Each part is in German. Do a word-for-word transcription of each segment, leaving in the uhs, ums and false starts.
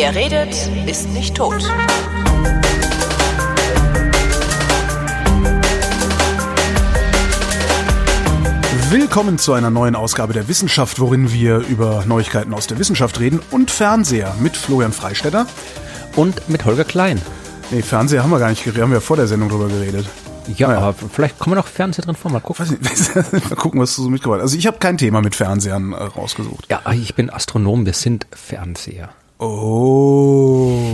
Wer redet, ist nicht tot. Willkommen zu einer neuen Ausgabe der Wissenschaft, worin wir über Neuigkeiten aus der Wissenschaft reden und Fernseher mit Florian Freistetter. Und mit Holger Klein. Nee, Fernseher haben wir gar nicht geredet, haben wir ja vor der Sendung drüber geredet. Ja, naja. Aber vielleicht kommen wir noch Fernseher drin vor, mal gucken. Weiß nicht, mal gucken, was du so mitgebracht hast. Also ich habe kein Thema mit Fernsehern äh, rausgesucht. Ja, ich bin Astronom, wir sind Fernseher. Oh.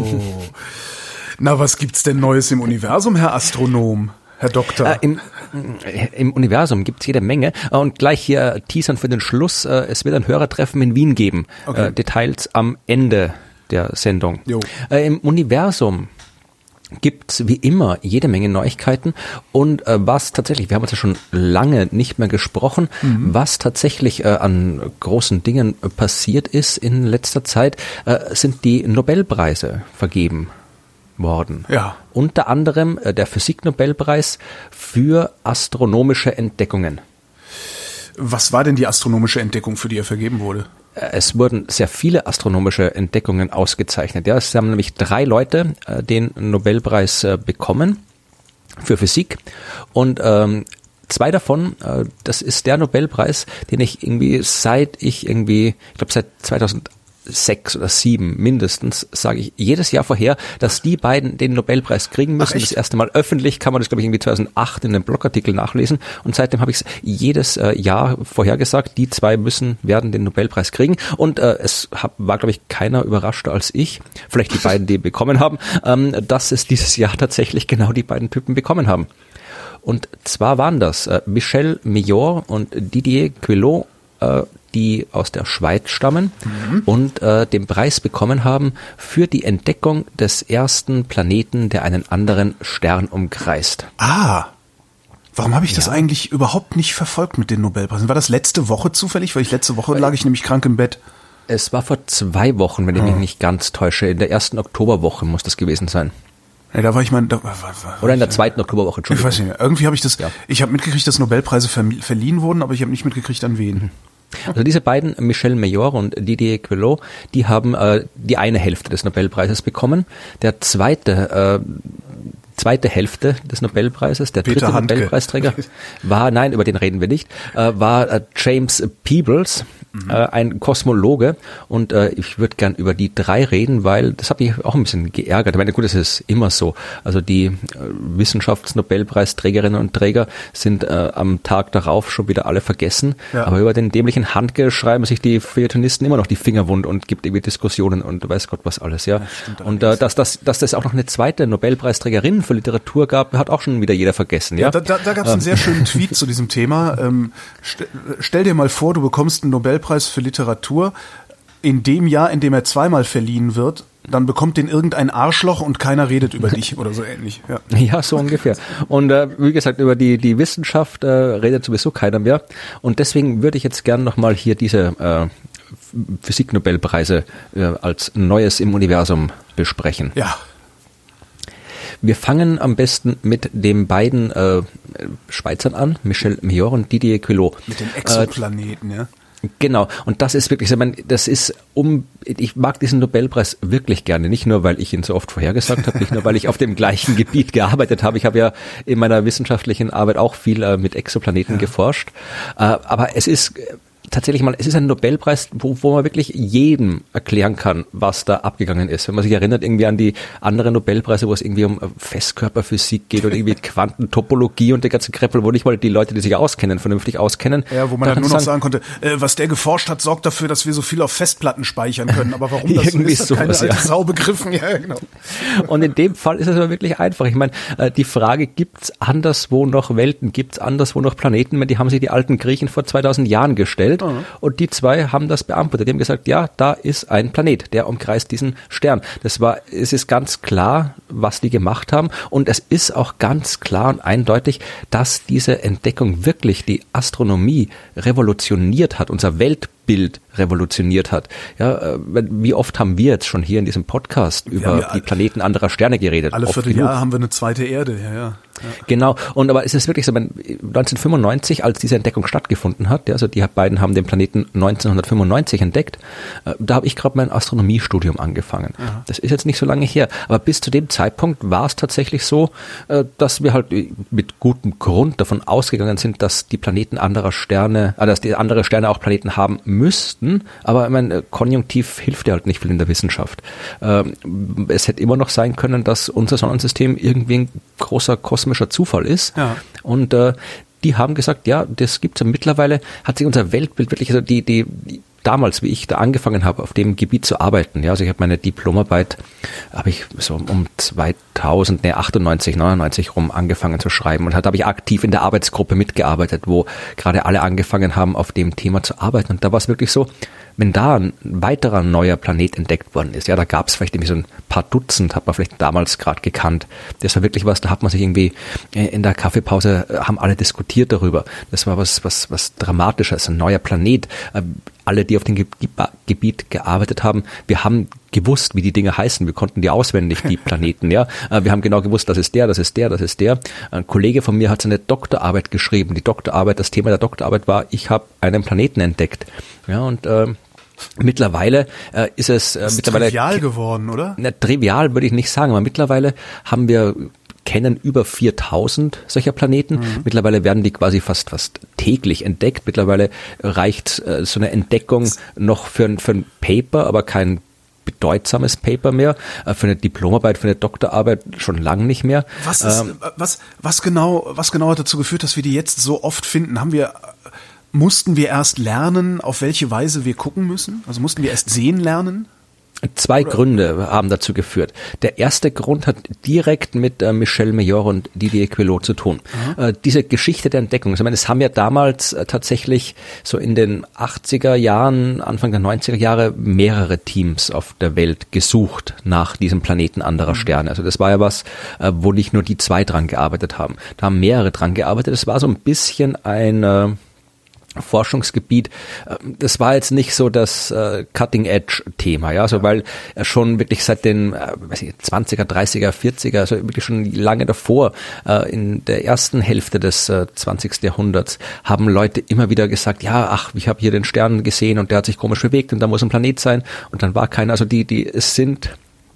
Na, was gibt's denn Neues im Universum, Herr Astronom? Herr Doktor. Äh, im, Im Universum gibt's jede Menge. Und gleich hier teasern für den Schluss, äh, es wird ein Hörertreffen in Wien geben. Okay. Äh, Details am Ende der Sendung. Jo. Äh, Im Universum gibt's wie immer jede Menge Neuigkeiten. Und äh, was tatsächlich, wir haben uns ja schon lange nicht mehr gesprochen, mhm. was tatsächlich äh, an großen Dingen äh, passiert ist in letzter Zeit, äh, sind die Nobelpreise vergeben worden. Ja. Unter anderem äh, der Physiknobelpreis für astronomische Entdeckungen. Was war denn die astronomische Entdeckung, für die er vergeben wurde? Äh, es wurden sehr viele astronomische Entdeckungen ausgezeichnet. Ja, es haben nämlich drei Leute äh, den Nobelpreis äh, bekommen für Physik und ähm, zwei davon, äh, das ist der Nobelpreis, den ich irgendwie seit ich irgendwie, ich glaube seit zweitausendsechs oder sieben mindestens, sage ich jedes Jahr vorher, dass die beiden den Nobelpreis kriegen müssen. Ach, das erste Mal öffentlich kann man das, glaube ich, irgendwie zweitausendacht in einem Blogartikel nachlesen. Und seitdem habe ich es jedes äh, Jahr vorhergesagt, die zwei müssen, werden den Nobelpreis kriegen. Und äh, es hab, war, glaube ich, keiner überraschter als ich, vielleicht die beiden, die bekommen haben, ähm, dass es dieses Jahr tatsächlich genau die beiden Typen bekommen haben. Und zwar waren das äh, Michel Mayor und Didier Queloz, äh, die aus der Schweiz stammen mhm. und äh, den Preis bekommen haben für die Entdeckung des ersten Planeten, der einen anderen Stern umkreist. Ah, warum habe ich ja. das eigentlich überhaupt nicht verfolgt mit den Nobelpreisen? War das letzte Woche zufällig? Weil ich letzte Woche lag ich nämlich krank im Bett. Es war vor zwei Wochen, wenn ich mich oh. nicht ganz täusche. In der ersten Oktoberwoche muss das gewesen sein. Ja, da war ich mal, da, war, war, Oder in der zweiten Oktoberwoche, Entschuldigung. Ich weiß nicht mehr. Irgendwie habe ich das, ja. ich habe mitgekriegt, dass Nobelpreise ver- verliehen wurden, aber ich habe nicht mitgekriegt, an wen. Mhm. Also diese beiden, Michel Mayor und Didier Queloz, die haben äh, die eine Hälfte des Nobelpreises bekommen. Der zweite, äh, zweite Hälfte des Nobelpreises, der Peter dritte Handke. Nobelpreisträger, war, nein, über den reden wir nicht, äh, war äh, James Peebles, mhm. äh, ein Kosmologe. Und äh, ich würde gern über die drei reden, weil das hat mich auch ein bisschen geärgert. Ich meine, gut, das ist immer so. Also die äh, Wissenschaftsnobelpreisträgerinnen und Träger sind äh, am Tag darauf schon wieder alle vergessen. Ja. Aber über den dämlichen Handke schreiben sich die Feuilletonisten immer noch die Finger wund und gibt irgendwie Diskussionen und weiß Gott was alles. Ja. Das und äh, dass, dass, dass das auch noch eine zweite Nobelpreisträgerin für Literatur gab, hat auch schon wieder jeder vergessen. Ja, ja da, da, da gab es einen sehr schönen Tweet zu diesem Thema. Ähm, st- stell dir mal vor, du bekommst einen Nobelpreis für Literatur in dem Jahr, in dem er zweimal verliehen wird, dann bekommt den irgendein Arschloch und keiner redet über dich oder so ähnlich. Ja, ja so ungefähr. Und äh, wie gesagt, über die die Wissenschaft äh, redet sowieso keiner mehr. Und deswegen würde ich jetzt gern nochmal hier diese äh, Physiknobelpreise äh, als Neues im Universum besprechen. Ja. Wir fangen am besten mit den beiden äh, Schweizern an, Michel Mayor und Didier Queloz. Mit den Exoplaneten, äh, ja. Genau, und das ist wirklich, ich meine, das ist um, ich mag diesen Nobelpreis wirklich gerne, nicht nur, weil ich ihn so oft vorhergesagt habe, nicht nur, weil ich auf dem gleichen Gebiet gearbeitet habe, ich habe ja in meiner wissenschaftlichen Arbeit auch viel äh, mit Exoplaneten ja. geforscht, äh, aber es ist tatsächlich mal, es ist ein Nobelpreis, wo, wo man wirklich jedem erklären kann, was da abgegangen ist. Wenn man sich erinnert irgendwie an die anderen Nobelpreise, wo es irgendwie um Festkörperphysik geht oder irgendwie Quantentopologie und der ganze Kreppel, wo nicht mal die Leute, die sich auskennen, vernünftig auskennen. Ja, wo man halt nur noch sagen konnte, äh, was der geforscht hat, sorgt dafür, dass wir so viel auf Festplatten speichern können. Aber warum das so ist, hat sowas, keine alte ja. Sau begriffen. Ja, genau. Und in dem Fall ist es aber wirklich einfach. Ich meine, die Frage, gibt's anderswo noch Welten, gibt's anderswo noch Planeten? Die haben sich die alten Griechen vor zweitausend Jahren gestellt. Und die zwei haben das beantwortet. Die haben gesagt, ja, da ist ein Planet, der umkreist diesen Stern. Das war, es ist ganz klar, was die gemacht haben. Und es ist auch ganz klar und eindeutig, dass diese Entdeckung wirklich die Astronomie revolutioniert hat, unser Weltbild revolutioniert hat. Ja, wie oft haben wir jetzt schon hier in diesem Podcast über ja, die Planeten anderer Sterne geredet? Alle Vierteljahr haben wir eine zweite Erde, ja, ja. Genau, und aber es ist wirklich so, neunzehnhundertfünfundneunzig, als diese Entdeckung stattgefunden hat, ja, also die beiden haben den Planeten neunzehnhundertfünfundneunzig entdeckt, äh, da habe ich gerade mein Astronomiestudium angefangen. Aha. Das ist jetzt nicht so lange her, aber bis zu dem Zeitpunkt war es tatsächlich so, äh, dass wir halt mit gutem Grund davon ausgegangen sind, dass die Planeten anderer Sterne, äh, dass die andere Sterne auch Planeten haben müssten, aber ich meine, konjunktiv hilft ja halt nicht viel in der Wissenschaft. Äh, es hätte immer noch sein können, dass unser Sonnensystem irgendwie ein großer kosmischer Zufall ist. Ja. Und äh, die haben gesagt, ja, das gibt's ja mittlerweile, hat sich unser Weltbild wirklich, also die, die, die damals, wie ich da angefangen habe, auf dem Gebiet zu arbeiten, ja, also ich habe meine Diplomarbeit, habe ich so um zweitausend, ne, achtundneunzig, neunundneunzig rum angefangen zu schreiben und da habe ich aktiv in der Arbeitsgruppe mitgearbeitet, wo gerade alle angefangen haben, auf dem Thema zu arbeiten und da war es wirklich so, wenn da ein weiterer neuer Planet entdeckt worden ist, ja, da gab es vielleicht irgendwie so ein paar Dutzend, hat man vielleicht damals gerade gekannt. Das war wirklich was, da hat man sich irgendwie in der Kaffeepause, haben alle diskutiert darüber. Das war was, was, was Dramatisches, ein neuer Planet. Alle, die auf dem Ge- Gebiet gearbeitet haben, wir haben gewusst, wie die Dinge heißen. Wir konnten die auswendig, die Planeten, ja. Wir haben genau gewusst, das ist der, das ist der, das ist der. Ein Kollege von mir hat seine Doktorarbeit geschrieben. Die Doktorarbeit, das Thema der Doktorarbeit war, ich habe einen Planeten entdeckt. Ja, und äh, mittlerweile äh, ist es äh, ist mittlerweile trivial geworden, oder? Na, trivial würde ich nicht sagen, aber mittlerweile haben wir kennen über viertausend solcher Planeten. Mhm. Mittlerweile werden die quasi fast fast täglich entdeckt. Mittlerweile reicht äh, so eine Entdeckung noch für ein, für ein Paper, aber kein bedeutsames Paper mehr, äh, für eine Diplomarbeit, für eine Doktorarbeit schon lange nicht mehr. Was ist, ähm, was was genau was genau hat dazu geführt, dass wir die jetzt so oft finden? Haben wir Mussten wir erst lernen, auf welche Weise wir gucken müssen? Also mussten wir erst sehen lernen? Zwei Oder? Gründe haben dazu geführt. Der erste Grund hat direkt mit äh, Michel Mayor und Didier Queloz zu tun. Äh, diese Geschichte der Entdeckung. Ich meine, es haben ja damals äh, tatsächlich so in den achtziger Jahren, Anfang der neunziger Jahre mehrere Teams auf der Welt gesucht nach diesem Planeten anderer mhm. Sterne. Also das war ja was, äh, wo nicht nur die zwei dran gearbeitet haben. Da haben mehrere dran gearbeitet. Es war so ein bisschen ein äh, Forschungsgebiet, das war jetzt nicht so das äh, Cutting-Edge-Thema, ja, also weil äh, schon wirklich seit den äh, weiß ich, zwanziger, dreißiger, vierziger, also wirklich schon lange davor, äh, in der ersten Hälfte des äh, zwanzigsten Jahrhunderts, haben Leute immer wieder gesagt, ja, ach, ich habe hier den Stern gesehen und der hat sich komisch bewegt und da muss ein Planet sein und dann war keiner, also die, die, es sind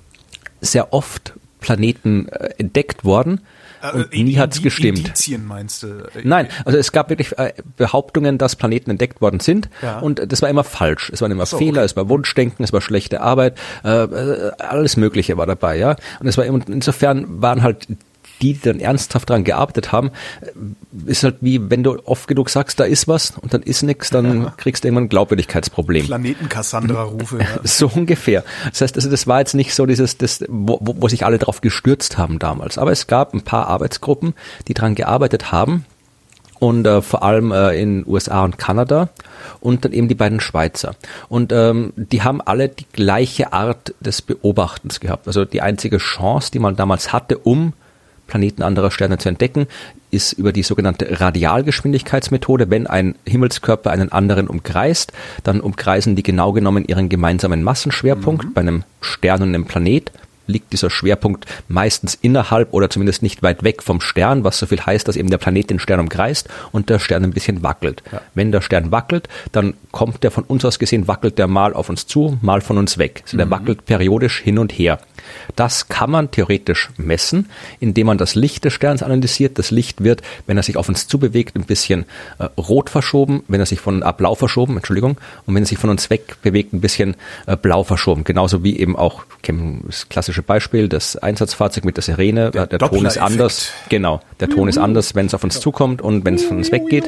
sehr oft Planeten äh, entdeckt worden, und äh, nie hat es gestimmt. Indizien meinst du? Nein, also es gab wirklich äh, Behauptungen, dass Planeten entdeckt worden sind ja. und das war immer falsch. Es waren immer so, Fehler, okay. Es war Wunschdenken, es war schlechte Arbeit, äh, alles Mögliche war dabei, ja. Und es war insofern waren halt die, die dann ernsthaft daran gearbeitet haben, ist halt wie, wenn du oft genug sagst, da ist was und dann ist nichts, dann ja. kriegst du irgendwann ein Glaubwürdigkeitsproblem. Planeten-Cassandra-Rufe. Ja. So ungefähr. Das heißt, also das war jetzt nicht so dieses, das, wo, wo sich alle drauf gestürzt haben damals. Aber es gab ein paar Arbeitsgruppen, die daran gearbeitet haben und äh, vor allem äh, in U S A und Kanada und dann eben die beiden Schweizer. Und ähm, die haben alle die gleiche Art des Beobachtens gehabt. Also die einzige Chance, die man damals hatte, um Planeten anderer Sterne zu entdecken, ist über die sogenannte Radialgeschwindigkeitsmethode. Wenn ein Himmelskörper einen anderen umkreist, dann umkreisen die genau genommen ihren gemeinsamen Massenschwerpunkt. Mhm. Bei einem Stern und einem Planet liegt dieser Schwerpunkt meistens innerhalb oder zumindest nicht weit weg vom Stern, was so viel heißt, dass eben der Planet den Stern umkreist und der Stern ein bisschen wackelt. Ja. Wenn der Stern wackelt, dann kommt der von uns aus gesehen, wackelt der mal auf uns zu, mal von uns weg. Also der mhm. wackelt periodisch hin und her. Das kann man theoretisch messen, indem man das Licht des Sterns analysiert. Das Licht wird, wenn er sich auf uns zubewegt, ein bisschen äh, rot verschoben, wenn er sich von äh, blau verschoben, Entschuldigung, und wenn er sich von uns weg bewegt, ein bisschen äh, blau verschoben. Genauso wie eben auch, das klassische Beispiel, das Einsatzfahrzeug mit der Sirene, der, der Ton ist anders. Genau, der Ton ist anders, wenn es auf uns zukommt und wenn es von uns weggeht.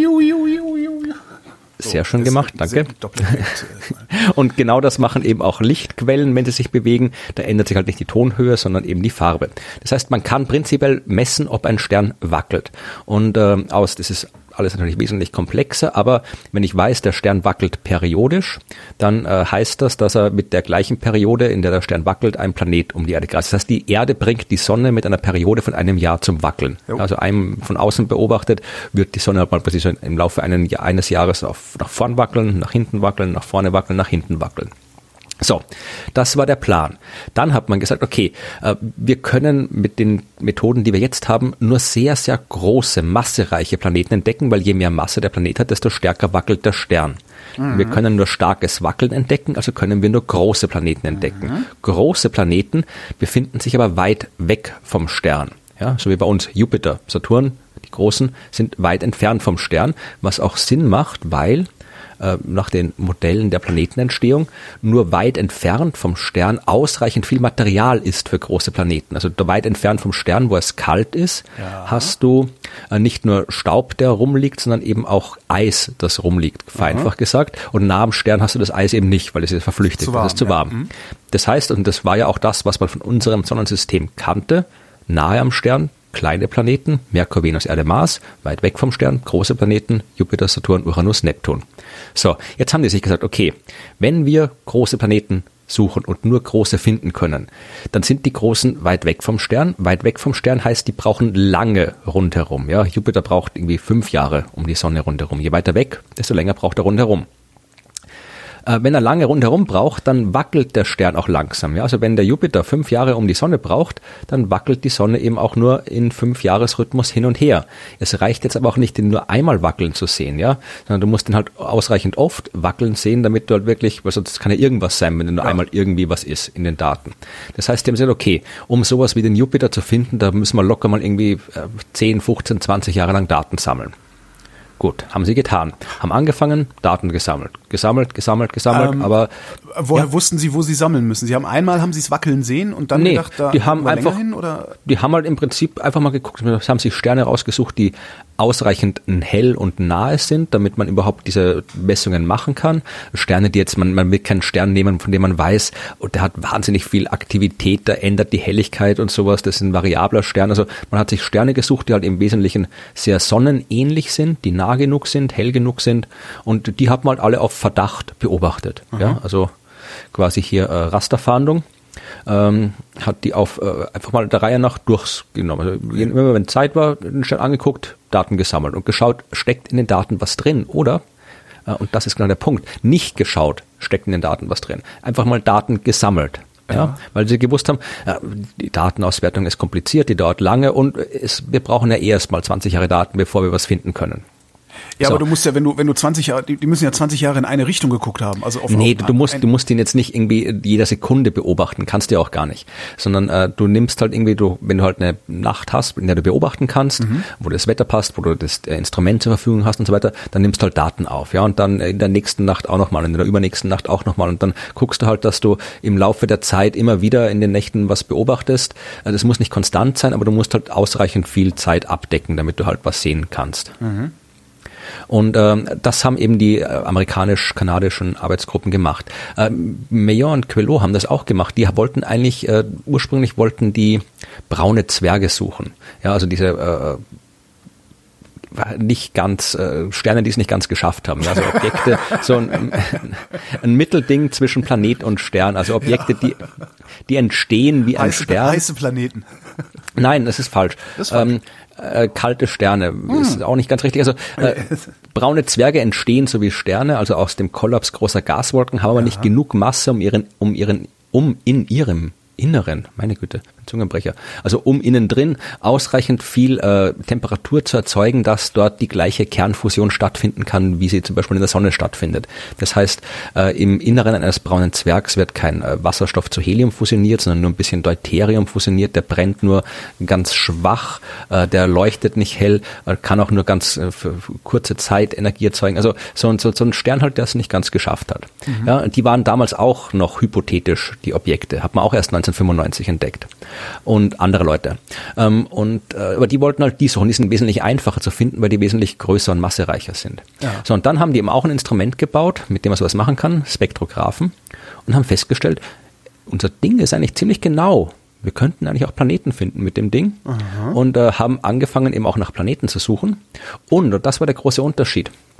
Sehr schön gemacht, danke. Und genau das machen eben auch Lichtquellen, wenn sie sich bewegen. Da ändert sich halt nicht die Tonhöhe, sondern eben die Farbe. Das heißt, man kann prinzipiell messen, ob ein Stern wackelt. Und äh, aus, das ist alles natürlich wesentlich komplexer, aber wenn ich weiß, der Stern wackelt periodisch, dann äh, heißt das, dass er mit der gleichen Periode, in der der Stern wackelt, ein Planet um die Erde kreist. Das heißt, die Erde bringt die Sonne mit einer Periode von einem Jahr zum Wackeln. Jo. Also einem von außen beobachtet, wird die Sonne mal plötzlich so im Laufe einen, eines Jahres auf, nach vorn wackeln, nach hinten wackeln, nach vorne wackeln, nach hinten wackeln. So, das war der Plan. Dann hat man gesagt, okay, äh, wir können mit den Methoden, die wir jetzt haben, nur sehr, sehr große, massereiche Planeten entdecken, weil je mehr Masse der Planet hat, desto stärker wackelt der Stern. Mhm. Wir können nur starkes Wackeln entdecken, also können wir nur große Planeten entdecken. Mhm. Große Planeten befinden sich aber weit weg vom Stern. Ja, so wie bei uns Jupiter, Saturn, die großen, sind weit entfernt vom Stern, was auch Sinn macht, weil nach den Modellen der Planetenentstehung nur weit entfernt vom Stern ausreichend viel Material ist für große Planeten. Also weit entfernt vom Stern, wo es kalt ist, ja. hast du nicht nur Staub, der rumliegt, sondern eben auch Eis, das rumliegt, vereinfacht mhm. gesagt. Und nah am Stern hast du das Eis eben nicht, weil es ist verflüchtigt, zu warm, das ist zu warm. Ja. Mhm. Das heißt, und das war ja auch das, was man von unserem Sonnensystem kannte, nahe am Stern, kleine Planeten, Merkur, Venus, Erde, Mars, weit weg vom Stern, große Planeten, Jupiter, Saturn, Uranus, Neptun. So, jetzt haben die sich gesagt, okay, wenn wir große Planeten suchen und nur große finden können, dann sind die großen weit weg vom Stern. Weit weg vom Stern heißt, die brauchen lange rundherum. Ja, Jupiter braucht irgendwie fünf Jahre um die Sonne rundherum. Je weiter weg, desto länger braucht er rundherum. Wenn er lange rundherum braucht, dann wackelt der Stern auch langsam. Ja? Also wenn der Jupiter fünf Jahre um die Sonne braucht, dann wackelt die Sonne eben auch nur in fünf Jahresrhythmus hin und her. Es reicht jetzt aber auch nicht, den nur einmal wackeln zu sehen, ja, sondern du musst den halt ausreichend oft wackeln sehen, damit du halt wirklich, weil sonst kann ja irgendwas sein, wenn nur ja. einmal irgendwie was ist in den Daten. Das heißt, die haben gesagt, okay, um sowas wie den Jupiter zu finden, da müssen wir locker mal irgendwie zehn, fünfzehn, zwanzig Jahre lang Daten sammeln. Gut, haben sie getan. Haben angefangen, Daten gesammelt. Gesammelt, gesammelt, gesammelt, ähm, aber... Woher ja. wussten Sie, wo Sie sammeln müssen? Sie haben einmal, haben Sie es wackeln sehen und dann nee, gedacht, da die haben einfach, hin, oder? Die haben halt im Prinzip einfach mal geguckt, haben sich Sterne rausgesucht, die ausreichend hell und nahe sind, damit man überhaupt diese Messungen machen kann. Sterne, die jetzt, man, man will keinen Stern nehmen, von dem man weiß, oh, der hat wahnsinnig viel Aktivität, da ändert die Helligkeit und sowas, das ist ein variabler Stern. Also man hat sich Sterne gesucht, die halt im Wesentlichen sehr sonnenähnlich sind, die nah genug sind, hell genug sind und die hat man halt alle auf Verdacht beobachtet. Aha. Ja, also quasi hier äh, Rasterfahndung. Ähm, hat die auf äh, einfach mal der Reihe nach durchgenommen. Also, immer wenn Zeit war, den Stern angeguckt, Daten gesammelt und geschaut, steckt in den Daten was drin oder, äh, und das ist genau der Punkt, nicht geschaut, steckt in den Daten was drin. Einfach mal Daten gesammelt. Ja, ja, weil sie gewusst haben, ja, die Datenauswertung ist kompliziert, die dauert lange und es, wir brauchen ja erst mal zwanzig Jahre Daten, bevor wir was finden können. Ja, so. Aber du musst ja, wenn du wenn du zwanzig Jahre, die, die müssen ja zwanzig Jahre in eine Richtung geguckt haben, also auf Nee, auf, du musst du musst ihn jetzt nicht irgendwie jeder Sekunde beobachten, kannst du ja auch gar nicht, sondern äh, du nimmst halt irgendwie, du wenn du halt eine Nacht hast, in der du beobachten kannst, mhm. wo das Wetter passt, wo du das äh, Instrument zur Verfügung hast und so weiter, dann nimmst du halt Daten auf, ja, und dann in der nächsten Nacht auch nochmal, in der übernächsten Nacht auch nochmal und dann guckst du halt, dass du im Laufe der Zeit immer wieder in den Nächten was beobachtest. Also das muss nicht konstant sein, aber du musst halt ausreichend viel Zeit abdecken, damit du halt was sehen kannst. Mhm. Und ähm, das haben eben die äh, amerikanisch-kanadischen Arbeitsgruppen gemacht. Ähm, Meillon und Queloz haben das auch gemacht. Die wollten eigentlich, äh, ursprünglich wollten die braune Zwerge suchen. Ja, also diese äh, nicht ganz, äh, Sterne, die es nicht ganz geschafft haben. Also Objekte, so ein, ein Mittelding zwischen Planet und Stern. Also Objekte, die, die entstehen wie ein heiße, Stern. Heiße Planeten. Nein, das ist falsch. Das ist falsch. Ähm, Äh, kalte Sterne, hm. ist auch nicht ganz richtig. Also äh, braune Zwerge entstehen so wie Sterne, also aus dem Kollaps großer Gaswolken, haben aber ja. nicht genug Masse, um ihren, um ihren, um in ihrem Inneren, meine Güte, Zungenbrecher, also um innen drin ausreichend viel äh, Temperatur zu erzeugen, dass dort die gleiche Kernfusion stattfinden kann, wie sie zum Beispiel in der Sonne stattfindet. Das heißt, äh, im Inneren eines braunen Zwergs wird kein äh, Wasserstoff zu Helium fusioniert, sondern nur ein bisschen Deuterium fusioniert, der brennt nur ganz schwach, äh, der leuchtet nicht hell, äh, kann auch nur ganz äh, für kurze Zeit Energie erzeugen. Also so, so, so ein Stern halt, der es nicht ganz geschafft hat. Mhm. Ja, die waren damals auch noch hypothetisch, die Objekte, hat man auch erst neunzehnhundertfünfundneunzig entdeckt. Und andere Leute. Ähm, und äh, aber die wollten halt die suchen, die sind wesentlich einfacher zu finden, weil die wesentlich größer und massereicher sind. Ja. So, und dann haben die eben auch ein Instrument gebaut, mit dem man sowas machen kann, Spektrographen, und haben festgestellt, unser Ding ist eigentlich ziemlich genau. Wir könnten eigentlich auch Planeten finden mit dem Ding. Aha. Und äh, haben angefangen, eben auch nach Planeten zu suchen. Und, und das war der große Unterschied.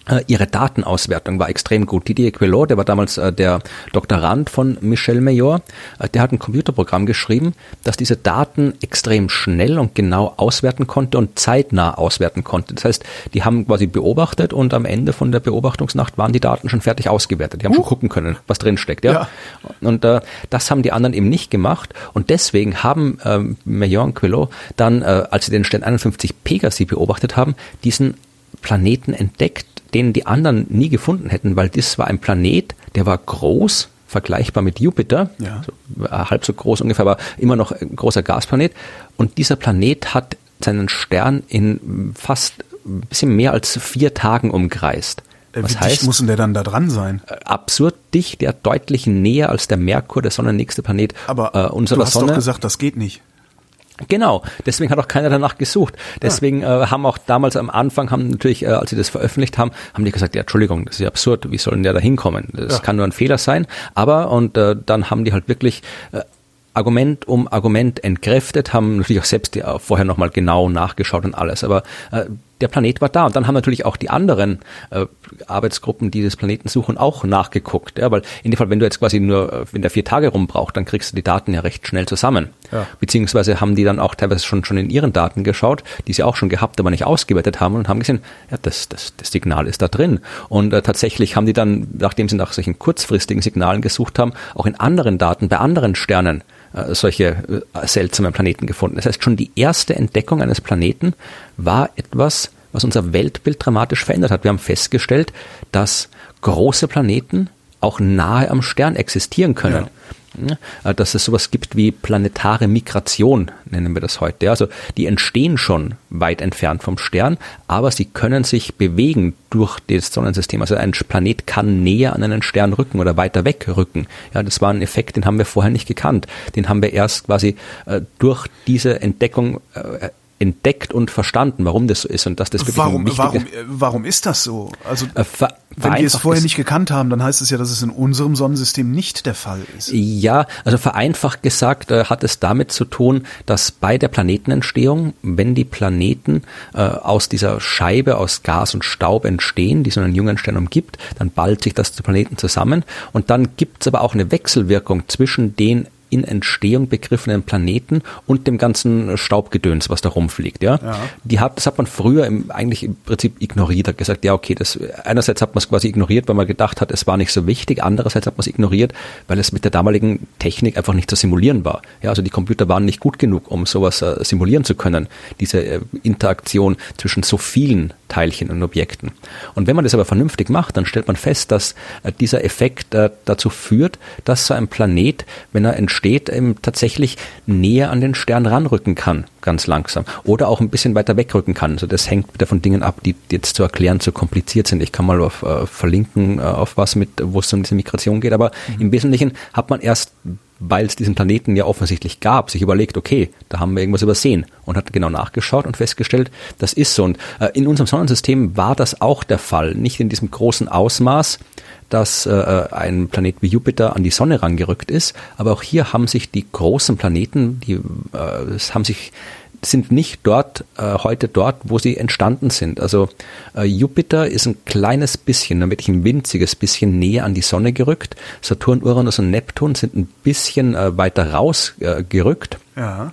Ihre Datenauswertung war extrem gut. Didier Queloz, der war damals äh, der Doktorand von Michel Mayor, äh, der hat ein Computerprogramm geschrieben, das diese Daten extrem schnell und genau auswerten konnte und zeitnah auswerten konnte. Das heißt, die haben quasi beobachtet und am Ende von der Beobachtungsnacht waren die Daten schon fertig ausgewertet. Die haben uh. schon gucken können, was drin steckt. Ja? Ja. Und äh, das haben die anderen eben nicht gemacht und deswegen haben äh, Mayor und Queloz dann, äh, als sie den Stern einundfünfzig Pegasi beobachtet haben, diesen Planeten entdeckt, den die anderen nie gefunden hätten, weil das war ein Planet, der war groß, vergleichbar mit Jupiter, ja. so, halb so groß ungefähr, aber immer noch ein großer Gasplanet. Und dieser Planet hat seinen Stern in fast ein bisschen mehr als vier Tagen umkreist. Was Wie heißt, dicht muss denn der dann da dran sein? Absurd dicht, der deutlich näher als der Merkur, der sonnennächste Planet aber äh, unserer du hast Sonne. doch gesagt, das geht nicht. Genau, deswegen hat auch keiner danach gesucht. Deswegen äh, haben auch damals am Anfang, haben natürlich, äh, als sie das veröffentlicht haben, haben die gesagt, ja, Entschuldigung, das ist ja absurd, wie soll denn der da hinkommen? Das ja. kann nur ein Fehler sein. Aber, und äh, dann haben die halt wirklich äh, Argument um Argument entkräftet, haben natürlich auch selbst die, äh, vorher nochmal genau nachgeschaut und alles. Aber äh, der Planet war da und dann haben natürlich auch die anderen äh, Arbeitsgruppen, die das Planeten suchen, auch nachgeguckt. Ja, weil in dem Fall, wenn du jetzt quasi nur, wenn der vier Tage rumbraucht, dann kriegst du die Daten ja recht schnell zusammen. Ja. Beziehungsweise haben die dann auch teilweise schon schon in ihren Daten geschaut, die sie auch schon gehabt, aber nicht ausgewertet haben und haben gesehen, ja, das das das Signal ist da drin. Und äh, tatsächlich haben die dann, nachdem sie nach solchen kurzfristigen Signalen gesucht haben, auch in anderen Daten bei anderen Sternen äh, solche äh, seltsamen Planeten gefunden. Das heißt, schon die erste Entdeckung eines Planeten war etwas, was unser Weltbild dramatisch verändert hat. Wir haben festgestellt, dass große Planeten auch nahe am Stern existieren können. Ja. Dass es sowas gibt wie planetare Migration, nennen wir das heute. Also die entstehen schon weit entfernt vom Stern, aber sie können sich bewegen durch das Sonnensystem. Also ein Planet kann näher an einen Stern rücken oder weiter weg rücken. Ja, das war ein Effekt, den haben wir vorher nicht gekannt. Den haben wir erst quasi äh, durch diese Entdeckung äh, entdeckt und verstanden, warum das so ist und dass das wirklich warum, wichtig warum, ist. Warum ist das so? Also äh, ver- wenn wir es vorher nicht gekannt haben, dann heißt es ja, dass es in unserem Sonnensystem nicht der Fall ist. Ja, also vereinfacht gesagt äh, hat es damit zu tun, dass bei der Planetenentstehung, wenn die Planeten äh, aus dieser Scheibe aus Gas und Staub entstehen, die so einen jungen Stern umgibt, dann ballt sich das zu Planeten zusammen und dann gibt es aber auch eine Wechselwirkung zwischen den in Entstehung begriffenen Planeten und dem ganzen Staubgedöns, was da rumfliegt. Ja, ja. Die hat, das hat man früher im, eigentlich im Prinzip ignoriert, hat gesagt, ja okay, das einerseits hat man es quasi ignoriert, weil man gedacht hat, es war nicht so wichtig, andererseits hat man es ignoriert, weil es mit der damaligen Technik einfach nicht zu simulieren war. Ja, also die Computer waren nicht gut genug, um sowas äh, simulieren zu können, diese äh, Interaktion zwischen so vielen Teilchen und Objekten. Und wenn man das aber vernünftig macht, dann stellt man fest, dass äh, dieser Effekt äh, dazu führt, dass so ein Planet, wenn er entsteht, eben tatsächlich näher an den Stern ranrücken kann, ganz langsam. Oder auch ein bisschen weiter wegrücken kann. Also das hängt wieder von Dingen ab, die jetzt zu erklären zu kompliziert sind. Ich kann mal auf, äh, verlinken äh, auf was, mit, wo es um diese Migration geht. Aber mhm. im Wesentlichen hat man erst, weil es diesen Planeten ja offensichtlich gab, sich überlegt, okay, da haben wir irgendwas übersehen und hat genau nachgeschaut und festgestellt, das ist so. Und äh, in unserem Sonnensystem war das auch der Fall. Nicht in diesem großen Ausmaß, dass äh, ein Planet wie Jupiter an die Sonne rangerückt ist, aber auch hier haben sich die großen Planeten, die äh, haben sich sind nicht dort, äh, heute dort, wo sie entstanden sind. Also äh, Jupiter ist ein kleines bisschen, wirklich ein winziges bisschen näher an die Sonne gerückt. Saturn, Uranus und Neptun sind ein bisschen äh, weiter raus äh, gerückt. Ja.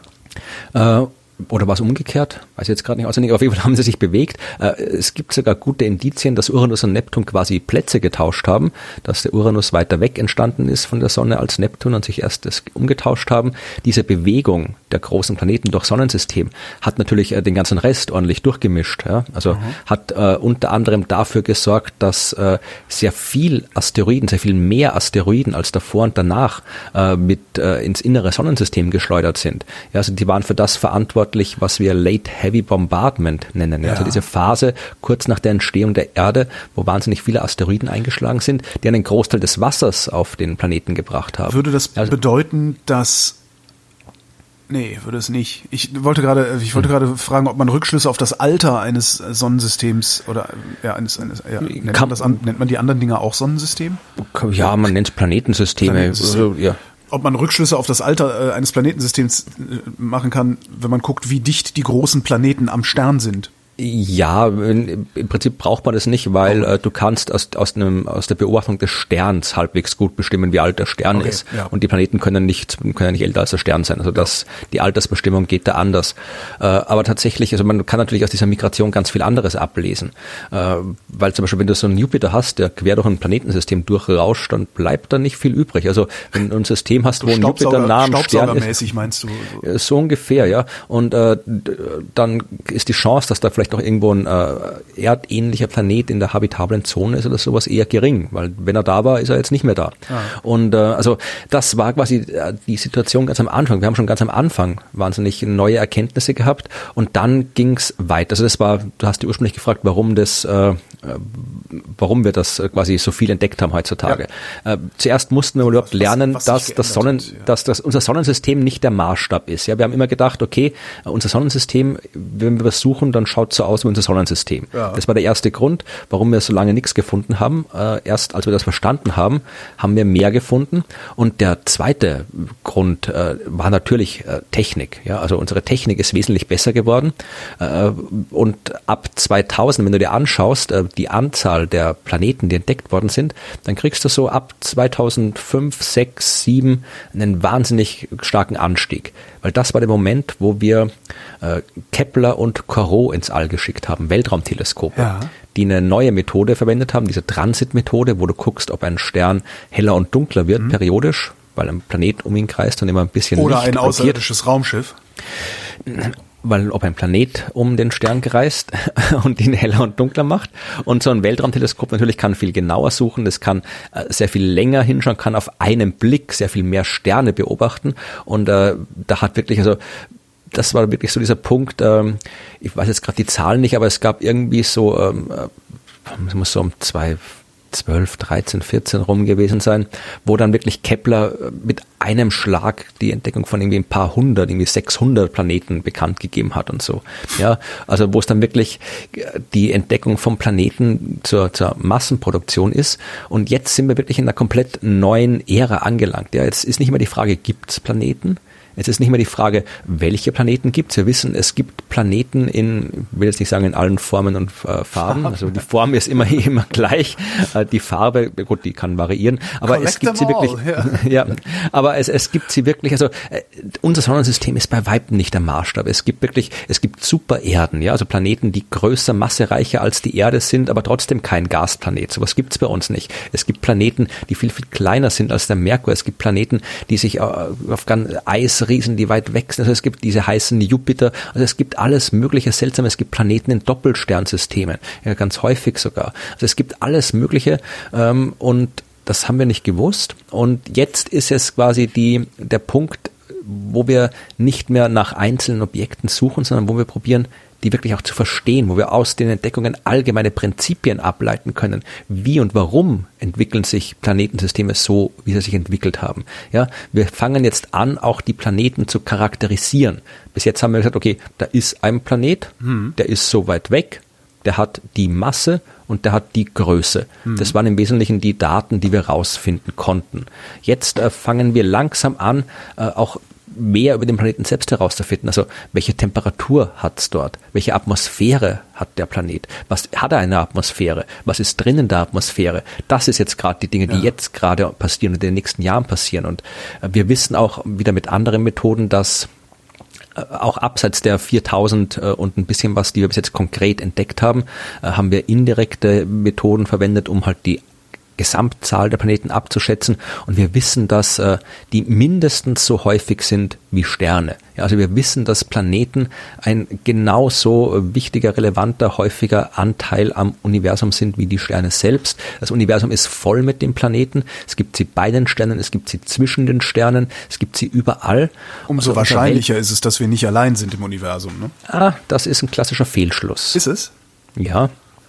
Äh, Oder war es umgekehrt? Weiß ich jetzt gerade nicht auswendig. Auf jeden Fall haben sie sich bewegt. Es gibt sogar gute Indizien, dass Uranus und Neptun quasi Plätze getauscht haben, dass der Uranus weiter weg entstanden ist von der Sonne als Neptun und sich erst das umgetauscht haben. Diese Bewegung der großen Planeten durch Sonnensystem hat natürlich den ganzen Rest ordentlich durchgemischt. Ja? Also mhm. hat äh, unter anderem dafür gesorgt, dass äh, sehr viel Asteroiden, sehr viel mehr Asteroiden als davor und danach äh, mit äh, ins innere Sonnensystem geschleudert sind. Ja, also die waren für das verantwortlich, was wir Late Heavy Bombardment nennen. Ja. Also diese Phase kurz nach der Entstehung der Erde, wo wahnsinnig viele Asteroiden eingeschlagen sind, die einen Großteil des Wassers auf den Planeten gebracht haben. Würde das also bedeuten, dass Nee, würde es nicht. Ich wollte gerade, ich wollte hm. gerade fragen, ob man Rückschlüsse auf das Alter eines Sonnensystems oder ja eines, eines ja, nennt, man das an, nennt man die anderen Dinger auch Sonnensystem? Ja, man nennt es Planetensysteme. Planetensystem. Also, ja. Ob man Rückschlüsse auf das Alter äh, eines Planetensystems äh, machen kann, wenn man guckt, wie dicht die großen Planeten am Stern sind. Ja, im Prinzip braucht man das nicht, weil äh, du kannst aus, aus, einem, aus der Beobachtung des Sterns halbwegs gut bestimmen, wie alt der Stern okay, ist. Ja. Und die Planeten können nicht, können nicht älter als der Stern sein. Also das, die Altersbestimmung geht da anders. Äh, aber tatsächlich, also man kann natürlich aus dieser Migration ganz viel anderes ablesen. Äh, weil zum Beispiel, wenn du so einen Jupiter hast, der quer durch ein Planetensystem durchrauscht, dann bleibt da nicht viel übrig. Also wenn du ein System hast, wo ein Jupiter nah am Stern ist. Meinst du? So, so ungefähr, ja. Und äh, dann ist die Chance, dass da vielleicht noch irgendwo ein äh, erdähnlicher Planet in der habitablen Zone ist oder sowas eher gering, weil wenn er da war, ist er jetzt nicht mehr da. Ah. Und äh, also das war quasi äh, die Situation ganz am Anfang. Wir haben schon ganz am Anfang wahnsinnig neue Erkenntnisse gehabt und dann ging's weiter. Also das war, du hast dich ursprünglich gefragt, warum das, äh, warum wir das quasi so viel entdeckt haben heutzutage. Ja. Äh, zuerst mussten wir überhaupt lernen, was, was dass das Sonnen, hat, ja. dass das unser Sonnensystem nicht der Maßstab ist. Ja, wir haben immer gedacht, okay, unser Sonnensystem, wenn wir was suchen, dann schaut so aus wie unser Sonnensystem. Ja. Das war der erste Grund, warum wir so lange nichts gefunden haben. Äh, erst als wir das verstanden haben, haben wir mehr gefunden. Und der zweite Grund äh, war natürlich äh, Technik. Ja, also unsere Technik ist wesentlich besser geworden. Äh, und ab zweitausend, wenn du dir anschaust, äh, die Anzahl der Planeten, die entdeckt worden sind, dann kriegst du so ab zweitausendfünf, sechs, sieben einen wahnsinnig starken Anstieg. Weil das war der Moment, wo wir äh, Kepler und Corot ins All geschickt haben, Weltraumteleskope, ja. die eine neue Methode verwendet haben, diese Transit-Methode, wo du guckst, ob ein Stern heller und dunkler wird, mhm. periodisch, weil ein Planet um ihn kreist und immer ein bisschen Oder Licht ein blockiert. Außerirdisches Raumschiff. Weil ob ein Planet um den Stern kreist und ihn heller und dunkler macht. Und so ein Weltraumteleskop natürlich kann viel genauer suchen, es kann äh, sehr viel länger hinschauen, kann auf einen Blick sehr viel mehr Sterne beobachten. Und äh, da hat wirklich, also das war wirklich so dieser Punkt, ähm, ich weiß jetzt gerade die Zahlen nicht, aber es gab irgendwie so, ähm, es muss so um zwei zwölf, dreizehn, vierzehn rum gewesen sein, wo dann wirklich Kepler mit einem Schlag die Entdeckung von irgendwie ein paar hundert, irgendwie sechshundert Planeten bekannt gegeben hat und so. Ja, also wo es dann wirklich die Entdeckung von Planeten zur, zur Massenproduktion ist. Und jetzt sind wir wirklich in einer komplett neuen Ära angelangt. Ja, jetzt ist nicht mehr die Frage, gibt es Planeten? Es ist nicht mehr die Frage, welche Planeten gibt es. Wir wissen, es gibt Planeten in, ich will jetzt nicht sagen in allen Formen und äh, Farben. Also die Form ist immer immer gleich. Äh, die Farbe, gut, die kann variieren. Aber Collect es gibt sie wirklich. All, ja. ja, aber es, es gibt sie wirklich. Also äh, unser Sonnensystem ist bei weitem nicht der Maßstab. Es gibt wirklich, es gibt Supererden, ja, also Planeten, die größer, massereicher als die Erde sind, aber trotzdem kein Gasplanet. Sowas gibt's bei uns nicht. Es gibt Planeten, die viel viel kleiner sind als der Merkur. Es gibt Planeten, die sich äh, auf ganz Eis Riesen, die weit weg sind. Also es gibt diese heißen Jupiter. Also es gibt alles mögliche Seltsame. Es gibt Planeten in Doppelsternsystemen. Ja, ganz häufig sogar. Also es gibt alles Mögliche ähm, und das haben wir nicht gewusst. Und jetzt ist es quasi die, der Punkt, wo wir nicht mehr nach einzelnen Objekten suchen, sondern wo wir probieren, die wirklich auch zu verstehen, wo wir aus den Entdeckungen allgemeine Prinzipien ableiten können. Wie und warum entwickeln sich Planetensysteme so, wie sie sich entwickelt haben? Ja, wir fangen jetzt an, auch die Planeten zu charakterisieren. Bis jetzt haben wir gesagt, okay, da ist ein Planet, hm. der ist so weit weg, der hat die Masse und der hat die Größe. Hm. Das waren im Wesentlichen die Daten, die wir rausfinden konnten. Jetzt äh, fangen wir langsam an, äh, auch mehr über den Planeten selbst herauszufinden. Also welche Temperatur hat es dort? Welche Atmosphäre hat der Planet? Was hat er eine Atmosphäre? Was ist drin in der Atmosphäre? Das ist jetzt gerade die Dinge, die ja. jetzt gerade passieren und in den nächsten Jahren passieren. Und äh, wir wissen auch wieder mit anderen Methoden, dass äh, auch abseits der viertausend äh, und ein bisschen was, die wir bis jetzt konkret entdeckt haben, äh, haben wir indirekte Methoden verwendet, um halt die Gesamtzahl der Planeten abzuschätzen und wir wissen, dass äh, die mindestens so häufig sind wie Sterne. Ja, also wir wissen, dass Planeten ein genauso wichtiger, relevanter, häufiger Anteil am Universum sind wie die Sterne selbst. Das Universum ist voll mit den Planeten. Es gibt sie bei den Sternen, es gibt sie zwischen den Sternen, es gibt sie überall. Umso also wahrscheinlicher ist es, dass wir nicht allein sind im Universum. Ne? Ah, das ist ein klassischer Fehlschluss. Ist es? Ja.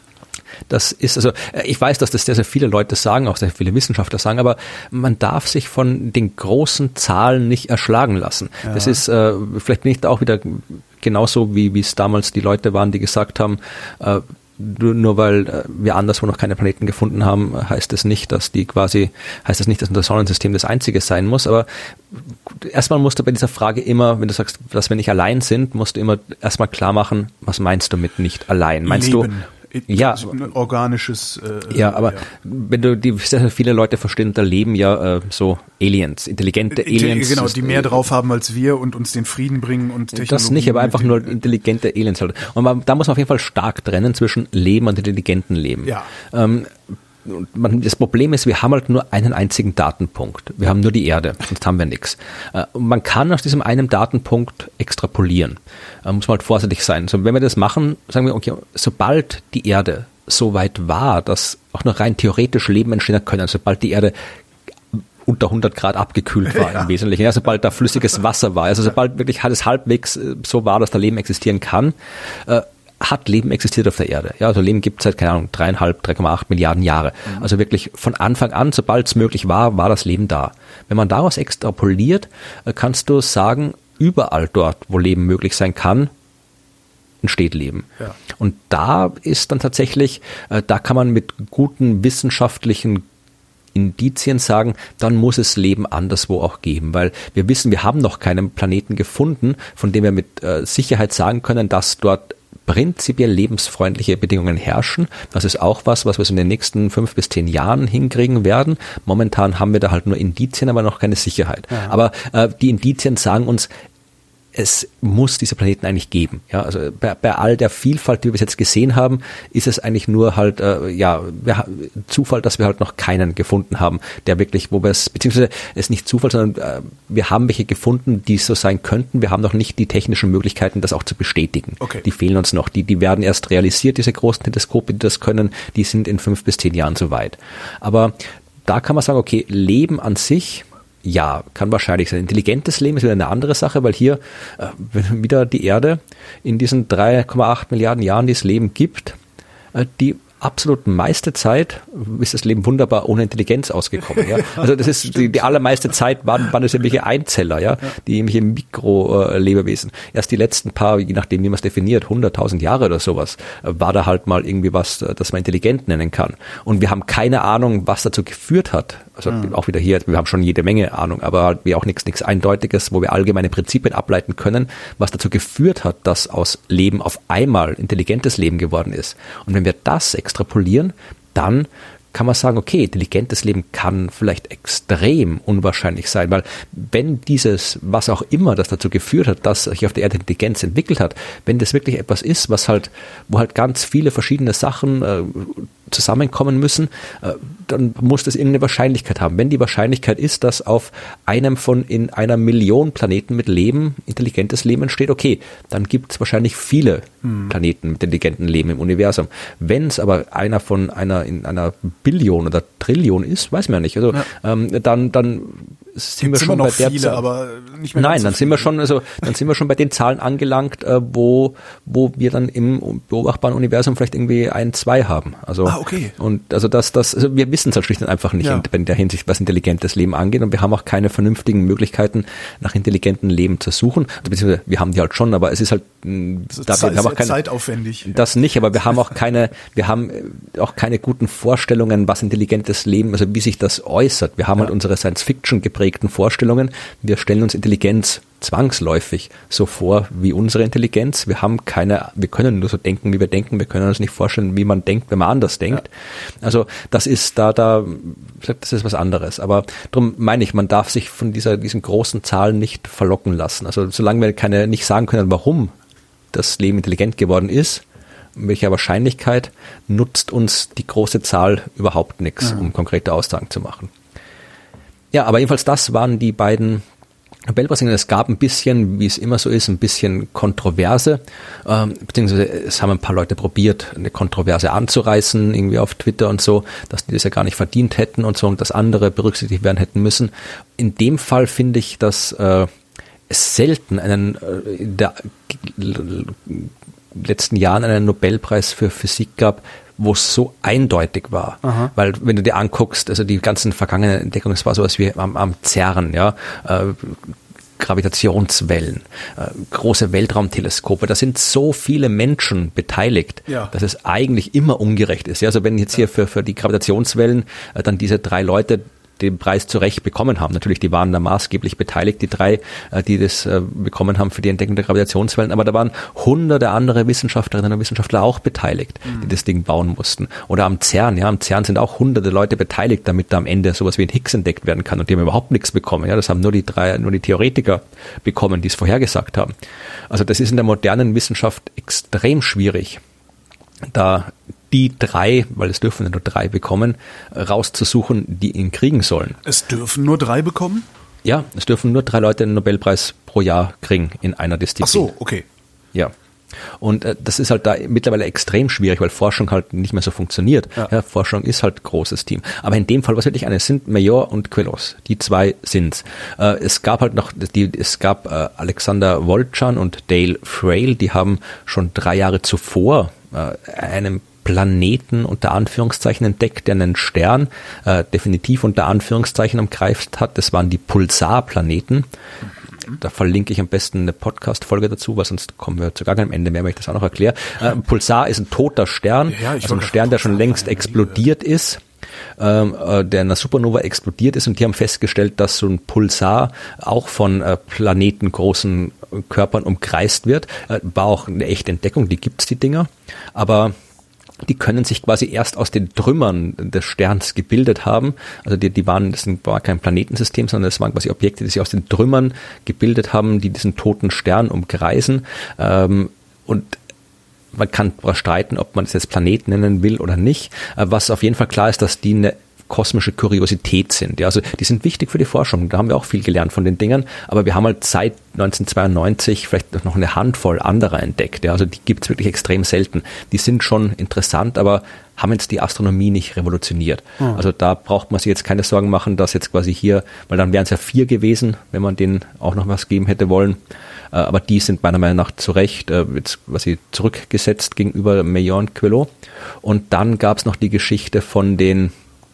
Das ist also, ich weiß, dass das sehr, sehr viele Leute sagen, auch sehr viele Wissenschaftler sagen, aber man darf sich von den großen Zahlen nicht erschlagen lassen. Ja. Das ist, äh, vielleicht bin ich da auch wieder genauso, wie wie es damals die Leute waren, die gesagt haben, äh, nur weil wir anderswo noch keine Planeten gefunden haben, heißt es nicht, dass die quasi, heißt es nicht, dass unser Sonnensystem das einzige sein muss, aber erstmal musst du bei dieser Frage immer, wenn du sagst, dass wir nicht allein sind, musst du immer erstmal klar machen, was meinst du mit nicht allein? Meinst Leben. du, ja, organisches. Äh, ja, aber ja. wenn du die sehr, sehr viele Leute verstehen, da leben ja äh, so Aliens, intelligente Aliens. Genau, die mehr drauf haben als wir und uns den Frieden bringen und Technologie. Das nicht, aber einfach nur intelligente Aliens halt. Und man, da muss man auf jeden Fall stark trennen zwischen Leben und intelligentem Leben. Ja. Ähm, Man, das Problem ist, wir haben halt nur einen einzigen Datenpunkt. Wir haben nur die Erde, sonst haben wir nichts. Und man kann aus diesem einen Datenpunkt extrapolieren. Da muss man halt vorsichtig sein. So, wenn wir das machen, sagen wir, okay, sobald die Erde so weit war, dass auch noch rein theoretisch Leben entstehen können, sobald die Erde unter hundert Grad abgekühlt war ja. im Wesentlichen, ja, sobald da flüssiges Wasser war, also sobald wirklich alles halbwegs so war, dass da Leben existieren kann, äh, hat Leben existiert auf der Erde. Ja, also Leben gibt es seit, keine Ahnung, dreieinhalb, drei Komma acht Milliarden Jahre. Mhm. Also wirklich von Anfang an, sobald es möglich war, war das Leben da. Wenn man daraus extrapoliert, kannst du sagen, überall dort, wo Leben möglich sein kann, entsteht Leben. Ja. Und da ist dann tatsächlich, da kann man mit guten wissenschaftlichen Indizien sagen, dann muss es Leben anderswo auch geben, weil wir wissen, wir haben noch keinen Planeten gefunden, von dem wir mit äh, Sicherheit sagen können, dass dort prinzipiell lebensfreundliche Bedingungen herrschen. Das ist auch was, was wir so in den nächsten fünf bis zehn Jahren hinkriegen werden. Momentan haben wir da halt nur Indizien, aber noch keine Sicherheit. Ja. Aber äh, die Indizien sagen uns, es muss diese Planeten eigentlich geben. Ja, also bei, bei all der Vielfalt, die wir bis jetzt gesehen haben, ist es eigentlich nur halt äh, ja wir, Zufall, dass wir halt noch keinen gefunden haben, der wirklich, wo wir es, beziehungsweise es ist nicht Zufall, sondern äh, wir haben welche gefunden, die so sein könnten. Wir haben noch nicht die technischen Möglichkeiten, das auch zu bestätigen. Okay. Die fehlen uns noch. Die, die werden erst realisiert, diese großen Teleskope, die das können. Die sind in fünf bis zehn Jahren soweit. Aber da kann man sagen, okay, Leben an sich, ja, kann wahrscheinlich sein. Intelligentes Leben ist wieder eine andere Sache, weil hier äh, wieder die Erde in diesen drei Komma acht Milliarden Jahren, die es Leben gibt, äh, die absolut meiste Zeit ist das Leben wunderbar ohne Intelligenz ausgekommen. Ja? Also das ist die, die allermeiste Zeit waren, waren es irgendwelche Einzeller, ja, die irgendwelche Mikro-Lebewesen. Erst die letzten paar, je nachdem wie man es definiert, hunderttausend Jahre oder sowas, war da halt mal irgendwie was, das man intelligent nennen kann. Und wir haben keine Ahnung, was dazu geführt hat. Also mhm. auch wieder hier, wir haben schon jede Menge Ahnung, aber halt wie auch nichts nichts Eindeutiges, wo wir allgemeine Prinzipien ableiten können, was dazu geführt hat, dass aus Leben auf einmal intelligentes Leben geworden ist. Und wenn wir das extrapolieren, dann kann man sagen, okay, intelligentes Leben kann vielleicht extrem unwahrscheinlich sein, weil wenn dieses, was auch immer das dazu geführt hat, dass sich auf der Erde Intelligenz entwickelt hat, wenn das wirklich etwas ist, was halt, wo halt ganz viele verschiedene Sachen äh, zusammenkommen müssen, äh, dann muss das irgendeine Wahrscheinlichkeit haben. Wenn die Wahrscheinlichkeit ist, dass auf einem von in einer Million Planeten mit Leben, intelligentes Leben entsteht, okay, dann gibt es wahrscheinlich viele hm. Planeten mit intelligentem Leben im Universum. Wenn es aber einer von einer in einer Billion oder Trillion ist, weiß man ja nicht. Also ja. ähm, dann dann sind wir schon bei der viele, Zahl. Aber nicht mehr Nein, so dann sind wir schon, also dann sind wir schon bei den Zahlen angelangt, äh, wo wo wir dann im beobachtbaren Universum vielleicht irgendwie ein, zwei haben. Also ah, okay. Und also das das also wir wissen es halt schlicht und einfach nicht ja. in, in der Hinsicht, was intelligentes Leben angeht, und wir haben auch keine vernünftigen Möglichkeiten, nach intelligentem Leben zu suchen. Also beziehungsweise wir haben die halt schon, aber es ist halt das da, ist wir haben auch keine, zeitaufwendig. Das nicht, aber wir haben auch keine, wir haben auch keine guten Vorstellungen, was intelligentes Leben, also wie sich das äußert. Wir haben ja. halt unsere Science-Fiction geprägten Vorstellungen. Wir stellen uns Intelligenz zwangsläufig so vor wie unsere Intelligenz. Wir haben keine, wir können nur so denken, wie wir denken. Wir können uns nicht vorstellen, wie man denkt, wenn man anders denkt. Ja. Also das ist da, da, das ist was anderes. Aber darum meine ich, man darf sich von dieser, diesen großen Zahlen nicht verlocken lassen. Also solange wir keine, nicht sagen können, warum das Leben intelligent geworden ist, mit welcher Wahrscheinlichkeit, nutzt uns die große Zahl überhaupt nichts, ja. um konkrete Aussagen zu machen. Ja, aber jedenfalls das waren die beiden Nobelpreise. Es gab ein bisschen, wie es immer so ist, ein bisschen Kontroverse, ähm, beziehungsweise es haben ein paar Leute probiert, eine Kontroverse anzureißen, irgendwie auf Twitter und so, dass die das ja gar nicht verdient hätten und so und dass andere berücksichtigt werden hätten müssen. In dem Fall finde ich, dass äh, es selten einen äh, in der letzten Jahren einen Nobelpreis für Physik gab, wo es so eindeutig war. Aha. Weil wenn du dir anguckst, also die ganzen vergangenen Entdeckungen, es war sowas wie am, am CERN, ja, äh, Gravitationswellen, äh, große Weltraumteleskope, da sind so viele Menschen beteiligt, ja. dass es eigentlich immer ungerecht ist. Ja, also wenn jetzt hier für, für die Gravitationswellen äh, dann diese drei Leute den Preis zurecht bekommen haben. Natürlich, die waren da maßgeblich beteiligt, die drei, die das bekommen haben für die Entdeckung der Gravitationswellen, aber da waren hunderte andere Wissenschaftlerinnen und Wissenschaftler auch beteiligt, mhm. die das Ding bauen mussten. Oder am CERN, ja, am CERN sind auch hunderte Leute beteiligt, damit da am Ende sowas wie ein Higgs entdeckt werden kann und die haben überhaupt nichts bekommen. Ja, das haben nur die drei, nur die Theoretiker bekommen, die es vorhergesagt haben. Also das ist in der modernen Wissenschaft extrem schwierig, da die drei, weil es dürfen nur drei bekommen, rauszusuchen, die ihn kriegen sollen. Es dürfen nur drei bekommen? Ja, es dürfen nur drei Leute den Nobelpreis pro Jahr kriegen in einer Disziplin. Ach so, okay. Ja. Und äh, das ist halt da mittlerweile extrem schwierig, weil Forschung halt nicht mehr so funktioniert. Ja. Ja, Forschung ist halt großes Team. Aber in dem Fall, was wirklich eine sind, Major und Queloz. Die zwei sind's. Äh, es gab halt noch, die, es gab äh, Alexander Wolczan und Dale Frail, die haben schon drei Jahre zuvor äh, einem Planeten unter Anführungszeichen entdeckt, der einen Stern äh, definitiv unter Anführungszeichen umgreift hat. Das waren die Pulsarplaneten. Da verlinke ich am besten eine Podcast-Folge dazu, weil sonst kommen wir zu gar keinem Ende mehr, weil ich das auch noch erkläre. Äh, Pulsar ist ein toter Stern, ja, also ein Stern, der schon längst explodiert ist, ähm, äh, der in einer Supernova explodiert ist und die haben festgestellt, dass so ein Pulsar auch von äh, planetengroßen Körpern umkreist wird. Äh, war auch eine echte Entdeckung, die gibt's, die Dinger, aber die können sich quasi erst aus den Trümmern des Sterns gebildet haben. Also die, die waren, das war kein Planetensystem, sondern das waren quasi Objekte, die sich aus den Trümmern gebildet haben, die diesen toten Stern umkreisen. Ähm, und man kann streiten, ob man es jetzt Planet nennen will oder nicht. Was auf jeden Fall klar ist, dass die eine kosmische Kuriosität sind. Ja, also die sind wichtig für die Forschung. Da haben wir auch viel gelernt von den Dingern. Aber wir haben halt seit neunzehnhundertzweiundneunzig vielleicht noch eine Handvoll anderer entdeckt. Ja, also die gibt's wirklich extrem selten. Die sind schon interessant, aber haben jetzt die Astronomie nicht revolutioniert. Mhm. Also da braucht man sich jetzt keine Sorgen machen, dass jetzt quasi hier, weil dann wären es ja vier gewesen, wenn man denen auch noch was geben hätte wollen. Aber die sind meiner Meinung nach zu Recht jetzt quasi zurückgesetzt gegenüber Major und Queloz. Und dann gab's noch die Geschichte von den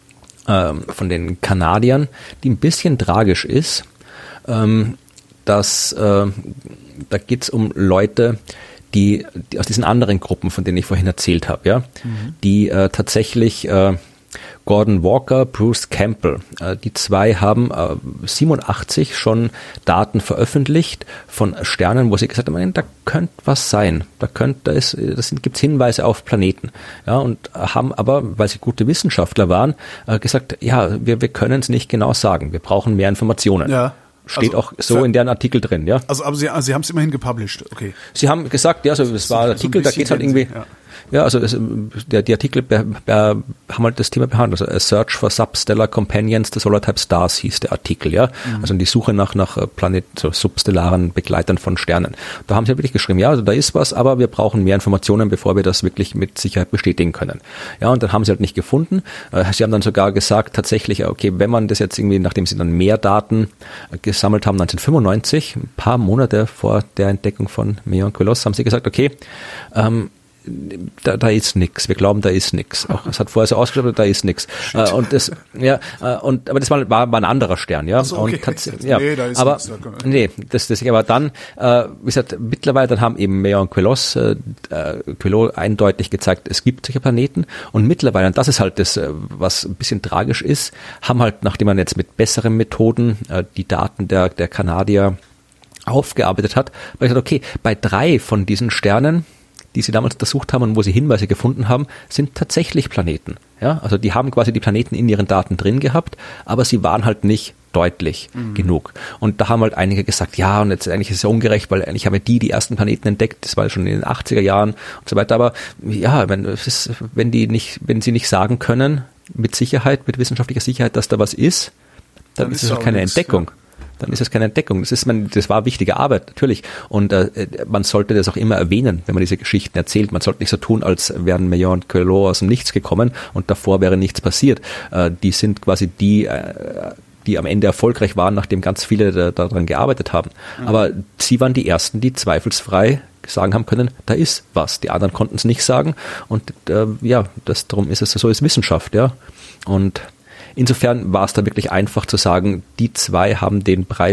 von den Kanadiern, die ein bisschen tragisch ist. Ähm, dass, äh, da geht es um Leute, die, die aus diesen anderen Gruppen, von denen ich vorhin erzählt habe, ja, mhm. die äh, tatsächlich äh, Gordon Walker, Bruce Campbell, äh, die zwei haben äh, siebenundachtzig schon Daten veröffentlicht von Sternen, wo sie gesagt haben, da könnte was sein, da könnte, da ist, das gibt es Hinweise auf Planeten, ja, und haben aber, weil sie gute Wissenschaftler waren, äh, gesagt, ja, wir, wir können es nicht genau sagen, wir brauchen mehr Informationen. Ja. Steht also, auch so in deren Artikel drin, ja. Also, aber Sie, also Sie haben es immerhin gepublished, okay. Sie haben gesagt, ja, also es war ein Artikel, so ein da geht's halt irgendwie, ja. Ja, also es, der, die Artikel be, be, haben halt das Thema behandelt. Also A Search for Substellar Companions to Solar Type Stars hieß der Artikel, ja. Mhm. Also die Suche nach nach Planet, so substellaren Begleitern von Sternen. Da haben sie wirklich geschrieben, ja, also da ist was, aber wir brauchen mehr Informationen, bevor wir das wirklich mit Sicherheit bestätigen können. Ja, und dann haben sie halt nicht gefunden. Sie haben dann sogar gesagt, tatsächlich, okay, wenn man das jetzt irgendwie, nachdem sie dann mehr Daten gesammelt haben, neunzehnhundertfünfundneunzig, ein paar Monate vor der Entdeckung von Major und Queloz, haben sie gesagt, okay, ähm, Da, da ist nix. Wir glauben, da ist nix. Auch es hat vorher so ausgeschaut, da ist nix. Äh, und das, ja, äh, und aber das war, war, war ein anderer Stern, ja. So, okay. Und ja, nee, da ist aber nix, da nee, das, das aber dann, äh, wie gesagt, mittlerweile dann haben eben Major und Queloz, äh, Queloz eindeutig gezeigt, es gibt solche Planeten. Und mittlerweile, und das ist halt das, was ein bisschen tragisch ist, haben halt, nachdem man jetzt mit besseren Methoden äh, die Daten der der Kanadier aufgearbeitet hat, weil ich gesagt, okay, bei drei von diesen Sternen, die sie damals untersucht haben und wo sie Hinweise gefunden haben, sind tatsächlich Planeten. Ja, also die haben quasi die Planeten in ihren Daten drin gehabt, aber sie waren halt nicht deutlich mhm. genug. Und da haben halt einige gesagt, ja, und jetzt eigentlich ist es ja ungerecht, weil eigentlich haben ja die die ersten Planeten entdeckt, das war schon in den achtziger Jahren und so weiter. Aber ja, wenn, es ist, wenn die nicht, wenn sie nicht sagen können, mit Sicherheit, mit wissenschaftlicher Sicherheit, dass da was ist, dann, dann ist es halt keine nichts, Entdeckung. Ja. Dann ist es keine Entdeckung. Das ist, man, das war wichtige Arbeit, natürlich. Und äh, man sollte das auch immer erwähnen, wenn man diese Geschichten erzählt. Man sollte nicht so tun, als wären Major und Queloz aus dem Nichts gekommen und davor wäre nichts passiert. Äh, die sind quasi die, äh, die am Ende erfolgreich waren, nachdem ganz viele da, daran gearbeitet haben. Mhm. Aber sie waren die Ersten, die zweifelsfrei sagen haben können, da ist was. Die anderen konnten es nicht sagen. Und äh, ja, das, darum ist es so, ist Wissenschaft, ja. Und insofern war es da wirklich einfach zu sagen, die zwei haben den Preis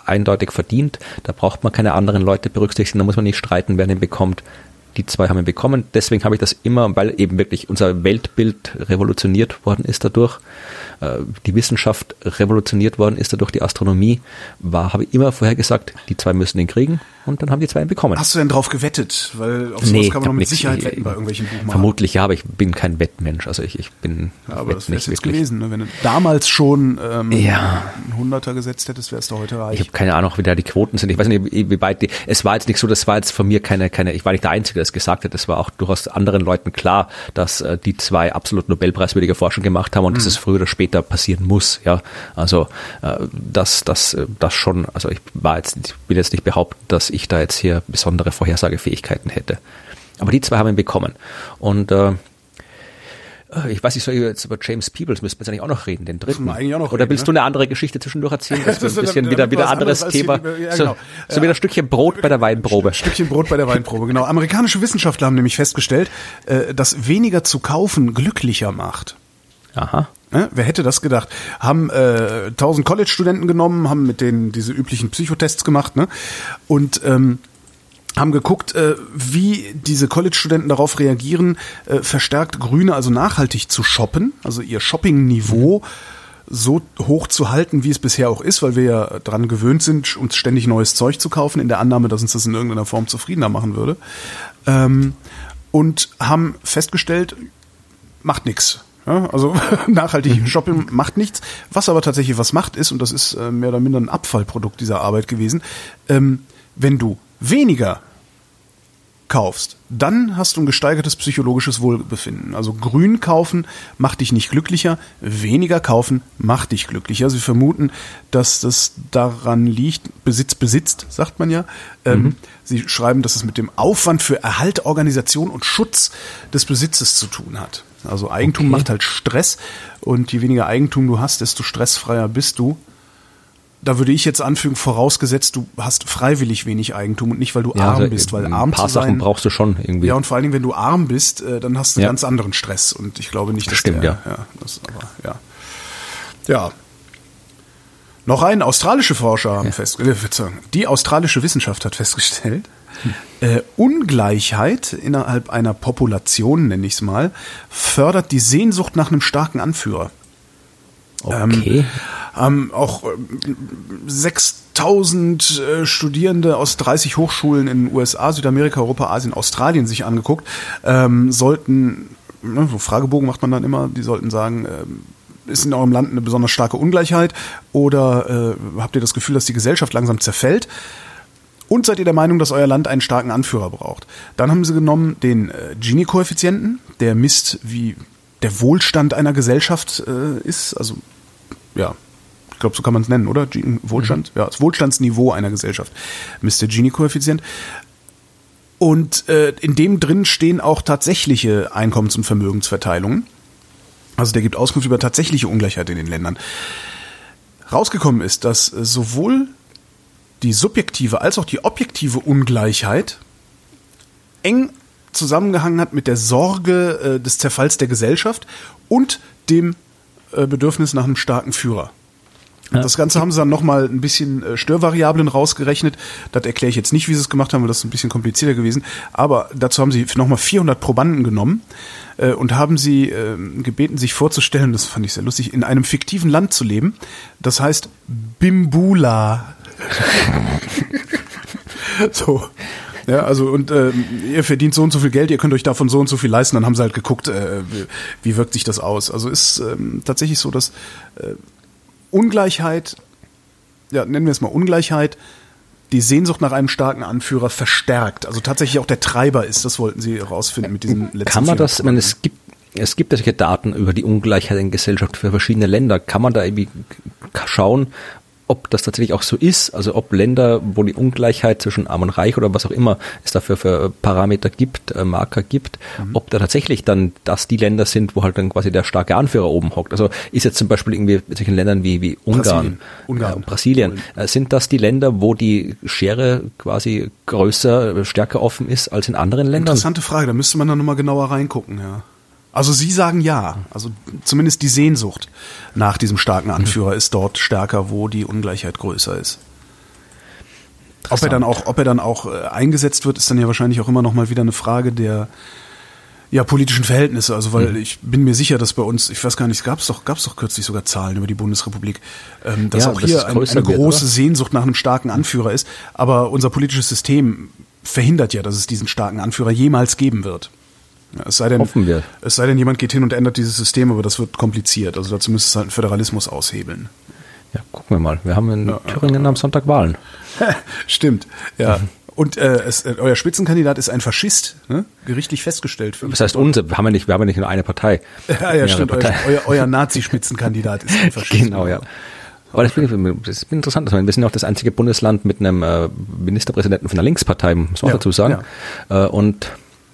eindeutig verdient. Da braucht man keine anderen Leute berücksichtigen, da muss man nicht streiten, wer den bekommt. Die zwei haben ihn bekommen. Deswegen habe ich das immer, weil eben wirklich unser Weltbild revolutioniert worden ist dadurch, die Wissenschaft revolutioniert worden ist dadurch, die Astronomie, war, habe ich immer vorher gesagt, die zwei müssen ihn kriegen und dann haben die zwei ihn bekommen. Hast du denn drauf gewettet? Weil auf sowas nee, kann man noch mit nix. Sicherheit wetten bei irgendwelchen Buchmachern. Vermutlich ja, aber ich bin kein Wettmensch. Also ich, ich bin ja, aber das wäre nicht jetzt wirklich gewesen, ne? Wenn du damals schon ähm, ja. einen Hunderter gesetzt hättest, wärst du heute reich. Ich habe keine Ahnung, wie da die Quoten sind. Ich weiß nicht, wie weit die. Es war jetzt nicht so, das war jetzt von mir keine, keine. Ich war nicht der Einzige, der es gesagt hat. Es war auch durchaus anderen Leuten klar, dass äh, die zwei absolut Nobelpreiswürdige Forschung gemacht haben und mhm. dass es früher oder später passieren muss. Ja, also äh, das, das, das schon. Also ich war jetzt, ich will jetzt nicht behaupten, dass ich da jetzt hier besondere Vorhersagefähigkeiten hätte. Aber die zwei haben ihn bekommen. Und äh, ich weiß nicht, soll ich jetzt über James Peebles, müssten wir jetzt eigentlich auch noch reden, den dritten. Eigentlich auch noch Oder reden, willst ne? du eine andere Geschichte zwischendurch erzählen? Das ist ein bisschen dann, wieder, dann wieder anderes Thema. Die, ja, so genau. so wieder ein Stückchen Brot bei der Weinprobe. Ein Stückchen Brot bei der Weinprobe, genau. Amerikanische Wissenschaftler haben nämlich festgestellt, dass weniger zu kaufen glücklicher macht. Aha. Ja, wer hätte das gedacht? Haben äh, tausend College-Studenten genommen, haben mit denen diese üblichen Psychotests gemacht, ne? Und ähm, haben geguckt, äh, wie diese College-Studenten darauf reagieren, äh, verstärkt Grüne, also nachhaltig zu shoppen, also ihr Shopping-Niveau so hoch zu halten, wie es bisher auch ist, weil wir ja dran gewöhnt sind, uns ständig neues Zeug zu kaufen, in der Annahme, dass uns das in irgendeiner Form zufriedener machen würde. Ähm, und haben festgestellt, macht nix. Ja, also nachhaltig Shopping macht nichts. Was aber tatsächlich was macht ist, und das ist äh, mehr oder minder ein Abfallprodukt dieser Arbeit gewesen, ähm, wenn du weniger kaufst, dann hast du ein gesteigertes psychologisches Wohlbefinden. Also grün kaufen macht dich nicht glücklicher, weniger kaufen macht dich glücklicher. Sie vermuten, dass das daran liegt, Besitz besitzt, sagt man ja. Ähm, mhm. Sie schreiben, dass es mit dem Aufwand für Erhalt, Organisation und Schutz des Besitzes zu tun hat. Also Eigentum okay. macht halt Stress und je weniger Eigentum du hast, desto stressfreier bist du. Da würde ich jetzt anfügen, vorausgesetzt, du hast freiwillig wenig Eigentum und nicht, weil du ja, arm also bist, weil ein arm paar zu sein, Sachen brauchst du schon irgendwie. Ja, und vor allen Dingen, wenn du arm bist, dann hast du ja. ganz anderen Stress und ich glaube nicht, dass Stimmt, der, ja. ja, das, aber, ja. Ja. Noch ein australische Forscher haben ja. festgestellt, die australische Wissenschaft hat festgestellt, hm. äh, Ungleichheit innerhalb einer Population, nenne ich es mal, fördert die Sehnsucht nach einem starken Anführer. Okay. Ähm, haben auch äh, sechstausend äh, Studierende aus dreißig Hochschulen in den U S A, Südamerika, Europa, Asien, Australien sich angeguckt, ähm, sollten, ne, so Fragebogen macht man dann immer, die sollten sagen, äh, ist in eurem Land eine besonders starke Ungleichheit oder äh, habt ihr das Gefühl, dass die Gesellschaft langsam zerfällt? Und seid ihr der Meinung, dass euer Land einen starken Anführer braucht? Dann haben sie genommen den äh, Gini-Koeffizienten, der misst, wie der Wohlstand einer Gesellschaft äh, ist, also ja, ich glaube, so kann man es nennen, oder? Gini- Wohlstand? Mhm. Ja, das Wohlstandsniveau einer Gesellschaft misst der Gini-Koeffizient. Und äh, in dem drin stehen auch tatsächliche Einkommens- und Vermögensverteilungen. Also der gibt Auskunft über tatsächliche Ungleichheit in den Ländern. Rausgekommen ist, dass sowohl die subjektive als auch die objektive Ungleichheit eng zusammengehangen hat mit der Sorge äh, des Zerfalls der Gesellschaft und dem äh, Bedürfnis nach einem starken Führer. Ja. Das Ganze haben sie dann nochmal ein bisschen äh, Störvariablen rausgerechnet. Das erkläre ich jetzt nicht, wie sie es gemacht haben, weil das ist ein bisschen komplizierter gewesen. Aber dazu haben sie nochmal vierhundert Probanden genommen äh, und haben sie äh, gebeten, sich vorzustellen, das fand ich sehr lustig, in einem fiktiven Land zu leben. Das heißt Bimbula. So. Ja, also und äh, ihr verdient so und so viel Geld, ihr könnt euch davon so und so viel leisten, dann haben sie halt geguckt, äh, wie, wie wirkt sich das aus. Also ist ähm, tatsächlich so, dass äh, Ungleichheit, ja, nennen wir es mal Ungleichheit, die Sehnsucht nach einem starken Anführer verstärkt. Also tatsächlich auch der Treiber ist, das wollten sie herausfinden mit diesen letzten Kann man das, ich meine, es gibt es gibt ja solche Daten über die Ungleichheit in Gesellschaft für verschiedene Länder. Kann man da irgendwie schauen, ob das tatsächlich auch so ist, also ob Länder, wo die Ungleichheit zwischen Arm und Reich oder was auch immer es dafür für Parameter gibt, äh, Marker gibt, mhm. ob da tatsächlich dann das die Länder sind, wo halt dann quasi der starke Anführer oben hockt. Also ist jetzt zum Beispiel irgendwie in solchen Ländern wie, wie Ungarn, Brasilien, Ungarn. Äh, Brasilien, äh, sind das die Länder, wo die Schere quasi größer, stärker offen ist als in anderen Ländern? Interessante Frage, da müsste man dann nochmal genauer reingucken, ja. Also Sie sagen ja, also zumindest die Sehnsucht nach diesem starken Anführer ist dort stärker, wo die Ungleichheit größer ist. Ob er dann auch, ob er dann auch äh, eingesetzt wird, ist dann ja wahrscheinlich auch immer noch mal wieder eine Frage der ja, politischen Verhältnisse. Also weil mhm. ich bin mir sicher, dass bei uns, ich weiß gar nicht, gab's doch, gab's doch kürzlich sogar Zahlen über die Bundesrepublik, ähm, dass ja, auch hier das ein, eine große wird, Sehnsucht nach einem starken Anführer ist. Aber unser politisches System verhindert ja, dass es diesen starken Anführer jemals geben wird. Ja, es sei denn, Hoffen wir. Es sei denn, jemand geht hin und ändert dieses System, aber das wird kompliziert. Also dazu müsste es halt einen Föderalismus aushebeln. Ja, gucken wir mal. Wir haben in ja, Thüringen ja. am Sonntag Wahlen. Stimmt, ja. Mhm. Und äh, es, äh, euer Spitzenkandidat ist ein Faschist, ne? Gerichtlich festgestellt. Was heißt unser? Wir haben ja nicht, wir haben ja nicht nur eine Partei. Ja, ja, stimmt. Partei. Euer, euer Nazi-Spitzenkandidat ist ein Faschist. Genau, ja. Aber das ist interessant. Wir sind auch das einzige Bundesland mit einem äh, Ministerpräsidenten von einer Linkspartei, muss man ja, dazu sagen. Ja. Äh, und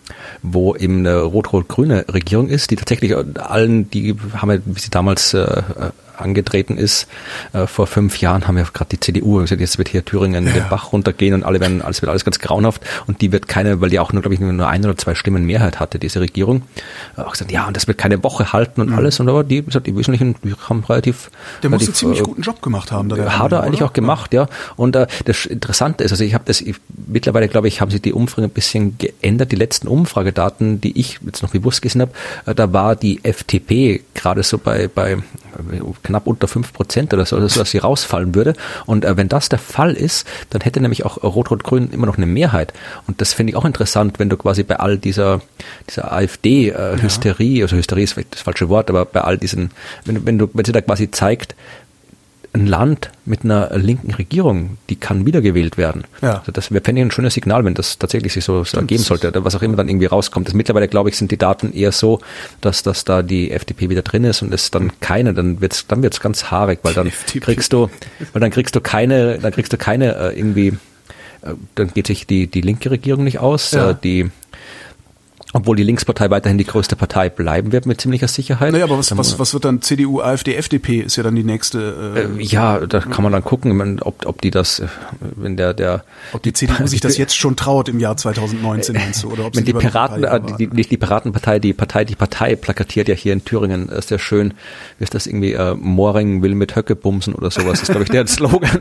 wo eben eine rot-rot-grüne Regierung ist, die tatsächlich allen, die haben ja, wie sie damals äh, angetreten ist, äh, vor fünf Jahren haben wir gerade die C D U gesagt, jetzt wird hier Thüringen ja. den Bach runtergehen und alle werden, alles wird alles ganz grauenhaft und die wird keine, weil die auch nur, glaube ich, nur ein oder zwei Stimmen Mehrheit hatte, diese Regierung, äh, auch gesagt, ja, und das wird keine Woche halten und mhm. alles, und aber die, gesagt, die Wesentlichen, die haben relativ... Der muss relativ, einen ziemlich äh, guten Job gemacht haben. Da hat er eigentlich oder? auch gemacht, ja. Und äh, das Interessante ist, also ich habe das, ich, mittlerweile, glaube ich, haben sich die Umfragen ein bisschen geändert, die letzten Umfragedaten, die ich jetzt noch bewusst gesehen habe, äh, da war die F D P gerade so bei, bei knapp unter fünf Prozent oder so, dass sie rausfallen würde. Und äh, wenn das der Fall ist, dann hätte nämlich auch Rot-Rot-Grün immer noch eine Mehrheit. Und das finde ich auch interessant, wenn du quasi bei all dieser dieser AfD-Hysterie, äh, ja. also Hysterie ist vielleicht das falsche Wort, aber bei all diesen, wenn, wenn du, wenn sie da quasi zeigt, ein Land mit einer linken Regierung, die kann wiedergewählt werden. Ja. Also das wäre, fände ich, ein schönes Signal, wenn das tatsächlich sich so, so ergeben sollte, was auch immer dann irgendwie rauskommt. Das mittlerweile, glaube ich, sind die Daten eher so, dass, dass da die F D P wieder drin ist und es dann keine, dann wird's, dann wird's ganz haarig, weil dann kriegst du, weil dann kriegst du keine, dann kriegst du keine äh, irgendwie, äh, dann geht sich die, die linke Regierung nicht aus, ja. äh, die obwohl die Linkspartei weiterhin die größte Partei bleiben wird mit ziemlicher Sicherheit. Naja, aber was, was, was wird dann C D U, AfD, F D P ist ja dann die nächste... Äh, ja, da kann man dann gucken, ob, ob die das, wenn der... der ob die C D U sich das jetzt schon traut im Jahr zwanzig neunzehn, meinst du? Oder ob wenn die Piraten, äh, die, nicht die Piratenpartei, die Partei, die Partei plakatiert ja hier in Thüringen äh, sehr schön, wie ist das irgendwie, äh, Moring will mit Höcke bumsen oder sowas, das ist, glaube ich, der Slogan.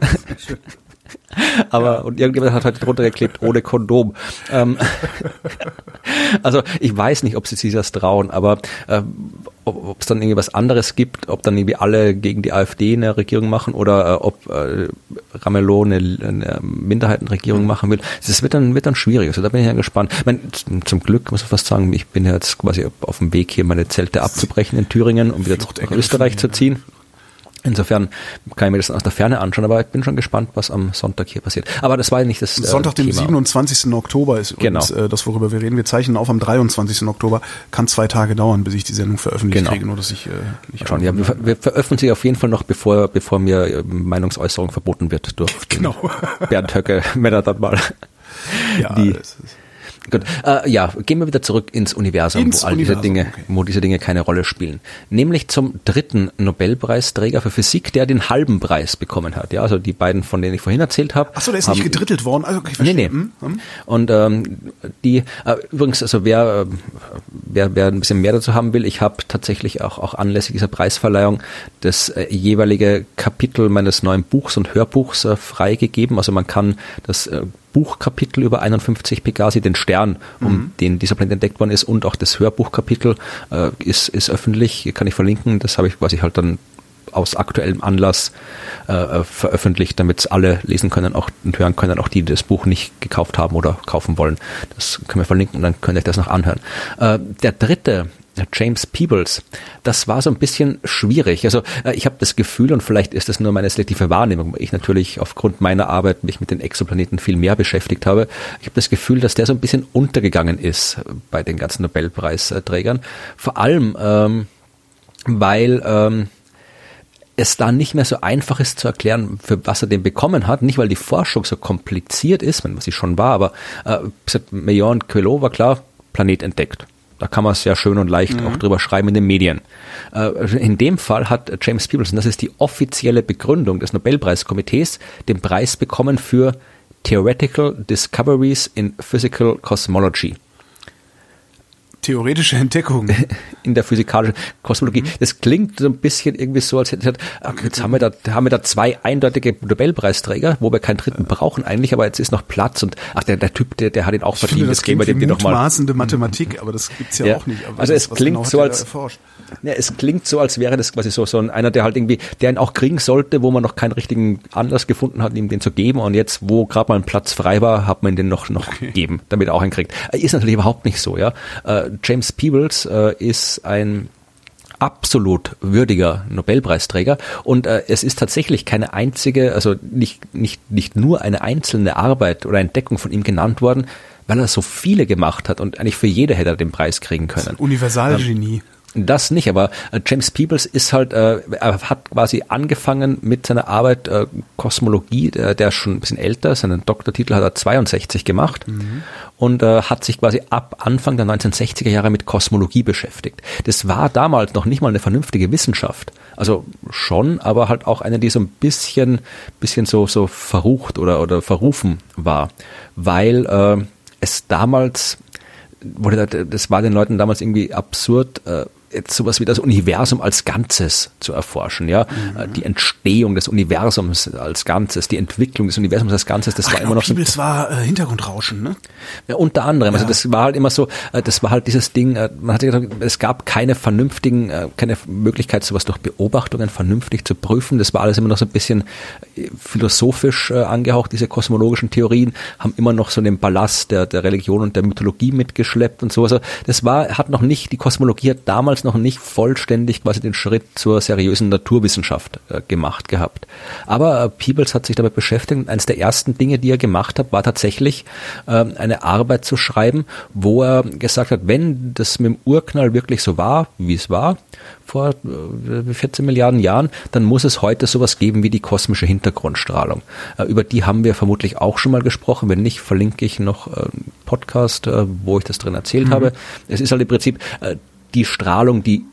Aber, ja. Und irgendjemand hat halt drunter geklebt, ohne Kondom. Ähm, also ich weiß nicht, ob sie sich das trauen, aber äh, ob es dann irgendwie was anderes gibt, ob dann irgendwie alle gegen die AfD eine Regierung machen oder äh, ob äh, Ramelow eine, eine Minderheitenregierung machen will, das wird dann wird dann schwierig. Also da bin ich ja gespannt. Ich meine, zum Glück muss ich fast sagen, ich bin ja jetzt quasi auf dem Weg, hier meine Zelte abzubrechen in Thüringen, um wieder nach Österreich zu ziehen. Insofern kann ich mir das aus der Ferne anschauen, aber ich bin schon gespannt, was am Sonntag hier passiert. Aber das war ja nicht das äh, Sonntag, dem Thema. siebenundzwanzigsten Oktober ist übrigens genau. äh, das, worüber wir reden. Wir zeichnen auf am dreiundzwanzigsten Oktober. Kann zwei Tage dauern, bis ich die Sendung veröffentlicht genau. kriege, nur dass ich äh, nicht schauen. Ja, wir, wir veröffentlichen sie auf jeden Fall noch, bevor bevor mir Meinungsäußerung verboten wird durch genau. Bernd Höcke, wenn er dann mal ja, die... Gut, äh, ja, gehen wir wieder zurück ins Universum, ins wo all Universum, diese Dinge, okay. wo diese Dinge keine Rolle spielen. Nämlich zum dritten Nobelpreisträger für Physik, der den halben Preis bekommen hat. Ja, also die beiden, von denen ich vorhin erzählt habe. Ach so, der ist haben, nicht gedrittelt worden. Also, okay, nee, nee. Hm? Und ähm, die, äh, übrigens, also wer, wer, wer ein bisschen mehr dazu haben will, ich habe tatsächlich auch, auch anlässlich dieser Preisverleihung das äh, jeweilige Kapitel meines neuen Buchs und Hörbuchs äh, freigegeben. Also man kann das äh, Buchkapitel über einundfünfzig Pegasi, den Stern, um mhm. den dieser Planet entdeckt worden ist, und auch das Hörbuchkapitel äh, ist, ist öffentlich, kann ich verlinken. Das habe ich quasi halt dann aus aktuellem Anlass äh, veröffentlicht, damit es alle lesen können auch und hören können, auch die, die das Buch nicht gekauft haben oder kaufen wollen. Das können wir verlinken und dann könnt ihr euch das noch anhören. Äh, der dritte, James Peebles, das war so ein bisschen schwierig. Also äh, ich habe das Gefühl, und vielleicht ist das nur meine selektive Wahrnehmung, weil ich natürlich aufgrund meiner Arbeit mich mit den Exoplaneten viel mehr beschäftigt habe. Ich habe das Gefühl, dass der so ein bisschen untergegangen ist bei den ganzen Nobelpreisträgern. Vor allem, ähm, weil ähm, es da nicht mehr so einfach ist zu erklären, für was er den bekommen hat. Nicht, weil die Forschung so kompliziert ist, was sie schon war, aber äh, Million Queloz war klar, Planet entdeckt. Da kann man sehr schön und leicht mhm. auch drüber schreiben in den Medien. In dem Fall hat James Peebles, und das ist die offizielle Begründung des Nobelpreiskomitees, den Preis bekommen für Theoretical Discoveries in Physical Cosmology. theoretische Entdeckung. In der physikalischen Kosmologie. Mhm. Das klingt so ein bisschen irgendwie so, als hätte okay. jetzt haben wir da, haben wir da zwei eindeutige Nobelpreisträger, wo wir keinen dritten brauchen eigentlich, aber jetzt ist noch Platz und ach, der, der Typ, der, der hat ihn auch ich verdient. Finde, das jetzt geben wir dem den nochmal. Mutmaßende Mathematik, aber das gibt's ja, ja. auch nicht. Aber also es was klingt genau so, als, ja, es klingt so, als wäre das quasi so, so ein, einer, der halt irgendwie, der ihn auch kriegen sollte, wo man noch keinen richtigen Anlass gefunden hat, ihm den zu geben und jetzt, wo gerade mal ein Platz frei war, hat man ihn den noch, noch okay. gegeben, damit er auch einen kriegt. Ist natürlich überhaupt nicht so, ja. Uh, James Peebles uh, ist ein absolut würdiger Nobelpreisträger und äh, es ist tatsächlich keine einzige, also nicht, nicht, nicht nur eine einzelne Arbeit oder Entdeckung von ihm genannt worden, weil er so viele gemacht hat und eigentlich für jede hätte er den Preis kriegen können. Das ist ein Universalgenie. Ähm, Das nicht, aber äh, James Peebles ist halt, äh, er hat quasi angefangen mit seiner Arbeit äh, Kosmologie, der, der ist schon ein bisschen älter, seinen Doktortitel hat er zweiundsechzig gemacht mhm. und äh, hat sich quasi ab Anfang der neunzehnhundertsechziger Jahre mit Kosmologie beschäftigt. Das war damals noch nicht mal eine vernünftige Wissenschaft, also schon, aber halt auch eine, die so ein bisschen, bisschen so, so verrucht oder, oder verrufen war, weil äh, es damals, wurde das war den Leuten damals irgendwie absurd, äh, jetzt sowas wie das Universum als Ganzes zu erforschen, ja, mhm. die Entstehung des Universums als Ganzes, die Entwicklung des Universums als Ganzes, das Ach, war genau, immer noch so. Das war äh, Hintergrundrauschen, ne? Ja, unter anderem, ja. also das war halt immer so, äh, das war halt dieses Ding, äh, man hat gesagt, es gab keine vernünftigen, äh, keine Möglichkeit, sowas durch Beobachtungen vernünftig zu prüfen, das war alles immer noch so ein bisschen äh, philosophisch äh, angehaucht, diese kosmologischen Theorien haben immer noch so den Ballast der, der Religion und der Mythologie mitgeschleppt und so, also das war, hat noch nicht, die Kosmologie hat damals noch nicht vollständig quasi den Schritt zur seriösen Naturwissenschaft äh, gemacht gehabt. Aber äh, Peebles hat sich damit beschäftigt und eines der ersten Dinge, die er gemacht hat, war tatsächlich äh, eine Arbeit zu schreiben, wo er gesagt hat, wenn das mit dem Urknall wirklich so war, wie es war, vor äh, vierzehn Milliarden Jahren, dann muss es heute sowas geben wie die kosmische Hintergrundstrahlung. Äh, über die haben wir vermutlich auch schon mal gesprochen. Wenn nicht, verlinke ich noch äh, einen Podcast, äh, wo ich das drin erzählt mhm. habe. Es ist halt im Prinzip äh, die Strahlung, die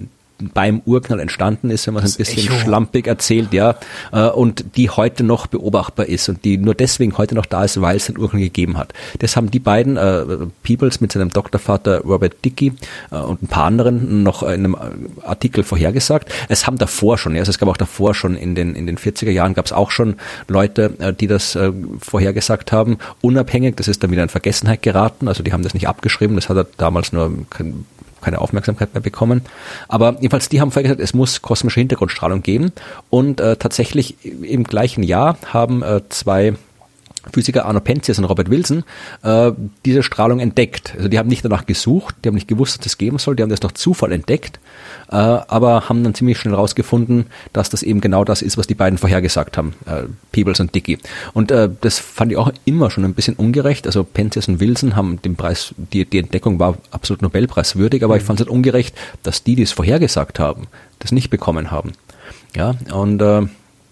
beim Urknall entstanden ist, wenn man es ein bisschen Echo. schlampig erzählt, ja, äh, und die heute noch beobachtbar ist und die nur deswegen heute noch da ist, weil es den Urknall gegeben hat. Das haben die beiden, äh, Peebles mit seinem Doktorvater Robert Dicke äh, und ein paar anderen noch in einem Artikel vorhergesagt. Es haben davor schon, ja, also es gab auch davor schon in den in den vierziger Jahren gab es auch schon Leute, äh, die das äh, vorhergesagt haben, unabhängig, das ist dann wieder in Vergessenheit geraten, also die haben das nicht abgeschrieben, das hat er damals nur kein keine Aufmerksamkeit mehr bekommen. Aber jedenfalls, die haben vorher gesagt, es muss kosmische Hintergrundstrahlung geben. Und äh, tatsächlich im gleichen Jahr haben äh, zwei Physiker, Arno Penzias und Robert Wilson, äh, diese Strahlung entdeckt. Also die haben nicht danach gesucht, die haben nicht gewusst, dass es geben soll, die haben das durch Zufall entdeckt, äh, aber haben dann ziemlich schnell rausgefunden, dass das eben genau das ist, was die beiden vorhergesagt haben, äh, Peebles und Dicke. Und äh, das fand ich auch immer schon ein bisschen ungerecht. Also Penzias und Wilson haben den Preis, die, die Entdeckung war absolut Nobelpreiswürdig, aber mhm. ich fand es halt ungerecht, dass die, die es vorhergesagt haben, das nicht bekommen haben. Ja, und äh,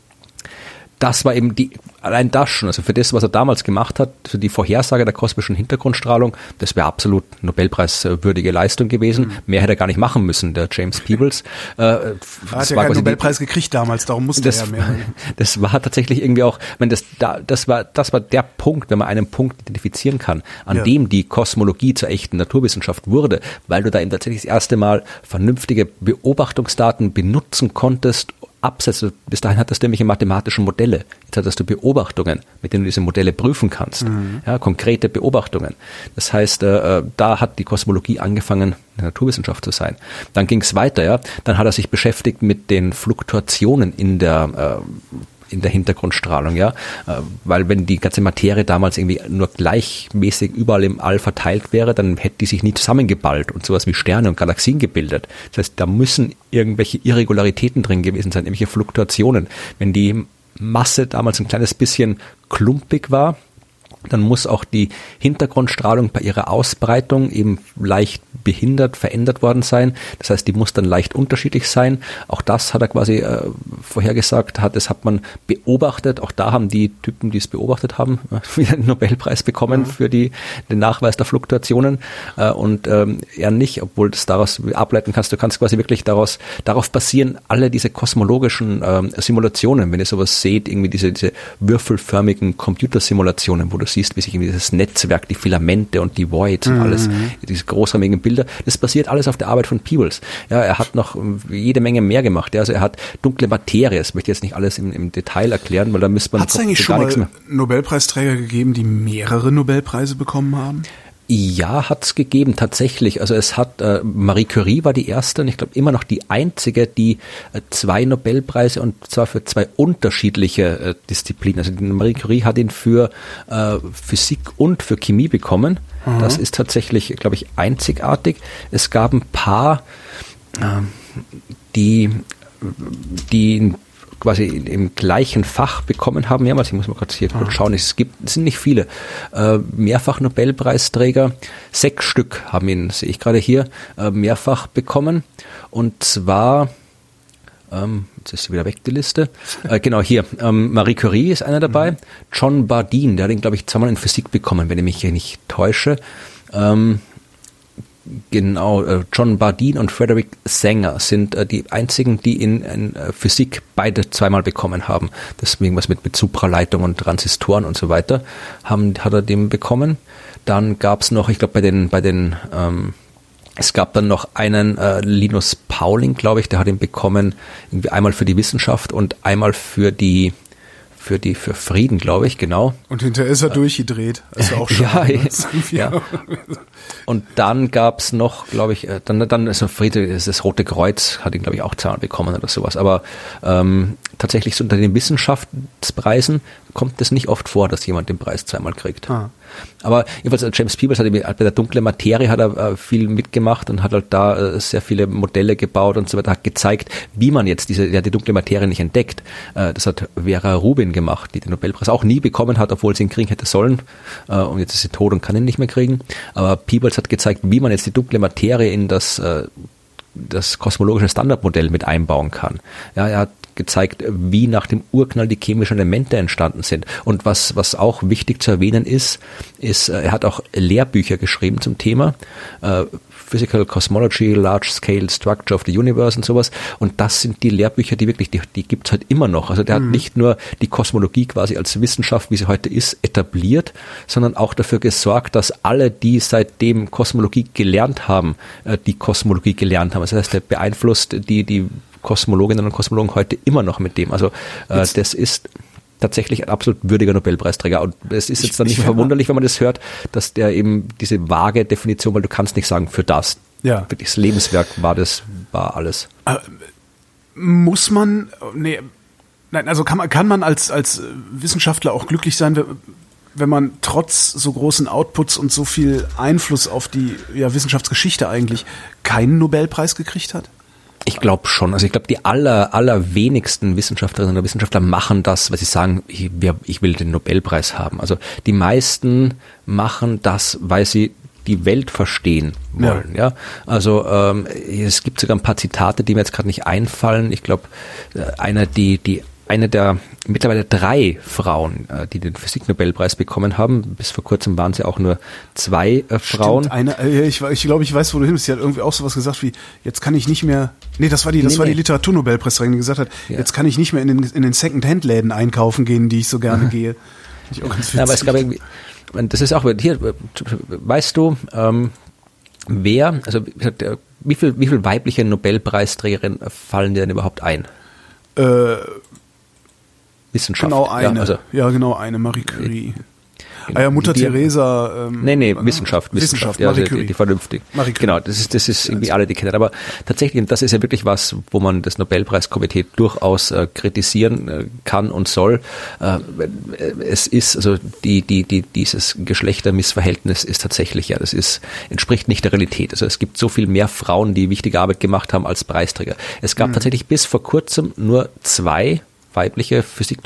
das war eben die, allein das schon, also für das, was er damals gemacht hat, für die Vorhersage der kosmischen Hintergrundstrahlung, das wäre absolut Nobelpreiswürdige Leistung gewesen. Mhm. Mehr hätte er gar nicht machen müssen, der James Peebles. Äh, er hat ja keinen Nobelpreis die, gekriegt damals, darum musste das, er ja mehr. Das war tatsächlich irgendwie auch, ich meine, das, da, das war, das war der Punkt, wenn man einen Punkt identifizieren kann, an ja. dem die Kosmologie zur echten Naturwissenschaft wurde, weil du da eben tatsächlich das erste Mal vernünftige Beobachtungsdaten benutzen konntest, abseits, bis dahin hattest du nämlich mathematische Modelle. Jetzt hattest du Beobachtungen, mit denen du diese Modelle prüfen kannst. Mhm. Ja, konkrete Beobachtungen. Das heißt, äh, da hat die Kosmologie angefangen, eine Naturwissenschaft zu sein. Dann ging es weiter, ja. Dann hat er sich beschäftigt mit den Fluktuationen in der äh, in der Hintergrundstrahlung, ja, weil wenn die ganze Materie damals irgendwie nur gleichmäßig überall im All verteilt wäre, dann hätte die sich nie zusammengeballt und sowas wie Sterne und Galaxien gebildet. Das heißt, da müssen irgendwelche Irregularitäten drin gewesen sein, irgendwelche Fluktuationen. Wenn die Masse damals ein kleines bisschen klumpig war, dann muss auch die Hintergrundstrahlung bei ihrer Ausbreitung eben leicht behindert, verändert worden sein. Das heißt, die muss dann leicht unterschiedlich sein. Auch das hat er quasi äh, vorhergesagt, hat, das hat man beobachtet. Auch da haben die Typen, die es beobachtet haben, wieder einen Nobelpreis bekommen mhm. für die, den Nachweis der Fluktuationen. Äh, und ähm, er nicht, obwohl das daraus ableiten kannst. Du kannst quasi wirklich daraus, darauf basieren alle diese kosmologischen ähm, Simulationen. Wenn ihr sowas seht, irgendwie diese, diese würfelförmigen Computersimulationen, wo du siehst, wie sich dieses Netzwerk, die Filamente und die Voids und alles, diese großräumigen Bilder, das basiert alles auf der Arbeit von Peebles. Ja, er hat noch jede Menge mehr gemacht. Ja, also er hat dunkle Materie, das möchte ich jetzt nicht alles im, im Detail erklären, weil da müsste man... Hat es eigentlich schon mal Nobelpreisträger gegeben, die mehrere Nobelpreise bekommen haben? Ja, hat's gegeben, tatsächlich. Also es hat, äh, Marie Curie war die erste und ich glaube immer noch die einzige, die äh, zwei Nobelpreise und zwar für zwei unterschiedliche äh, Disziplinen. Also die Marie Curie hat ihn für äh, Physik und für Chemie bekommen. Mhm. Das ist tatsächlich, glaube ich, einzigartig. Es gab ein paar, äh, die, die quasi im gleichen Fach bekommen haben. Mehrmals, ich muss mal kurz hier kurz schauen, es gibt, es sind nicht viele, äh, mehrfach Nobelpreisträger, sechs Stück haben ihn, sehe ich gerade hier, äh, mehrfach bekommen und zwar, ähm, jetzt ist sie wieder weg, die Liste, äh, genau hier, ähm, Marie Curie ist einer dabei, mhm. John Bardeen, der hat ihn, glaube ich, zweimal in Physik bekommen, wenn ich mich hier nicht täusche, ähm, Genau, John Bardeen und Frederick Sanger sind äh, die einzigen, die in, in äh, Physik beide zweimal bekommen haben. Das irgendwas mit, mit Supraleitung und Transistoren und so weiter haben, hat er dem bekommen. Dann gab's noch, ich glaube bei den, bei den, ähm, es gab dann noch einen äh, Linus Pauling, glaube ich, der hat ihn bekommen, irgendwie einmal für die Wissenschaft und einmal für die für die für Frieden, glaube ich, genau. Und hinterher ist er äh, durchgedreht. Also auch schon. Ja, ja. Und dann gab's noch, glaube ich, dann dann ist also Friede, das Rote Kreuz hat ihn, glaube ich, auch zweimal bekommen oder sowas. Aber ähm, tatsächlich so unter den Wissenschaftspreisen kommt es nicht oft vor, dass jemand den Preis zweimal kriegt. Ah. Aber jedenfalls James Peebles hat bei der dunklen Materie hat er äh, viel mitgemacht und hat halt da äh, sehr viele Modelle gebaut und so weiter, hat gezeigt, wie man jetzt diese, ja, die dunkle Materie nicht entdeckt. Äh, das hat Vera Rubin gemacht, die den Nobelpreis auch nie bekommen hat, obwohl sie ihn kriegen hätte sollen. Äh, und jetzt ist sie tot und kann ihn nicht mehr kriegen. Aber Peebles hat gezeigt, wie man jetzt die dunkle Materie in das, äh, das kosmologische Standardmodell mit einbauen kann. Ja, er hat gezeigt, wie nach dem Urknall die chemischen Elemente entstanden sind. Und was, was auch wichtig zu erwähnen ist, ist, er hat auch Lehrbücher geschrieben zum Thema, äh, Physical Cosmology, Large Scale Structure of the Universe und sowas. Und das sind die Lehrbücher, die wirklich, die, die gibt's halt immer noch. Also der mhm. hat nicht nur die Kosmologie quasi als Wissenschaft, wie sie heute ist, etabliert, sondern auch dafür gesorgt, dass alle, die seitdem Kosmologie gelernt haben, äh, die Kosmologie gelernt haben. Das heißt, der beeinflusst die, die Kosmologinnen und Kosmologen heute immer noch mit dem. Also äh, das ist tatsächlich ein absolut würdiger Nobelpreisträger. Und es ist jetzt dann nicht verwunderlich, wenn man das hört, dass der eben diese vage Definition, weil du kannst nicht sagen, für das. Ja. Für das Lebenswerk war das, war alles. Äh, muss man, nee, nein, also kann man, kann man als, als Wissenschaftler auch glücklich sein, wenn man trotz so großen Outputs und so viel Einfluss auf die ja, Wissenschaftsgeschichte eigentlich keinen Nobelpreis gekriegt hat? Ich glaube schon. Also ich glaube, die aller, allerwenigsten Wissenschaftlerinnen und Wissenschaftler machen das, weil sie sagen, ich, ich will den Nobelpreis haben. Also die meisten machen das, weil sie die Welt verstehen wollen. Ja, ja? Also ähm, es gibt sogar ein paar Zitate, die mir jetzt gerade nicht einfallen. Ich glaube, einer, die, die eine der mittlerweile drei Frauen, die den Physiknobelpreis bekommen haben. Bis vor kurzem waren es ja auch nur zwei äh, Frauen. Stimmt, eine, äh, ich, ich glaube, ich weiß, wo du hin bist. Sie hat irgendwie auch sowas gesagt wie, jetzt kann ich nicht mehr, nee, das war die, das nee, war die Literaturnobelpreisträgerin, die gesagt hat, ja. jetzt kann ich nicht mehr in den, in den Second-Hand-Läden einkaufen gehen, die ich so gerne gehe. Ich auch ganz ja, aber es gab irgendwie, das ist auch, hier, weißt du, ähm, wer, also wie viel, wie viel weibliche Nobelpreisträgerinnen fallen dir denn überhaupt ein? Äh, Wissenschaft. Genau eine. Ja, also, ja, genau eine, Marie Curie. Genau. Ah ja, Mutter die, Teresa. Ähm, nee, nee, Wissenschaft. Wissenschaft, Wissenschaft ja, Marie also die, die vernünftig. Marie Curie. Genau, das ist, das ist irgendwie alle, die kennen. Aber tatsächlich, das ist ja wirklich was, wo man das Nobelpreiskomitee durchaus äh, kritisieren äh, kann und soll. Äh, es ist, also die, die, die, dieses Geschlechtermissverhältnis ist tatsächlich, ja, das ist, entspricht nicht der Realität. Also es gibt so viel mehr Frauen, die wichtige Arbeit gemacht haben als Preisträger. Es gab mhm. tatsächlich bis vor kurzem nur zwei weibliche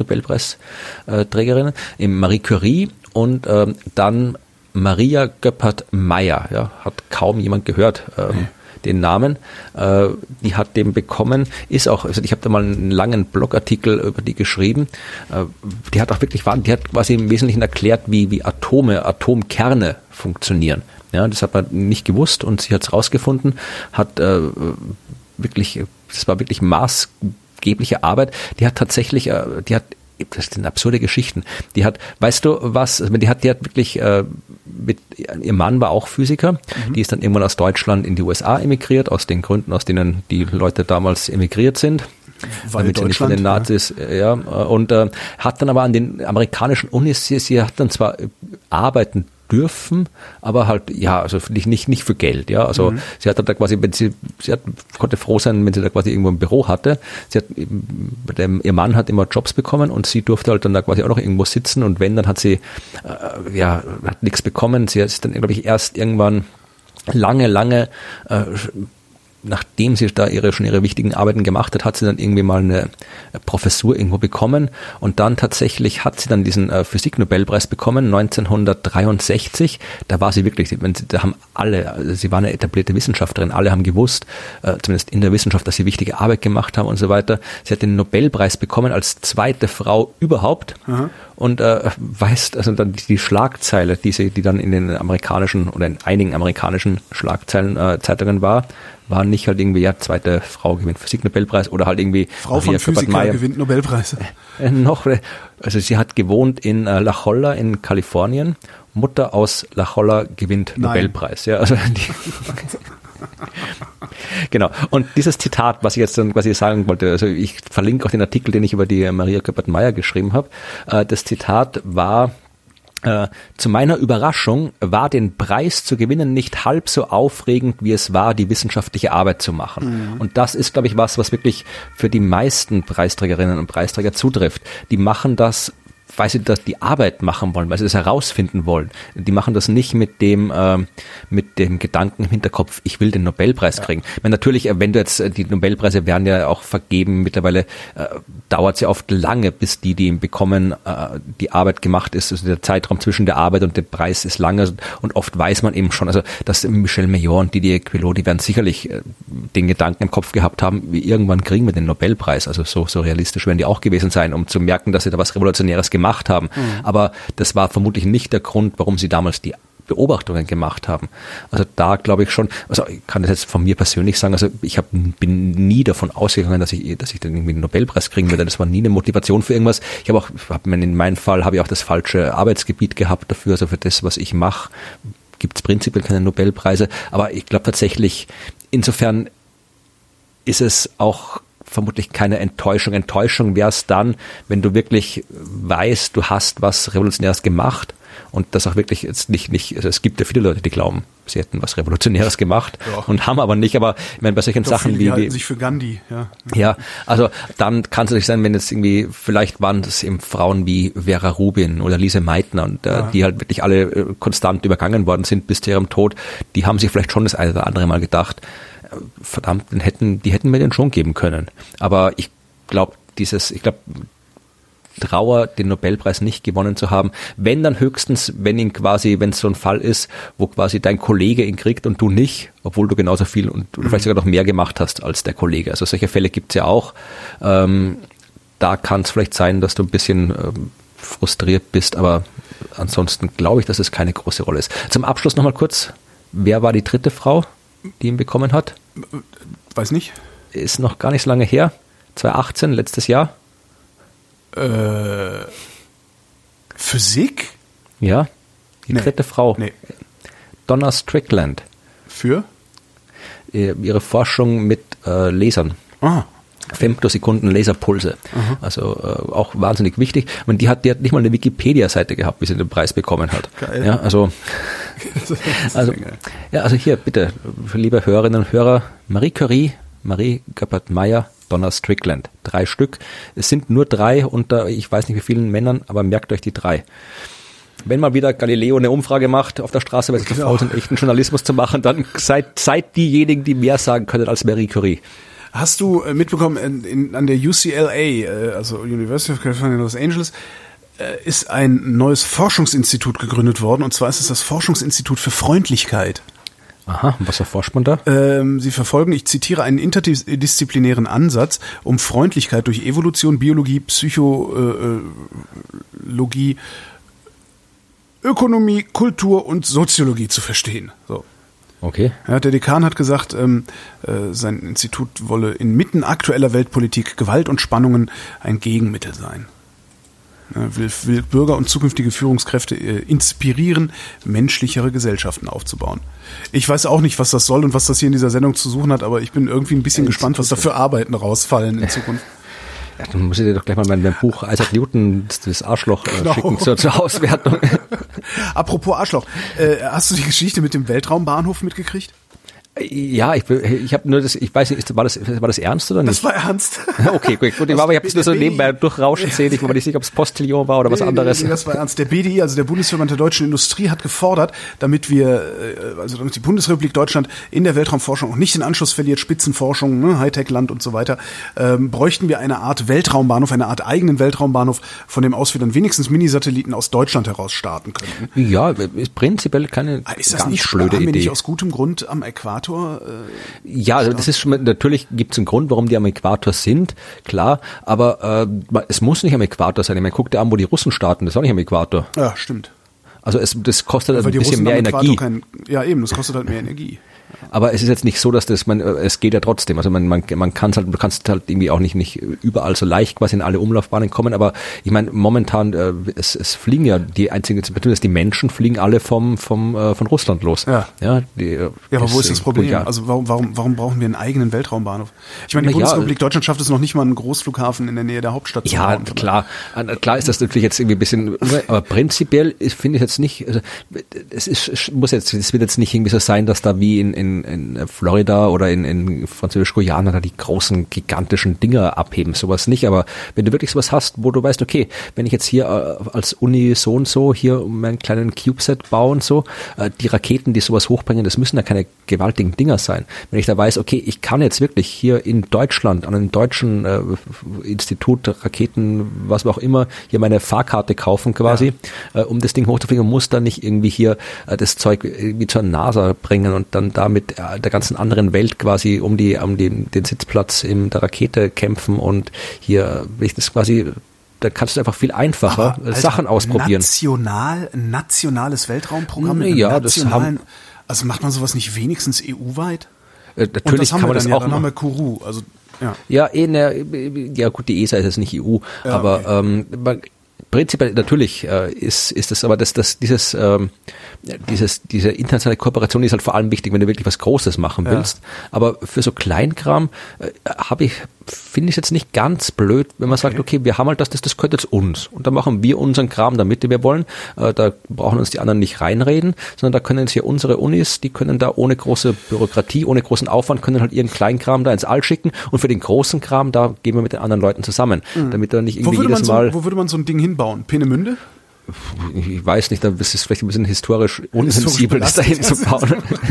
Physik-Nobelpreisträgerinnen, eben Marie Curie und ähm, dann Maria Goeppert-Mayer, ja, hat kaum jemand gehört, ähm, mhm. den Namen, äh, die hat den bekommen, ist auch, also ich habe da mal einen langen Blogartikel über die geschrieben, äh, die hat auch wirklich, die hat quasi im Wesentlichen erklärt, wie, wie Atome, Atomkerne funktionieren. Ja, das hat man nicht gewusst und sie hat es rausgefunden, hat äh, wirklich, das war wirklich maßgebliche Arbeit, die hat tatsächlich, die hat das sind absurde Geschichten. Die hat, weißt du was, also die hat, die hat wirklich, äh, mit, ihr Mann war auch Physiker, mhm. die ist dann irgendwann aus Deutschland in die U S A emigriert, aus den Gründen, aus denen die Leute damals emigriert sind. Weil damit sie nicht von den Nazis, ja, ja und äh, hat dann aber an den amerikanischen Unis, sie, sie hat dann zwar arbeiten dürfen, aber halt, ja, also nicht, nicht, nicht für Geld, ja, also mhm. sie hat da quasi, wenn sie, sie hat, konnte froh sein, wenn sie da quasi irgendwo ein Büro hatte, sie hat, dem, ihr Mann hat immer Jobs bekommen und sie durfte halt dann da quasi auch noch irgendwo sitzen und wenn, dann hat sie, äh, ja, hat nichts bekommen, sie ist dann, glaube ich, erst irgendwann lange, lange, äh, nachdem sie da ihre, schon ihre wichtigen Arbeiten gemacht hat, hat sie dann irgendwie mal eine Professur irgendwo bekommen und dann tatsächlich hat sie dann diesen äh, Physik-Nobelpreis bekommen, neunzehnhundertdreiundsechzig. Da war sie wirklich, da haben alle, also sie war eine etablierte Wissenschaftlerin, alle haben gewusst, äh, zumindest in der Wissenschaft, dass sie wichtige Arbeit gemacht haben und so weiter. Sie hat den Nobelpreis bekommen als zweite Frau überhaupt. Mhm. Und äh, weißt, also dann die Schlagzeile, die sie, die dann in den amerikanischen oder in einigen amerikanischen Schlagzeilen äh, Zeitungen war, war nicht halt irgendwie, ja, zweite Frau gewinnt Physik-Nobelpreis oder halt irgendwie Frau von Physiker gewinnt Nobelpreis. Äh, noch, also sie hat gewohnt in äh, La Jolla in Kalifornien. Mutter aus La Jolla gewinnt Nein. Nobelpreis. Ja, also die genau. Und dieses Zitat, was ich jetzt dann quasi sagen wollte, also ich verlinke auch den Artikel, den ich über die Maria Köppert-Meyer geschrieben habe. Äh, das Zitat war: Äh, zu meiner Überraschung war den Preis zu gewinnen nicht halb so aufregend, wie es war, die wissenschaftliche Arbeit zu machen. Mhm. Und das ist, glaube ich, was, was wirklich für die meisten Preisträgerinnen und Preisträger zutrifft. Die machen das, weil sie das die Arbeit machen wollen, weil sie das herausfinden wollen. Die machen das nicht mit dem äh, mit dem Gedanken im Hinterkopf, ich will den Nobelpreis ja. kriegen. Ich meine, natürlich, wenn du jetzt, die Nobelpreise werden ja auch vergeben, mittlerweile äh, dauert es ja oft lange, bis die, die ihn bekommen, äh, die Arbeit gemacht ist. Also der Zeitraum zwischen der Arbeit und dem Preis ist lange und oft weiß man eben schon, also dass Michel Mayor und Didier Queloz, die werden sicherlich äh, den Gedanken im Kopf gehabt haben, wie irgendwann kriegen wir den Nobelpreis. Also so, so realistisch werden die auch gewesen sein, um zu merken, dass sie da was Revolutionäres gemacht haben. Mhm. Aber das war vermutlich nicht der Grund, warum sie damals die Beobachtungen gemacht haben. Also da glaube ich schon, also ich kann das jetzt von mir persönlich sagen, also ich hab, bin nie davon ausgegangen, dass ich, dass ich dann irgendwie einen Nobelpreis kriegen werde. Das war nie eine Motivation für irgendwas. Ich habe auch, hab, in meinem Fall habe ich auch das falsche Arbeitsgebiet gehabt dafür, also für das, was ich mache, gibt es prinzipiell keine Nobelpreise. Aber ich glaube tatsächlich, insofern ist es auch vermutlich keine Enttäuschung. Enttäuschung wäre es dann, wenn du wirklich weißt, du hast was Revolutionäres gemacht und das auch wirklich jetzt nicht, nicht, also es gibt ja viele Leute, die glauben, sie hätten was Revolutionäres gemacht ja. und haben aber nicht, aber ich meine, bei solchen Doch Sachen viele, wie... Die halten sich für Gandhi, ja. Ja, also dann kann es natürlich sein, wenn jetzt irgendwie, vielleicht waren das eben Frauen wie Vera Rubin oder Lise Meitner und äh, ja. die halt wirklich alle äh, konstant übergangen worden sind bis zu ihrem Tod, die haben sich vielleicht schon das eine oder andere Mal gedacht, verdammt, den hätten, die hätten mir den schon geben können. Aber ich glaube, dieses, ich glaube, Trauer, den Nobelpreis nicht gewonnen zu haben, wenn dann höchstens, wenn ihn quasi, wenn es so ein Fall ist, wo quasi dein Kollege ihn kriegt und du nicht, obwohl du genauso viel und du vielleicht sogar noch mehr gemacht hast als der Kollege. Also solche Fälle gibt es ja auch. Ähm, da kann es vielleicht sein, dass du ein bisschen ähm, frustriert bist, aber ansonsten glaube ich, dass es keine große Rolle ist. Zum Abschluss nochmal kurz, wer war die dritte Frau, die ihn bekommen hat? Weiß nicht. Ist noch gar nicht so lange her. zwanzig achtzehn, letztes Jahr. Äh, Physik? Ja, die nee. dritte Frau. Nee. Donna Strickland. Für? Ihre Forschung mit äh, Lasern. Ah. Femtosekunden Laserpulse. Aha. Also äh, auch wahnsinnig wichtig. Und die hat, die hat nicht mal eine Wikipedia-Seite gehabt, wie sie den Preis bekommen hat. Geil. Ja, also, also, ja, also hier bitte, liebe Hörerinnen und Hörer, Marie Curie, Marie Köppert-Meyer, Donna Strickland. Drei Stück. Es sind nur drei unter, ich weiß nicht wie vielen Männern, aber merkt euch die drei. Wenn mal wieder Galileo eine Umfrage macht auf der Straße, weil sie zu faul sind, echten Journalismus zu machen, dann seid, seid diejenigen, die mehr sagen können als Marie Curie. Hast du mitbekommen, in, in, an der U C L A, also University of California, Los Angeles, ist ein neues Forschungsinstitut gegründet worden, und zwar ist es das Forschungsinstitut für Freundlichkeit. Aha, was erforscht man da? Ähm, sie verfolgen, ich zitiere, einen interdisziplinären Ansatz, um Freundlichkeit durch Evolution, Biologie, Psychologie, Ökonomie, Kultur und Soziologie zu verstehen. So. Okay. Ja, der Dekan hat gesagt, ähm, äh, sein Institut wolle inmitten aktueller Weltpolitik Gewalt und Spannungen ein Gegenmittel sein. Er will, will Bürger und zukünftige Führungskräfte äh, inspirieren, menschlichere Gesellschaften aufzubauen. Ich weiß auch nicht, was das soll und was das hier in dieser Sendung zu suchen hat, aber ich bin irgendwie ein bisschen in gespannt, was da für Arbeiten rausfallen in Zukunft. Ja, dann muss ich dir doch gleich mal mein, mein Buch Isaac Newton, das Arschloch, äh, genau. schicken zur, zur Auswertung. Apropos Arschloch, äh, hast du die Geschichte mit dem Weltraumbahnhof mitgekriegt? Ja, ich, ich habe nur das, ich weiß nicht, war das, war das ernst oder nicht? Das war ernst. Okay, gut, gut. Ich, aber ich habe es nur so nebenbei durchrauschen sehen, ich war mir nicht sicher, ob es Postillon war oder was nee, anderes. Nee, nee, das war ernst. Der B D I, also der Bundesverband der deutschen Industrie, hat gefordert, damit wir, also damit die Bundesrepublik Deutschland in der Weltraumforschung auch nicht den Anschluss verliert, Spitzenforschung, ne, Hightech-Land und so weiter, ähm, bräuchten wir eine Art Weltraumbahnhof, eine Art eigenen Weltraumbahnhof, von dem aus wir dann wenigstens Minisatelliten aus Deutschland heraus starten könnten. Ja, ist prinzipiell keine ist das ganz nicht blöde Idee. Haben wir nicht Idee. aus gutem Grund am Äquator äh, Ja, also das ist schon, natürlich gibt es einen Grund, warum die am Äquator sind, klar, aber äh, es muss nicht am Äquator sein. Ich meine, guck dir an, wo die Russen starten, das ist auch nicht am Äquator. Ja, stimmt. Also es, das kostet Weil ein die bisschen Russen mehr am Äquator Energie. Kein, ja, eben, das kostet halt mehr Energie. Aber es ist jetzt nicht so, dass das, man, es geht ja trotzdem. Also man, man, man kann halt, du kannst halt irgendwie auch nicht, nicht überall so leicht quasi in alle Umlaufbahnen kommen. Aber ich meine, momentan, äh, es, es fliegen ja die einzigen, beziehungsweise die Menschen fliegen alle vom, vom, äh, von Russland los. Ja. Ja, die, ja, aber wo ist das Problem? Ja. Also warum, warum, warum brauchen wir einen eigenen Weltraumbahnhof? Ich meine, die Na ja, Bundesrepublik Deutschland schafft es noch nicht mal, einen Großflughafen in der Nähe der Hauptstadt zu Ja, bauen. klar. Klar ist das natürlich jetzt irgendwie ein bisschen, aber prinzipiell finde ich jetzt nicht, also es ist, muss jetzt, es wird jetzt nicht irgendwie so sein, dass da wie in, in, in Florida oder in, in Französisch-Guyana da die großen, gigantischen Dinger abheben, sowas nicht, aber wenn du wirklich sowas hast, wo du weißt, okay, wenn ich jetzt hier äh, als Uni so und so hier um einen kleinen CubeSat baue und so, äh, die Raketen, die sowas hochbringen, das müssen ja keine gewaltigen Dinger sein. Wenn ich da weiß, okay, ich kann jetzt wirklich hier in Deutschland an einem deutschen äh, Institut Raketen, was auch immer, hier meine Fahrkarte kaufen quasi, ja. äh, um das Ding hochzufliegen und muss dann nicht irgendwie hier äh, das Zeug irgendwie zur NASA bringen und dann damit äh, der ganzen anderen Welt quasi um die um den, den Sitzplatz in der Rakete kämpfen und hier will ich das quasi, da kannst du einfach viel einfacher Aber, Alter, Sachen ausprobieren. National, nationales Weltraumprogramm? Nee, ja, das haben, also macht man sowas nicht wenigstens E U-weit? Äh, natürlich kann man das ja, auch dann haben wir machen. Kourou, also ja. Ja, eh, ne, ja gut, die E S A ist jetzt nicht E U, ja, aber okay. ähm, man, prinzipiell natürlich äh, ist ist das, aber das das dieses ähm, dieses diese internationale Kooperation ist halt vor allem wichtig, wenn du wirklich was Großes machen willst. Ja. Aber für so Kleinkram äh, habe ich finde ich jetzt nicht ganz blöd, wenn man okay. sagt, okay, wir haben halt das, das, das gehört jetzt uns und dann machen wir unseren Kram damit, den wir wollen. Äh, da brauchen uns die anderen nicht reinreden, sondern da können jetzt hier unsere Unis, die können da ohne große Bürokratie, ohne großen Aufwand, können halt ihren Kleinkram da ins All schicken und für den großen Kram, da gehen wir mit den anderen Leuten zusammen, mhm. damit da nicht irgendwie jedes so, Mal... Wo würde man so ein Ding hinbauen? Peenemünde? Ich weiß nicht, das ist vielleicht ein bisschen historisch unsensibel, das dahin zu bauen.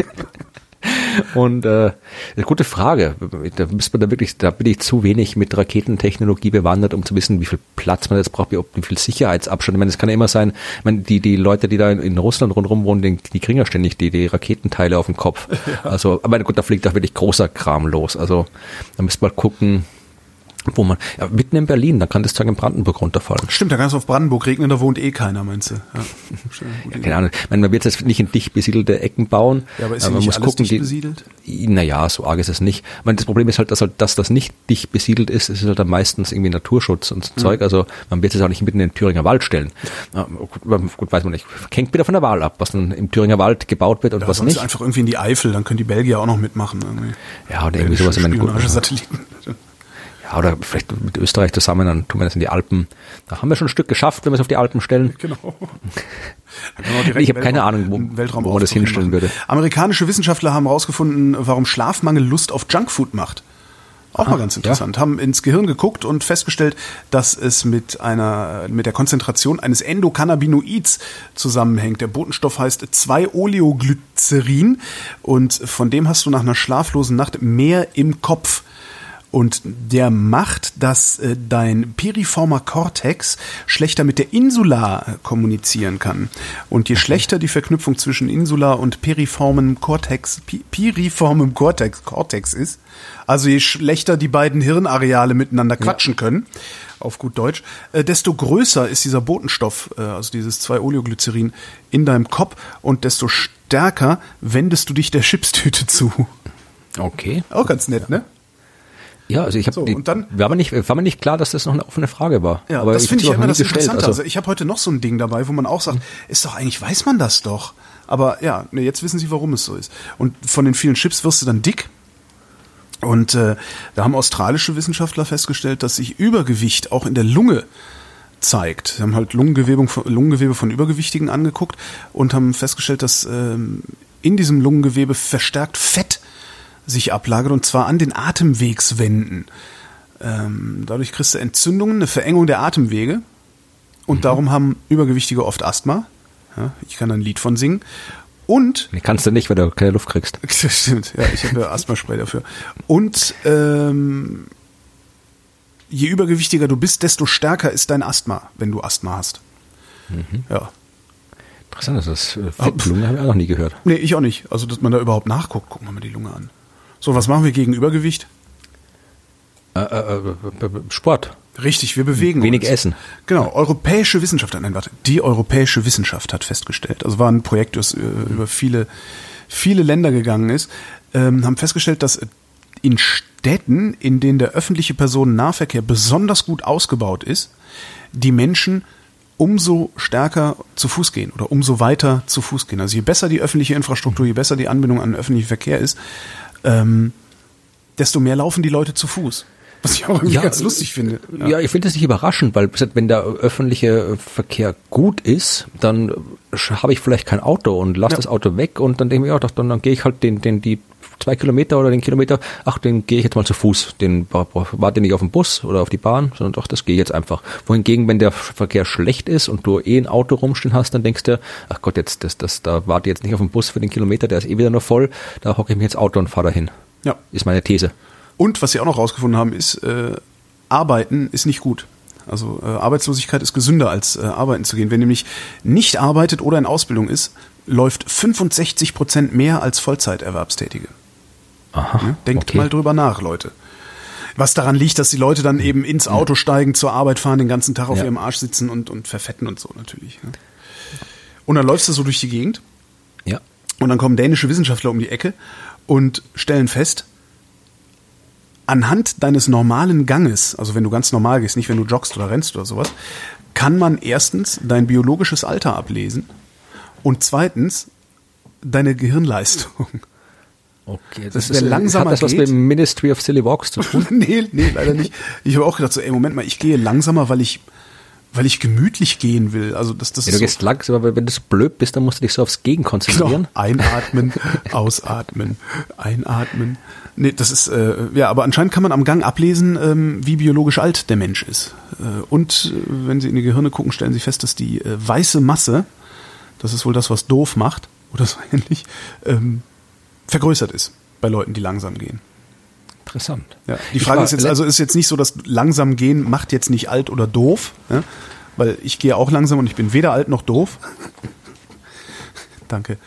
Und äh, eine gute Frage. Da müsste man da wirklich, da bin ich zu wenig mit Raketentechnologie bewandert, um zu wissen, wie viel Platz man jetzt braucht, wie, wie viel Sicherheitsabstand. Ich meine, es kann ja immer sein, ich meine, die, die Leute, die da in, in Russland rundherum wohnen, die, die kriegen ja ständig die, die Raketenteile auf den Kopf. Ja. Also, aber gut, da fliegt auch wirklich großer Kram los. Also da müsste man gucken, wo man, ja, mitten in Berlin, da kann das Zeug in Brandenburg runterfallen. Stimmt, da kann es auf Brandenburg regnen, da wohnt eh keiner, meinst du? Ja, ja, keine Ahnung. Ich meine, man wird jetzt nicht in dicht besiedelte Ecken bauen. Ja, aber ist aber man nicht muss alles gucken, dicht die, besiedelt? Naja, so arg ist es nicht. Ich meine, das Problem ist halt, dass halt das, das nicht dicht besiedelt ist, ist halt dann meistens irgendwie Naturschutz und so mhm. Zeug. Also man wird es auch nicht mitten in den Thüringer Wald stellen. Ja, gut, gut, weiß man nicht. Hängt wieder von der Wahl ab, was dann im Thüringer Wald gebaut wird und ja, was nicht. Einfach irgendwie in die Eifel, dann können die Belgier auch noch mitmachen. Irgendwie. Ja, oder irgendwie sowas. Spionagesatelliten. Ja, oder vielleicht mit Österreich zusammen, dann tun wir das in die Alpen. Da haben wir schon ein Stück geschafft, wenn wir es auf die Alpen stellen. Genau. Ich habe keine Ahnung, wo, wo man das hinstellen würde. Amerikanische Wissenschaftler haben herausgefunden, warum Schlafmangel Lust auf Junkfood macht. Auch ah, mal ganz interessant. Ja. Haben ins Gehirn geguckt und festgestellt, dass es mit einer, mit der Konzentration eines Endokannabinoids zusammenhängt. Der Botenstoff heißt zwei Oleoglycerin und von dem hast du nach einer schlaflosen Nacht mehr im Kopf. Und der macht, dass äh, dein piriformer Cortex schlechter mit der Insula kommunizieren kann. Und je okay. schlechter die Verknüpfung zwischen Insula und piriformem Cortex, pi- piriformem Cortex, Cortex ist, also je schlechter die beiden Hirnareale miteinander quatschen ja. können, auf gut Deutsch, äh, desto größer ist dieser Botenstoff, äh, also dieses zwei Oleoglycerin in deinem Kopf und desto stärker wendest du dich der Chipstüte zu. Okay. Auch ganz nett, ne? Ja, also ich habe, So, und dann- war mir nicht, war mir nicht klar, dass das noch eine offene Frage war. Ja, aber das ich finde ich hab's ja auch immer nie das gestellt, Interessante. also- Also ich habe heute noch so ein Ding dabei, wo man auch sagt, ist doch eigentlich, weiß man das doch. Aber ja, ne, jetzt wissen Sie, warum es so ist. Und von den vielen Chips wirst du dann dick. Und äh, da haben australische Wissenschaftler festgestellt, dass sich Übergewicht auch in der Lunge zeigt. Sie haben halt Lungengewebe, Lungengewebe von Übergewichtigen angeguckt und haben festgestellt, dass ähm, in diesem Lungengewebe verstärkt Fett sich ablagert, und zwar an den Atemwegswänden. Ähm, dadurch kriegst du Entzündungen, eine Verengung der Atemwege, und mhm. darum haben Übergewichtige oft Asthma. Ja, ich kann da ein Lied von singen. Und Nee, kannst du nicht, weil du keine Luft kriegst. das stimmt, ja, ich habe ja Asthmaspray dafür. Und ähm, je übergewichtiger du bist, desto stärker ist dein Asthma, wenn du Asthma hast. Mhm. Ja. Interessant, das ist äh, Fettlunge habe ich auch noch nie gehört. Nee, ich auch nicht. Also, dass man da überhaupt nachguckt, gucken wir mal die Lunge an. So, was machen wir gegen Übergewicht? Äh, äh, äh, Sport. Richtig, wir bewegen Wenig uns. essen. Genau, europäische Wissenschaft, nein, warte, die europäische Wissenschaft hat festgestellt, also war ein Projekt, das äh, über viele, viele Länder gegangen ist, ähm, haben festgestellt, dass in Städten, in denen der öffentliche Personennahverkehr besonders gut ausgebaut ist, die Menschen umso stärker zu Fuß gehen oder umso weiter zu Fuß gehen. Also je besser die öffentliche Infrastruktur, je besser die Anbindung an den öffentlichen Verkehr ist, ähm, desto mehr laufen die Leute zu Fuß. Was ich auch irgendwie Ja, ganz lustig finde. Ja, ja ich finde das nicht überraschend, weil wenn der öffentliche Verkehr gut ist, dann habe ich vielleicht kein Auto und lasse Ja. das Auto weg und dann denke ich mir, ja, dann, dann gehe ich halt den, den, die zwei Kilometer oder den Kilometer, ach, den gehe ich jetzt mal zu Fuß. Den warte nicht auf den Bus oder auf die Bahn, sondern doch, das gehe ich jetzt einfach. Wohingegen, wenn der Verkehr schlecht ist und du eh ein Auto rumstehen hast, dann denkst du, ach Gott, jetzt, das, das, da warte ich jetzt nicht auf den Bus für den Kilometer, der ist eh wieder nur voll, da hocke ich mich ins Auto und fahre dahin. Ja. Ist meine These. Und was sie auch noch rausgefunden haben, ist, äh, Arbeiten ist nicht gut. Also äh, Arbeitslosigkeit ist gesünder, als äh, arbeiten zu gehen. Wenn nämlich nicht arbeitet oder in Ausbildung ist, läuft fünfundsechzig Prozent mehr als Vollzeiterwerbstätige. Aha, Ja? Denkt okay. mal drüber nach, Leute. Was daran liegt, dass die Leute dann eben ins Auto steigen, zur Arbeit fahren, den ganzen Tag auf Ja. ihrem Arsch sitzen und, und verfetten und so natürlich. Ja? Und dann läufst du so durch die Gegend Ja. und dann kommen dänische Wissenschaftler um die Ecke und stellen fest, anhand deines normalen Ganges, also wenn du ganz normal gehst, nicht wenn du joggst oder rennst oder sowas, kann man erstens dein biologisches Alter ablesen und zweitens deine Gehirnleistung. Okay, Das wer langsamer hat das was geht- mit dem Ministry of Silly Walks zu tun? nee, nee, leider nicht. Ich habe auch gedacht so, ey, Moment mal, ich gehe langsamer, weil ich weil ich gemütlich gehen will. Also das, das Ja, ist du so, gehst langsam, aber wenn du so blöd bist, dann musst du dich so aufs Gegen konzentrieren. genau, einatmen, ausatmen, einatmen. Nee, das ist, äh, ja, aber anscheinend kann man am Gang ablesen, ähm, wie biologisch alt der Mensch ist. Äh, und äh, wenn Sie in die Gehirne gucken, stellen Sie fest, dass die äh, weiße Masse, das ist wohl das, was doof macht, oder so ähnlich, ähm, vergrößert ist bei Leuten, die langsam gehen. Interessant. Ja, die Ich Frage war ist jetzt, let- also ist jetzt nicht so, dass langsam gehen macht jetzt nicht alt oder doof, ja? Weil ich gehe auch langsam und ich bin weder alt noch doof. Danke.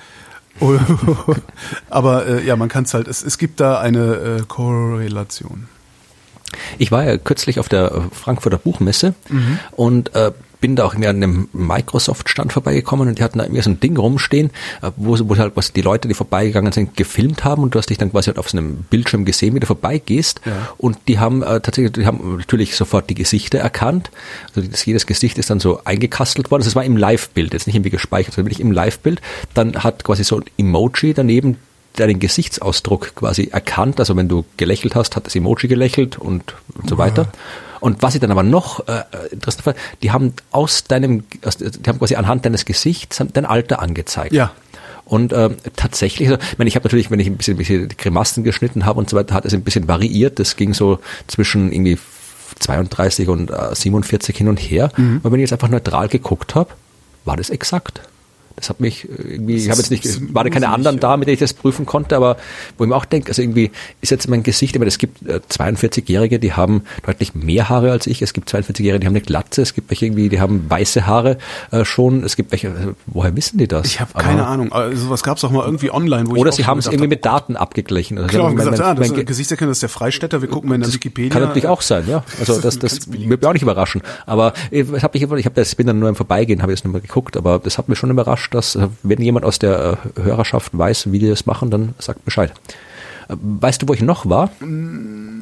Aber äh, ja, man kann es halt, es, es gibt da eine äh, Korrelation. Ich war ja kürzlich auf der äh, Frankfurter Buchmesse und äh, bin da auch irgendwie an einem Microsoft-Stand vorbeigekommen und die hatten da irgendwie so ein Ding rumstehen, äh, wo, wo halt was die Leute, die vorbeigegangen sind, gefilmt haben und du hast dich dann quasi halt auf so einem Bildschirm gesehen, wie du vorbeigehst. Ja. Und die haben äh, tatsächlich, die haben natürlich sofort die Gesichter erkannt. Also das, jedes Gesicht ist dann so eingekastelt worden. Das war im Live-Bild, jetzt nicht irgendwie gespeichert, sondern wirklich im Live-Bild. Dann hat quasi so ein Emoji daneben deinen Gesichtsausdruck quasi erkannt. Also wenn du gelächelt hast, hat das Emoji gelächelt und, und so weiter. Und was ich dann aber noch äh, interessant fand, die haben aus deinem, aus, die haben quasi anhand deines Gesichts dein Alter angezeigt. Ja. Und ähm, tatsächlich, also, ich meine, ich habe natürlich, wenn ich ein bisschen, ein bisschen die Grimassen geschnitten habe und so weiter, hat es ein bisschen variiert. Das ging so zwischen irgendwie zweiunddreißig und äh, siebenundvierzig hin und her. Mhm. Aber wenn ich jetzt einfach neutral geguckt habe, war das exakt. Das hat mich irgendwie, ich habe jetzt nicht, es waren keine anderen da, mit denen ich das prüfen konnte, aber wo ich mir auch denke, also irgendwie ist jetzt mein Gesicht, ich meine, es gibt äh, zweiundvierzig-Jährige, die haben deutlich mehr Haare als ich, es gibt zweiundvierzig-Jährige, die haben eine Glatze, es gibt welche irgendwie, die haben weiße Haare äh, schon, es gibt welche, äh, woher wissen die das? Ich habe Aber- keine Ahnung. Also sowas gab es auch mal irgendwie online, wo ich Oder auch sie schon haben es gedacht irgendwie hab, mit Daten abgeglichen. Also Genau, mein- gesagt, mein- ah, das mein Ge- ist Gesichtserkennung, das ist der Freistädter, wir gucken mal in der Wikipedia. Kann natürlich auch sein, ja. Also das, ein das ganz billiges- wird mich auch nicht überraschen. Aber ich habe mich, ich habe das, bin dann nur im Vorbeigehen, habe ich das nur mal geguckt, aber das hat mich schon überrascht, dass äh, wenn jemand aus der äh, Hörerschaft weiß, wie die das machen, dann sagt Bescheid. Äh, Weißt du, wo ich noch war?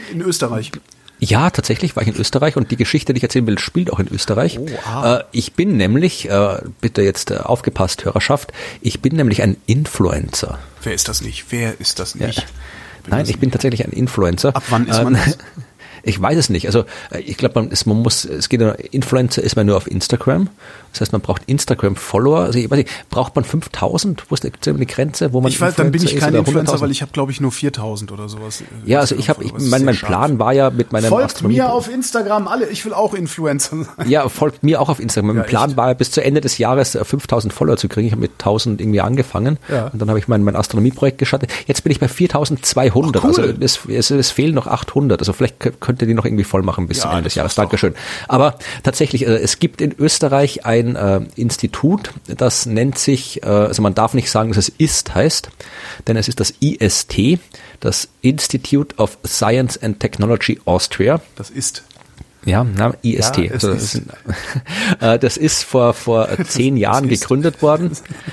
In Österreich. Ja, tatsächlich war ich in Österreich und die Geschichte, die ich erzählen will, spielt auch in Österreich. Oh, ah. äh, ich bin nämlich, äh, bitte jetzt äh, aufgepasst, Hörerschaft, ich bin nämlich ein Influencer. Wer ist das nicht? Wer ist das nicht? Ja. Nein, ich bin tatsächlich ein Influencer. Ab wann ist man ähm, das? Ich weiß es nicht. Also ich glaube, man, man muss, es geht, Influencer ist man nur auf Instagram. Das heißt, man braucht Instagram-Follower. Also ich weiß nicht, braucht man fünftausend? Wo ist die Grenze, wo man Ich weiß, dann bin ich kein Influencer, weil ich habe, glaube ich, nur viertausend oder sowas. Ja, also ich habe, ich, mein, mein Plan war ja mit meinem Folgt mir auf Instagram alle, ich will auch Influencer sein. Ja, folgt mir auch auf Instagram. Mein ja, Plan echt? war ja bis zu Ende des Jahres fünftausend Follower zu kriegen. Ich habe mit tausend irgendwie angefangen ja. und dann habe ich mein, mein Astronomieprojekt gestartet. Jetzt bin ich bei viertausendzweihundert. Ach, cool. Also es, es, es fehlen noch achthundert. Also vielleicht könnt ihr die noch irgendwie voll machen bis ja, zum Ende des Jahres. Dankeschön. Aber tatsächlich, äh, es gibt in Österreich ein äh, Institut, das nennt sich, äh, also man darf nicht sagen, dass es ist heißt, denn es ist das I S T, das Institute of Science and Technology Austria. Das ist. Ja, na, I S T. Ja, also, das, ist. Äh, das ist vor vor zehn Jahren gegründet worden.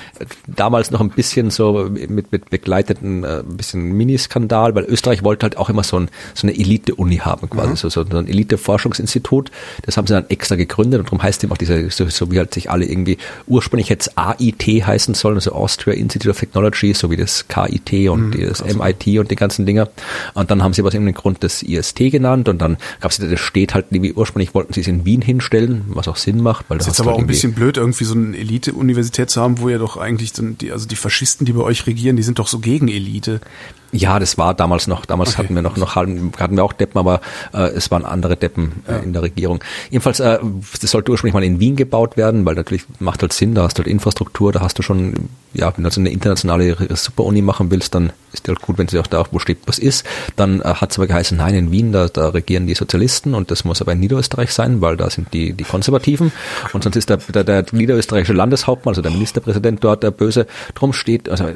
Damals noch ein bisschen so mit mit begleiteten äh, ein bisschen Miniskandal, weil Österreich wollte halt auch immer so, ein, so eine Elite-Uni haben, quasi mhm. so, so ein Elite-Forschungsinstitut. Das haben sie dann extra gegründet und darum heißt eben auch diese so, so wie halt sich alle irgendwie ursprünglich jetzt A I T heißen sollen, also Austria Institute of Technology, so wie das K I T und mhm, das M I T und die ganzen Dinger. Und dann haben sie aus irgendeinem Grund das I S T genannt und dann gab es das steht halt wie ursprünglich wollten sie es in Wien hinstellen, was auch Sinn macht. Weil das ist jetzt aber halt auch ein bisschen blöd, irgendwie so eine Elite-Universität zu haben, wo ja doch eigentlich dann die, also die Faschisten, die bei euch regieren, die sind doch so gegen Elite. Ja, das war damals noch, damals okay. hatten wir noch, noch hatten wir auch Deppen, aber äh, es waren andere Deppen äh, ja. in der Regierung. Jedenfalls, äh, das sollte ursprünglich mal in Wien gebaut werden, weil natürlich macht halt Sinn, da hast du halt Infrastruktur, da hast du schon, ja, wenn du also eine internationale Superuni machen willst, dann ist halt gut, wenn sie auch da, wo steht, was ist. Dann äh, hat es aber geheißen, nein, in Wien, da, da regieren die Sozialisten und das muss aber in Niederösterreich sein, weil da sind die, die Konservativen und sonst ist der, der, der niederösterreichische Landeshauptmann, also der Ministerpräsident dort, der Böse, drum steht, also,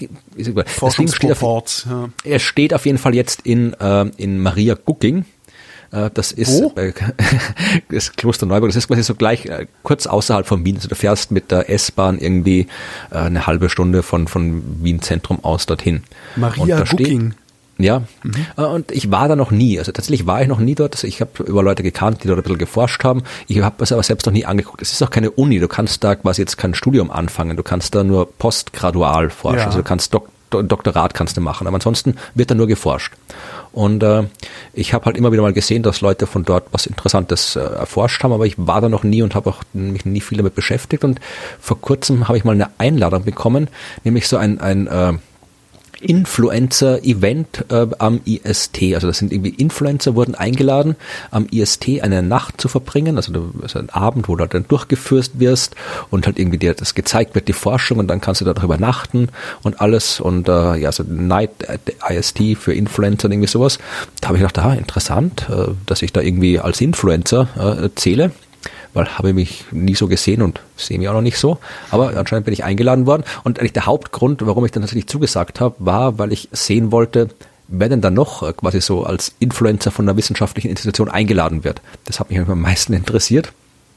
das Ding steht auf, ja. Er steht auf jeden Fall jetzt in, äh, in Maria Gugging. Äh, das ist äh, das Kloster Neuburg. Das ist quasi so gleich äh, kurz außerhalb von Wien. Also du fährst mit der S-Bahn irgendwie äh, eine halbe Stunde von, von Wien Zentrum aus dorthin. Maria Gugging. Ja, mhm. Und ich war da noch nie. Also tatsächlich war ich noch nie dort. Also ich habe über Leute gekannt, die dort ein bisschen geforscht haben. Ich habe es aber selbst noch nie angeguckt. Es ist auch keine Uni. Du kannst da quasi jetzt kein Studium anfangen. Du kannst da nur postgradual forschen. Ja. Also du kannst Dok- Doktorat kannst du machen, aber ansonsten wird da nur geforscht. Und äh, ich habe halt immer wieder mal gesehen, dass Leute von dort was Interessantes äh, erforscht haben, aber ich war da noch nie und habe auch mich nie viel damit beschäftigt. Und vor kurzem habe ich mal eine Einladung bekommen, nämlich so ein, ein äh, Influencer-Event äh, am I S T. Also das sind irgendwie Influencer, wurden eingeladen, am I S T eine Nacht zu verbringen, also, du, also ein Abend, wo du dann durchgeführt wirst und halt irgendwie dir das gezeigt wird, die Forschung, und dann kannst du da drüber übernachten und alles und äh, ja, so Night at the I S T für Influencer und irgendwie sowas. Da habe ich gedacht, ah, interessant, äh, dass ich da irgendwie als Influencer äh, zähle. Weil habe ich mich nie so gesehen und sehe mich auch noch nicht so. Aber anscheinend bin ich eingeladen worden. Und eigentlich der Hauptgrund, warum ich dann tatsächlich zugesagt habe, war, weil ich sehen wollte, wer denn dann noch quasi so als Influencer von einer wissenschaftlichen Institution eingeladen wird. Das hat mich am meisten interessiert.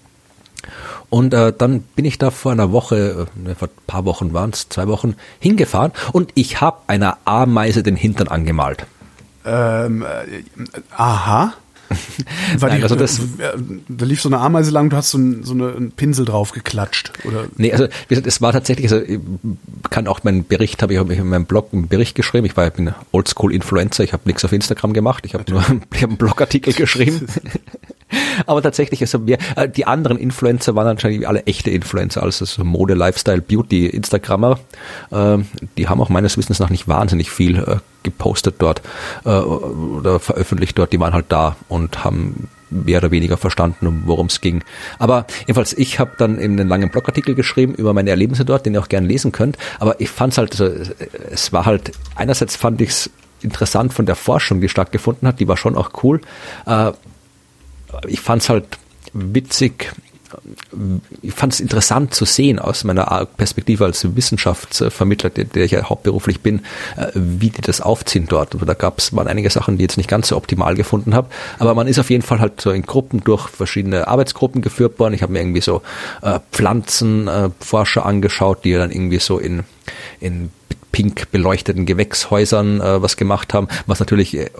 Und äh, dann bin ich da vor einer Woche, äh, vor ein paar Wochen waren es, zwei Wochen, hingefahren und ich habe einer Ameise den Hintern angemalt. Ähm, äh, aha. War Nein, die, also das, da lief so eine Ameise lang, du hast so, ein, so eine, einen Pinsel drauf geklatscht, oder? Nee, also wie gesagt, es war tatsächlich, also ich kann auch meinen Bericht, habe ich, hab ich in meinem Blog einen Bericht geschrieben, ich war ich bin Oldschool-Influencer, ich habe nichts auf Instagram gemacht, ich habe nur ich hab einen Blogartikel geschrieben. Aber tatsächlich, also wir, die anderen Influencer waren anscheinend alle echte Influencer, also so Mode, Lifestyle, Beauty, Instagrammer. Äh, die haben auch meines Wissens nach nicht wahnsinnig viel äh, gepostet dort äh, oder veröffentlicht dort. Die waren halt da und haben mehr oder weniger verstanden, worum es ging. Aber jedenfalls, ich habe dann eben einen langen Blogartikel geschrieben über meine Erlebnisse dort, den ihr auch gerne lesen könnt. Aber ich fand es halt, also, es war halt, einerseits fand ich es interessant von der Forschung, die stattgefunden hat, die war schon auch cool. Äh, Ich fand es halt witzig, ich fand es interessant zu sehen aus meiner Perspektive als Wissenschaftsvermittler, der, der ich ja hauptberuflich bin, wie die das aufziehen dort. Und da gab es waren einige Sachen, die ich jetzt nicht ganz so optimal gefunden habe, aber man ist auf jeden Fall halt so in Gruppen durch verschiedene Arbeitsgruppen geführt worden. Ich habe mir irgendwie so äh, Pflanzenforscher äh, angeschaut, die dann irgendwie so in, in pink beleuchteten Gewächshäusern äh, was gemacht haben, was natürlich äh,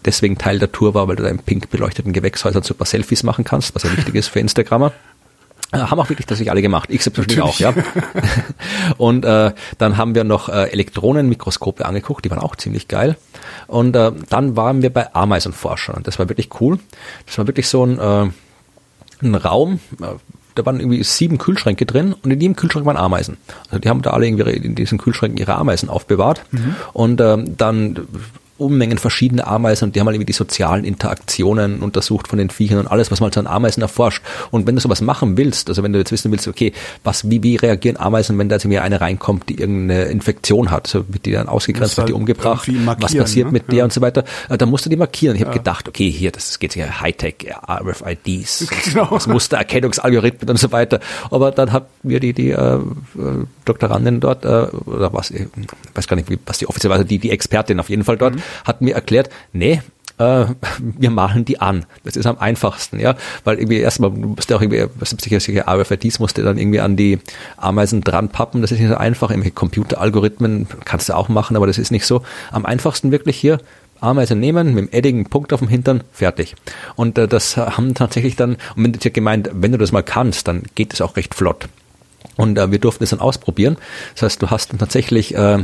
deswegen Teil der Tour war, weil du da in pink beleuchteten Gewächshäusern super Selfies machen kannst, was ja wichtig ist für Instagrammer. Äh, haben auch wirklich tatsächlich alle gemacht. Ich selbstverständlich auch, ja. Und äh, dann haben wir noch äh, Elektronenmikroskope angeguckt, die waren auch ziemlich geil. Und äh, dann waren wir bei Ameisenforschern und das war wirklich cool. Das war wirklich so ein, äh, ein Raum, äh, da waren irgendwie sieben Kühlschränke drin und in jedem Kühlschrank waren Ameisen. Also die haben da alle irgendwie in diesen Kühlschränken ihre Ameisen aufbewahrt. Mhm. Und äh, dann Unmengen verschiedene Ameisen und die haben halt irgendwie die sozialen Interaktionen untersucht von den Viechern und alles, was man halt so an Ameisen erforscht. Und wenn du sowas machen willst, also wenn du jetzt wissen willst, okay, was, wie, wie reagieren Ameisen, wenn da jetzt irgendwie eine reinkommt, die irgendeine Infektion hat, so wird die dann ausgegrenzt, wird die umgebracht, was passiert ne? mit der ja. und so weiter, dann musst du die markieren. Ich habe ja. gedacht, okay, hier, das geht ja Hightech, R F I Ds, genau. das Mustererkennungsalgorithmen und so weiter. Aber dann hat mir die, die äh, Doktorandin dort, äh, oder was, ich weiß gar nicht, was die offiziell war, also die, die Expertin auf jeden Fall dort, mhm. hat mir erklärt, nee, äh, wir malen die an. Das ist am einfachsten, ja, weil irgendwie erstmal, du musst ja auch irgendwie, was gibt es sicher, R F I Ds musst du dann irgendwie an die Ameisen dran pappen, das ist nicht so einfach, irgendwelche Computeralgorithmen kannst du auch machen, aber das ist nicht so. Am einfachsten wirklich hier, Ameisen nehmen, mit dem Edding einen Punkt auf dem Hintern, fertig. Und äh, das haben tatsächlich dann, und wenn du dir gemeint, wenn du das mal kannst, dann geht es auch recht flott. Und äh, wir durften es dann ausprobieren. Das heißt, du hast dann tatsächlich äh,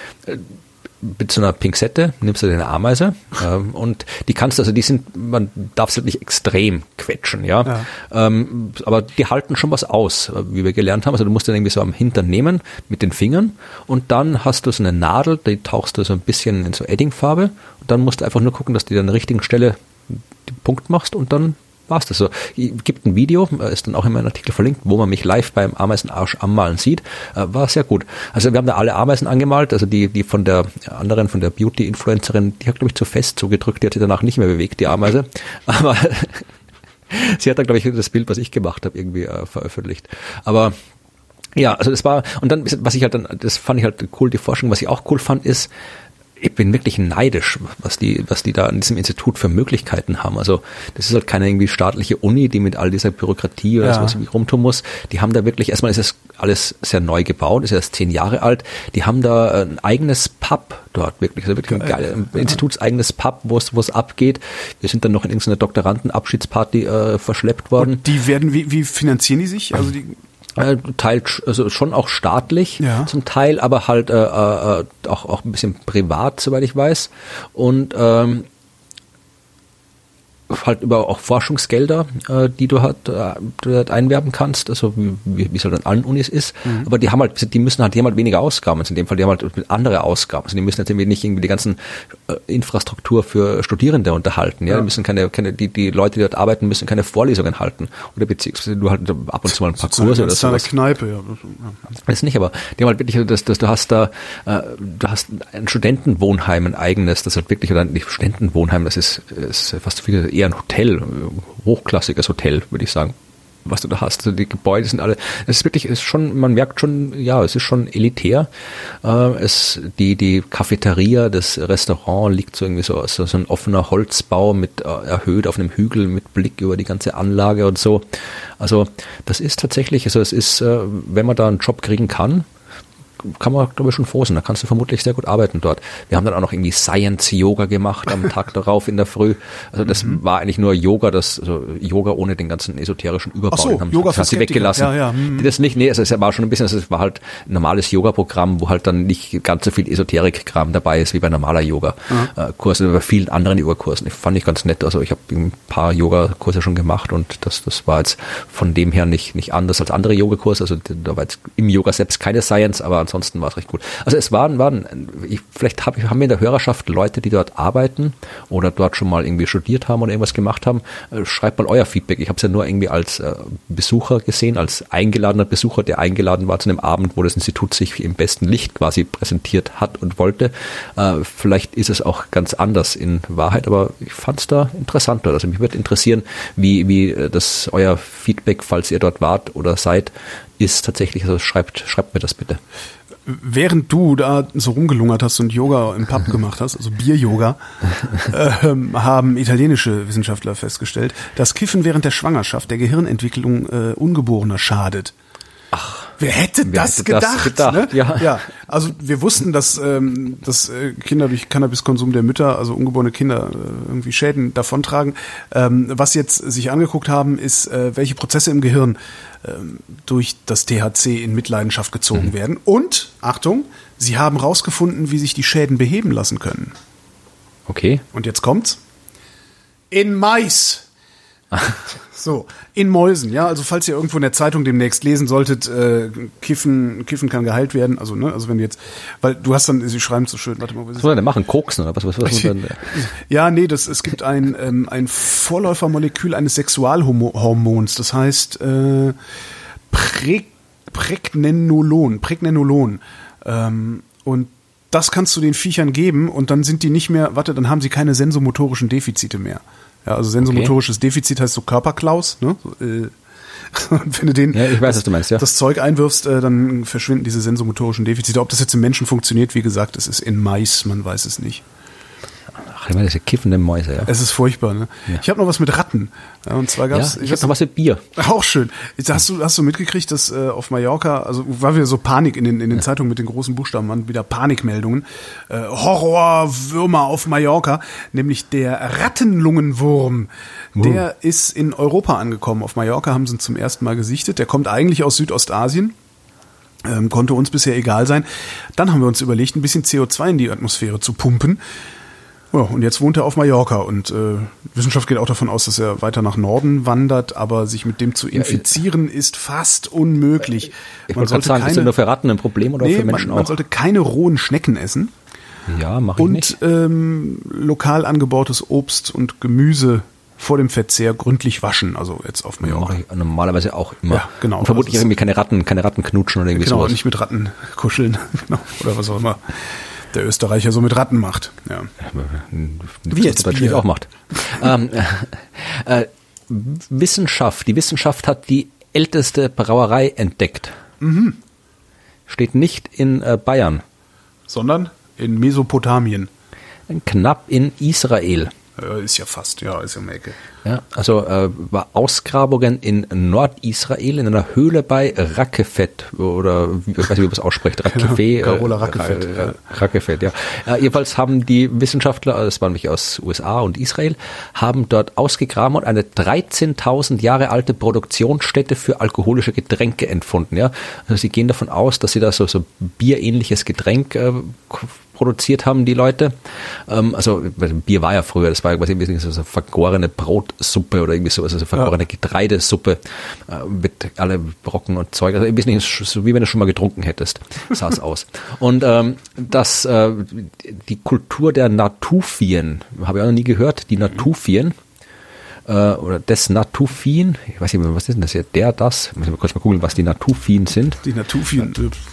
mit so einer Pinzette nimmst du deine Ameise ähm, und die kannst, also die sind, man darf es halt nicht extrem quetschen, ja, ja. Ähm, aber die halten schon was aus, wie wir gelernt haben. Also du musst dann irgendwie so am Hintern nehmen mit den Fingern und dann hast du so eine Nadel, die tauchst du so ein bisschen in so Eddingfarbe und dann musst du einfach nur gucken, dass du an der richtigen Stelle den Punkt machst und dann war's das so. Gibt ein Video, ist dann auch in meinem Artikel verlinkt, wo man mich live beim Ameisenarsch anmalen sieht. War sehr gut. Also wir haben da alle Ameisen angemalt, also die, die von der anderen, von der Beauty-Influencerin, die hat, glaube ich, zu fest zugedrückt, die hat sich danach nicht mehr bewegt, die Ameise. Aber sie hat dann, glaube ich, das Bild, was ich gemacht habe, irgendwie äh, veröffentlicht. Aber ja, also das war, und dann, was ich halt dann, das fand ich halt cool, die Forschung, was ich auch cool fand, ist, ich bin wirklich neidisch, was die, was die da in diesem Institut für Möglichkeiten haben. Also das ist halt keine irgendwie staatliche Uni, die mit all dieser Bürokratie oder ja. sowas irgendwie rumtun muss. Die haben da wirklich, erstmal ist das alles sehr neu gebaut, ist erst zehn Jahre alt. Die haben da ein eigenes Pub dort wirklich, also wirklich ein geiles ja. institutseigenes Pub, wo es wo es abgeht. Wir sind dann noch in irgendeiner Doktorandenabschiedsparty äh, verschleppt worden. Und die werden, wie, wie finanzieren die sich? Also die Teil, also schon auch staatlich ja. zum Teil, aber halt äh, äh, auch auch ein bisschen privat, soweit ich weiß. Und ähm, halt über auch Forschungsgelder, äh, die du halt, äh, du halt einwerben kannst, also wie wie es halt an allen Unis ist, mhm. aber die haben halt, die müssen halt, die haben halt weniger Ausgaben, also in dem Fall, die haben halt andere Ausgaben, also die müssen jetzt irgendwie nicht irgendwie die ganzen äh, Infrastruktur für Studierende unterhalten, ja, ja. die müssen keine, keine, die, die Leute, die dort arbeiten, müssen keine Vorlesungen halten, oder beziehungsweise du halt ab und zu mal ein paar Kurse oder so. Kneipe, ja. Das nicht, aber die haben halt wirklich, dass, dass du hast da, äh, du hast ein Studentenwohnheim, ein eigenes, das halt wirklich, oder nicht Studentenwohnheim, das ist, ist fast so viel, eher ein Hotel, hochklassiges Hotel, würde ich sagen, was du da hast. Also die Gebäude sind alle, es ist wirklich, es ist schon, man merkt schon, ja, es ist schon elitär. Äh, es, die, die Cafeteria, das Restaurant liegt so irgendwie so, so, so ein offener Holzbau mit, äh, erhöht auf einem Hügel mit Blick über die ganze Anlage und so. Also, das ist tatsächlich, also es ist, äh, wenn man da einen Job kriegen kann, kann man, glaube ich, schon froh sein. Da kannst du vermutlich sehr gut arbeiten dort. Wir haben dann auch noch irgendwie Science-Yoga gemacht am Tag darauf in der Früh. Also das mhm. war eigentlich nur Yoga, das also Yoga ohne den ganzen esoterischen Überbau. Ach so, haben, Yoga das hat sie weggelassen. Ja, ja. Mhm. Das nicht, nee, also es war schon ein bisschen, also es war halt ein normales Yoga-Programm, wo halt dann nicht ganz so viel Esoterik-Kram dabei ist wie bei normaler Yoga-Kurse, mhm. bei vielen anderen Yoga-Kursen. Ich fand ich ganz nett. Also ich habe ein paar Yoga-Kurse schon gemacht und das, das war jetzt von dem her nicht, nicht anders als andere Yoga-Kurse. Also da war jetzt im Yoga selbst keine Science, aber ansonsten war es recht gut. Also es waren, waren ich, vielleicht hab, haben wir in der Hörerschaft Leute, die dort arbeiten oder dort schon mal irgendwie studiert haben oder irgendwas gemacht haben. Äh, schreibt mal euer Feedback. Ich habe es ja nur irgendwie als äh, Besucher gesehen, als eingeladener Besucher, der eingeladen war zu einem Abend, wo das Institut sich im besten Licht quasi präsentiert hat und wollte. Äh, vielleicht ist es auch ganz anders in Wahrheit, aber ich fand es da interessanter. Also mich würde interessieren, wie, wie das euer Feedback, falls ihr dort wart oder seid, ist tatsächlich. Also schreibt, schreibt mir das bitte. Während du da so rumgelungert hast und Yoga im Pub gemacht hast, also Bier-Yoga, ähm, haben italienische Wissenschaftler festgestellt, dass Kiffen während der Schwangerschaft der Gehirnentwicklung äh, Ungeborener schadet. Ach. Wer hätte Wer das hätte gedacht? das gedacht? Ne? Ja. ja, also wir wussten, dass, ähm, dass äh, Kinder durch Cannabiskonsum der Mütter, also ungeborene Kinder, äh, irgendwie Schäden davontragen. Ähm, was jetzt sich angeguckt haben, ist, äh, welche Prozesse im Gehirn ähm, durch das T H C in Mitleidenschaft gezogen mhm. werden. Und, Achtung, sie haben rausgefunden, wie sich die Schäden beheben lassen können. Okay. Und jetzt kommt's. In Mais. So, in Mäusen, ja, also falls ihr irgendwo in der Zeitung demnächst lesen solltet, äh, Kiffen, Kiffen kann geheilt werden, also ne, also wenn du jetzt, weil du hast dann, sie schreiben so schön, warte mal, was soll er denn machen? Koksen oder was? was, was dann? Ja, nee, das, es gibt ein, ähm, ein Vorläufermolekül eines Sexualhormons, das heißt äh, Prä, Pregnenolon, Pregnenolon, ähm, und das kannst du den Viechern geben und dann sind die nicht mehr, warte, dann haben sie keine sensomotorischen Defizite mehr. Ja, also sensomotorisches okay. Defizit heißt so Körperklaus, ne? Und wenn du den ja, ich weiß, das, was du meinst, ja. das Zeug einwirfst, äh, dann verschwinden diese sensomotorischen Defizite. Ob das jetzt im Menschen funktioniert, wie gesagt, es ist in Mais, man weiß es nicht. Ach, ich meine, das ist ja kiffende Mäuse, ja. Es ist furchtbar, ne? Ja. Ich habe noch was mit Ratten. Ja, und zwar gab's, ja, ich habe noch was mit Bier. Auch schön. Hast du, hast du mitgekriegt, dass äh, auf Mallorca, also war wieder so Panik in den, in den ja. Zeitungen mit den großen Buchstaben, waren wieder Panikmeldungen. Äh, Horrorwürmer auf Mallorca, nämlich der Rattenlungenwurm. Uh. Der ist in Europa angekommen. Auf Mallorca haben sie ihn zum ersten Mal gesichtet. Der kommt eigentlich aus Südostasien. Ähm, konnte uns bisher egal sein. Dann haben wir uns überlegt, ein bisschen C O zwei in die Atmosphäre zu pumpen. Ja, und jetzt wohnt er auf Mallorca und äh, Wissenschaft geht auch davon aus, dass er weiter nach Norden wandert, aber sich mit dem zu infizieren ist fast unmöglich. Ich wollte gerade sagen, keine, ist das nur für Ratten ein Problem oder nee, für Menschen man, auch? Man sollte keine rohen Schnecken essen. Ja, mach ich und, nicht. Und ähm, lokal angebautes Obst und Gemüse vor dem Verzehr gründlich waschen, also jetzt auf Mallorca. Mache ich normalerweise auch immer. Ja, genau. Und vermutlich irgendwie keine Ratten, keine Ratten knutschen oder irgendwie genau, sowas. Genau, nicht mit Ratten kuscheln, genau, oder was auch immer der Österreicher so mit Ratten macht. Ja. Wie jetzt natürlich auch macht. ähm, äh, äh, Wissenschaft. Die Wissenschaft hat die älteste Brauerei entdeckt. Mhm. Steht nicht in äh, Bayern. Sondern in Mesopotamien. Knapp in Israel. Äh, ist ja fast, ja, ist ja um die Ecke. Ja, also äh, war Ausgrabungen in Nordisrael in einer Höhle bei Rakefet oder ich weiß nicht, wie man es ausspricht, Rakefet. Carola Rakefet. Äh, äh, Rakefet, ja. Äh, jedenfalls haben die Wissenschaftler, das waren nämlich aus U S A und Israel, haben dort ausgegraben und eine dreizehntausend Jahre alte Produktionsstätte für alkoholische Getränke entfunden. Ja, also sie gehen davon aus, dass sie da so so bierähnliches Getränk äh, produziert haben, die Leute. Ähm, also Bier war ja früher, das war quasi so eine vergorene Brotsuppe oder irgendwie sowas, also vergorene ja. Getreidesuppe äh, mit alle Brocken und Zeug. Also ein bisschen so wie wenn du schon mal getrunken hättest, sah es aus. Und ähm, das, äh, die Kultur der Natufien, habe ich auch noch nie gehört, die Natufien, äh, oder des Natufien, ich weiß nicht, was ist denn das hier, der, das, ich muss mal kurz mal googeln, was die Natufien sind. Die Natufien.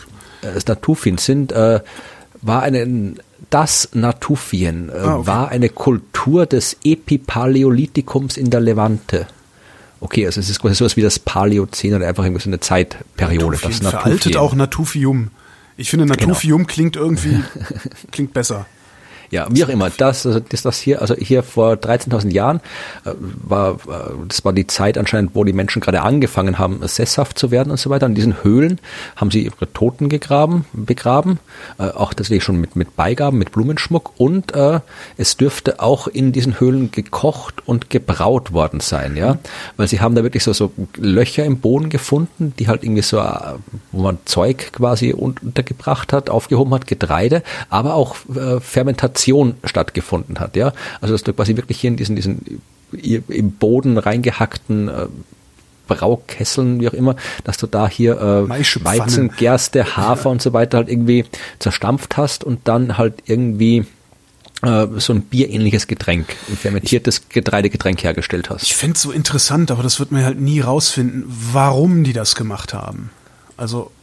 Das Natufien sind, äh, war eine, das Natufien äh, ah, okay. war eine Kultur des Epipaläolithikums in der Levante. Okay, also es ist quasi sowas wie das Paläozän oder einfach irgendwie so eine Zeitperiode. Natufien, das Natufien. Veraltet auch Natufium. Ich finde, Natufium genau. klingt irgendwie, klingt besser. Ja, wie auch immer, das, also das, das hier, also hier vor dreizehntausend Jahren äh, war, das war die Zeit anscheinend, wo die Menschen gerade angefangen haben, sesshaft zu werden und so weiter. In diesen Höhlen haben sie ihre Toten gegraben, begraben, äh, auch tatsächlich schon mit, mit Beigaben, mit Blumenschmuck und äh, es dürfte auch in diesen Höhlen gekocht und gebraut worden sein, ja, weil sie haben da wirklich so, so Löcher im Boden gefunden, die halt irgendwie so, wo man Zeug quasi untergebracht hat, aufgehoben hat, Getreide, aber auch äh, Fermentation stattgefunden hat, ja. Also dass du quasi wirklich hier in diesen, diesen im Boden reingehackten äh, Braukesseln, wie auch immer, dass du da hier äh, Weizen, Gerste, Hafer und so weiter halt irgendwie zerstampft hast und dann halt irgendwie äh, so ein bierähnliches Getränk, ein fermentiertes Getreidegetränk hergestellt hast. Ich finde es so interessant, aber das wird man halt nie rausfinden, warum die das gemacht haben. Also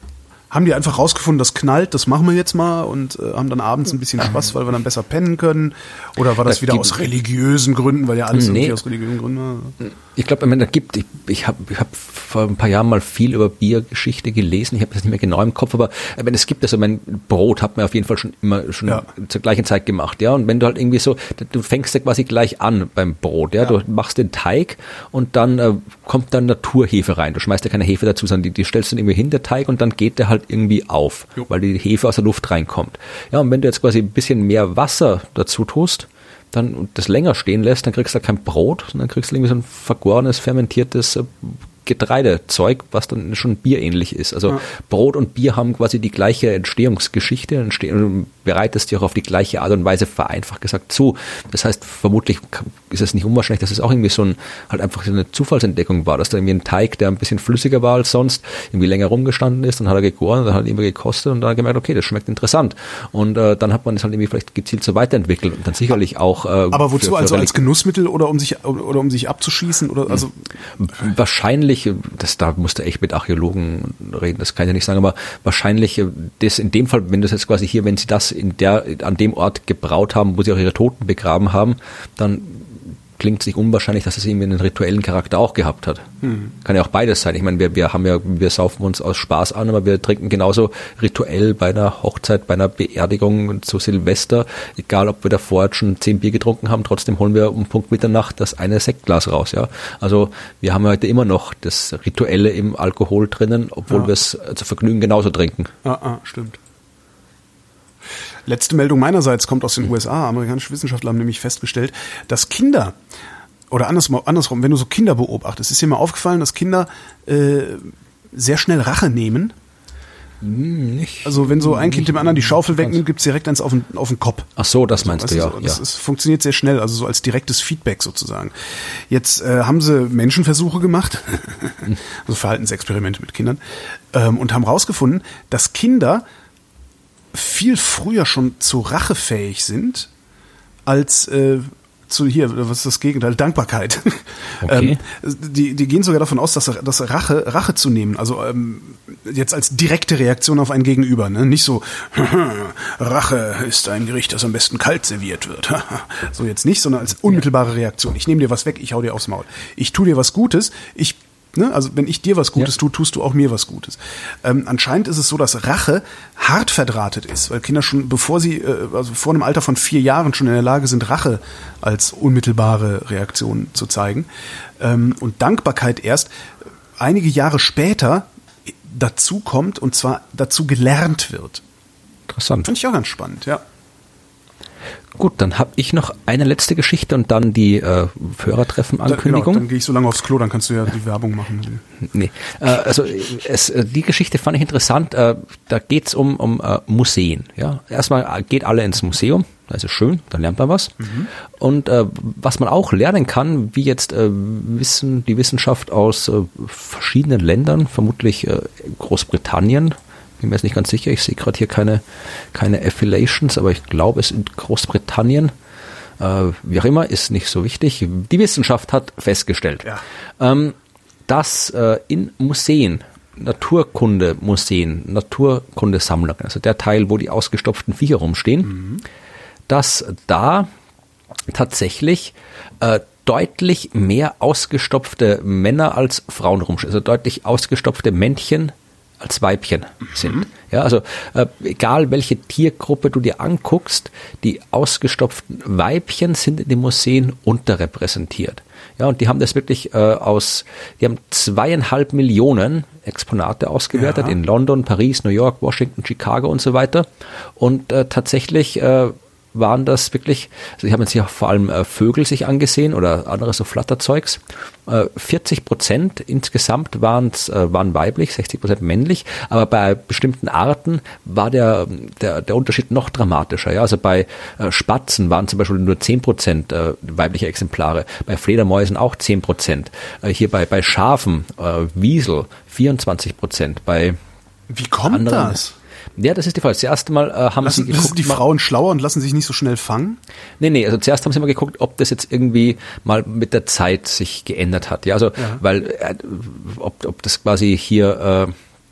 haben die einfach rausgefunden, das knallt, das machen wir jetzt mal und äh, haben dann abends ein bisschen Spaß, weil wir dann besser pennen können? Oder war das da wieder aus religiösen Gründen, weil ja alles nee. irgendwie aus religiösen Gründen war? Ich glaube, da gibt, ich, ich habe ich hab vor ein paar Jahren mal viel über Biergeschichte gelesen, ich habe das nicht mehr genau im Kopf, aber ich meine, es gibt also, mein Brot hat man auf jeden Fall schon immer schon ja. zur gleichen Zeit gemacht, ja, und wenn du halt irgendwie so, du fängst ja quasi gleich an beim Brot, ja, ja. du machst den Teig und dann äh, kommt dann Naturhefe rein, du schmeißt ja keine Hefe dazu, sondern die, die stellst du dann irgendwie hin, der Teig, und dann geht der halt irgendwie auf, jo. weil die Hefe aus der Luft reinkommt. Ja, und wenn du jetzt quasi ein bisschen mehr Wasser dazu tust, dann und das länger stehen lässt, dann kriegst du kein Brot, sondern kriegst du irgendwie so ein vergorenes, fermentiertes äh, Getreidezeug, was dann schon bierähnlich ist. Also ja. Brot und Bier haben quasi die gleiche Entstehungsgeschichte, entstehen, bereitest dir auch auf die gleiche Art und Weise vereinfacht gesagt zu. Das heißt, vermutlich ist es nicht unwahrscheinlich, dass es auch irgendwie so ein, halt einfach so eine Zufallsentdeckung war, dass da irgendwie ein Teig, der ein bisschen flüssiger war als sonst, irgendwie länger rumgestanden ist, dann hat er gegoren, dann hat er irgendwie gekostet und dann hat er gemerkt, okay, das schmeckt interessant. Und äh, dann hat man es halt irgendwie vielleicht gezielt so weiterentwickelt und dann sicherlich auch. Äh, Aber wozu, für, für also als Genussmittel oder um sich oder um sich abzuschießen oder also wahrscheinlich, das da musst du echt mit Archäologen reden, das kann ich ja nicht sagen, aber wahrscheinlich das in dem Fall, wenn du es jetzt quasi hier, wenn sie das in der an dem Ort gebraut haben, wo sie auch ihre Toten begraben haben, dann klingt es nicht unwahrscheinlich, dass es irgendwie einen rituellen Charakter auch gehabt hat. Hm. Kann ja auch beides sein. Ich meine, wir, wir haben ja, wir saufen uns aus Spaß an, aber wir trinken genauso rituell bei einer Hochzeit, bei einer Beerdigung, zu Silvester, egal ob wir davor jetzt schon zehn Bier getrunken haben, trotzdem holen wir um Punkt Mitternacht das eine Sektglas raus, ja. Also wir haben heute immer noch das Rituelle im Alkohol drinnen, obwohl ja. wir es zu Vergnügen genauso trinken. Ah, ah, stimmt. Letzte Meldung meinerseits kommt aus den U S A. Amerikanische Wissenschaftler haben nämlich festgestellt, dass Kinder, oder andersrum, andersrum wenn du so Kinder beobachtest, ist dir mal aufgefallen, dass Kinder äh, sehr schnell Rache nehmen? Nicht. Also wenn so ein Kind dem anderen die Schaufel wegnimmt, gibt's direkt eins auf den, auf den Kopf. Ach so, das meinst also, du, ja. So, das ja. ist, funktioniert sehr schnell, also so als direktes Feedback sozusagen. Jetzt äh, haben sie Menschenversuche gemacht, also Verhaltensexperimente mit Kindern, ähm, und haben rausgefunden, dass Kinder viel früher schon zu Rache fähig sind, als äh, zu hier, was ist das Gegenteil? Dankbarkeit. Okay. ähm, die, die gehen sogar davon aus, dass, dass Rache, Rache zu nehmen, also ähm, jetzt als direkte Reaktion auf ein Gegenüber, ne? Nicht so, Rache ist ein Gericht, das am besten kalt serviert wird. So jetzt nicht, sondern als unmittelbare Reaktion. Ich nehme dir was weg, ich hau dir aufs Maul. Ich tue dir was Gutes, ich Ne? Also wenn ich dir was Gutes ja. tue, tust du auch mir was Gutes. Ähm, anscheinend ist es so, dass Rache hart verdrahtet ist, weil Kinder schon, bevor sie, äh, also vor einem Alter von vier Jahren schon in der Lage sind, Rache als unmittelbare Reaktion zu zeigen. Ähm, und Dankbarkeit erst einige Jahre später dazu kommt und zwar dazu gelernt wird. Interessant. Finde ich auch ganz spannend, ja. Gut, dann habe ich noch eine letzte Geschichte und dann die äh, Hörertreffen-Ankündigung. Da, genau, dann gehe ich so lange aufs Klo, dann kannst du ja die Werbung machen. Nee, äh, also es, die Geschichte fand ich interessant. Äh, da geht's um, um äh, Museen. Ja, erstmal geht alle ins Museum, das ist schön, dann lernt man was. Mhm. Und äh, was man auch lernen kann, wie jetzt äh, wissen die Wissenschaft aus äh, verschiedenen Ländern, vermutlich äh, Großbritannien. Bin mir jetzt nicht ganz sicher, ich sehe gerade hier keine, keine Affiliations, aber ich glaube, es in Großbritannien, äh, wie auch immer, ist nicht so wichtig. Die Wissenschaft hat festgestellt, ja. ähm, dass äh, in Museen, Naturkundemuseen, Naturkundesammlungen, also der Teil, wo die ausgestopften Viecher rumstehen, mhm. dass da tatsächlich äh, deutlich mehr ausgestopfte Männer als Frauen rumstehen, also deutlich ausgestopfte Männchen als Weibchen sind. Mhm. Ja, also äh, egal welche Tiergruppe du dir anguckst, die ausgestopften Weibchen sind in den Museen unterrepräsentiert. Ja, und die haben das wirklich äh, aus, die haben zweieinhalb Millionen Exponate ausgewertet ja. in London, Paris, New York, Washington, Chicago und so weiter. Und äh, tatsächlich äh, waren das wirklich, also ich habe jetzt hier vor allem äh, Vögel sich angesehen oder andere so Flatterzeugs. Äh, vierzig Prozent insgesamt waren's, äh, waren weiblich, sechzig Prozent männlich, aber bei bestimmten Arten war der, der, der Unterschied noch dramatischer. Ja? Also bei äh, Spatzen waren zum Beispiel nur zehn Prozent äh, weibliche Exemplare, bei Fledermäusen auch zehn Prozent, äh, hier bei, bei Schafen, äh, Wiesel vierundzwanzig Prozent, bei Wie kommt anderen, das? Ja, das ist die Frage. Das erste Mal äh, haben lassen, sie geguckt. Sind die Frauen schlauer und lassen sich nicht so schnell fangen? Nee, nee, also zuerst haben sie mal geguckt, ob das jetzt irgendwie mal mit der Zeit sich geändert hat. Ja, also, ja. weil, äh, ob, ob das quasi hier,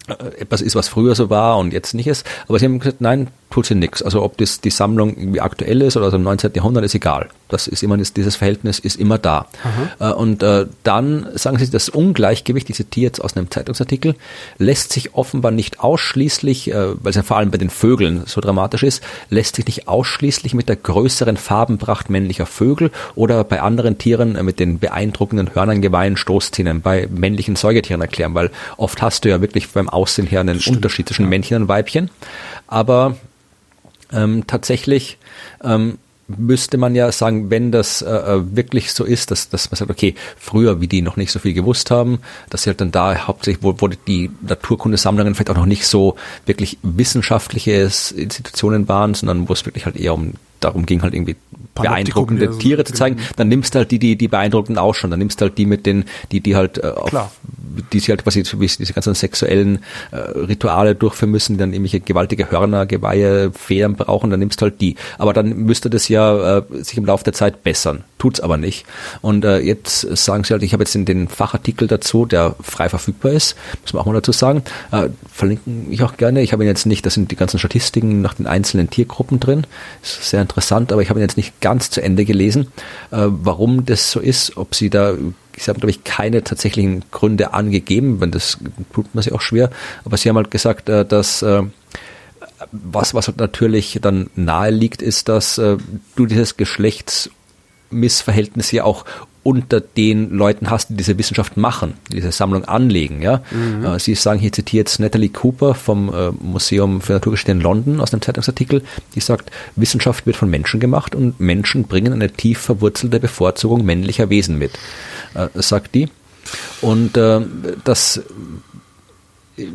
etwas ist, was früher so war und jetzt nicht ist. Aber sie haben gesagt, nein, tut sie nichts. Also ob das die Sammlung irgendwie aktuell ist oder aus dem neunzehnten Jahrhundert, ist egal. Das ist immer, dieses Verhältnis ist immer da. Aha. Und äh, dann sagen sie, das Ungleichgewicht, ich zitiere jetzt aus einem Zeitungsartikel, lässt sich offenbar nicht ausschließlich, äh, weil es ja vor allem bei den Vögeln so dramatisch ist, lässt sich nicht ausschließlich mit der größeren Farbenpracht männlicher Vögel oder bei anderen Tieren äh, mit den beeindruckenden Hörnern, Geweihen, Stoßzähnen bei männlichen Säugetieren erklären, weil oft hast du ja wirklich beim Aussehen her einen Stimmt, Unterschied zwischen ja. Männchen und Weibchen. Aber ähm, tatsächlich ähm, müsste man ja sagen, wenn das äh, wirklich so ist, dass, dass man sagt, okay, früher, wie die noch nicht so viel gewusst haben, dass sie halt dann da hauptsächlich, wo, wo die Naturkundesammlungen vielleicht auch noch nicht so wirklich wissenschaftliche Institutionen waren, sondern wo es wirklich halt eher um darum ging, halt irgendwie beeindruckende so Tiere zu zeigen, dann nimmst du halt die, die, die beeindruckenden auch schon, dann nimmst du halt die mit den, die, die halt, äh, auf, die sie halt quasi, wie diese ganzen sexuellen äh, Rituale durchführen müssen, die dann irgendwelche gewaltige Hörner, Geweihe, Federn brauchen, dann nimmst du halt die. Aber dann müsste das ja äh, sich im Laufe der Zeit bessern. Tut's aber nicht. Und äh, jetzt sagen sie halt, ich habe jetzt in den Fachartikel dazu, der frei verfügbar ist, muss man auch mal dazu sagen, äh, verlinken ich auch gerne. Ich habe ihn jetzt nicht, das sind die ganzen Statistiken nach den einzelnen Tiergruppen drin. Das ist sehr interessant, aber ich habe ihn jetzt nicht ganz zu Ende gelesen, äh, warum das so ist, ob sie da, sie haben, glaube ich, keine tatsächlichen Gründe angegeben, wenn das tut man sich auch schwer, aber sie haben halt gesagt, äh, dass äh, was, was halt natürlich dann nahe liegt, ist, dass äh, du dieses Geschlechtsmissverhältnis ja auch unter den Leuten hast, die diese Wissenschaft machen, die diese Sammlung anlegen. Ja, mhm. äh, Sie sagen, hier zitiert jetzt Natalie Cooper vom äh, Museum für Naturgeschichte in London aus einem Zeitungsartikel, die sagt, Wissenschaft wird von Menschen gemacht und Menschen bringen eine tief verwurzelte Bevorzugung männlicher Wesen mit, äh, sagt die. Und äh, das äh,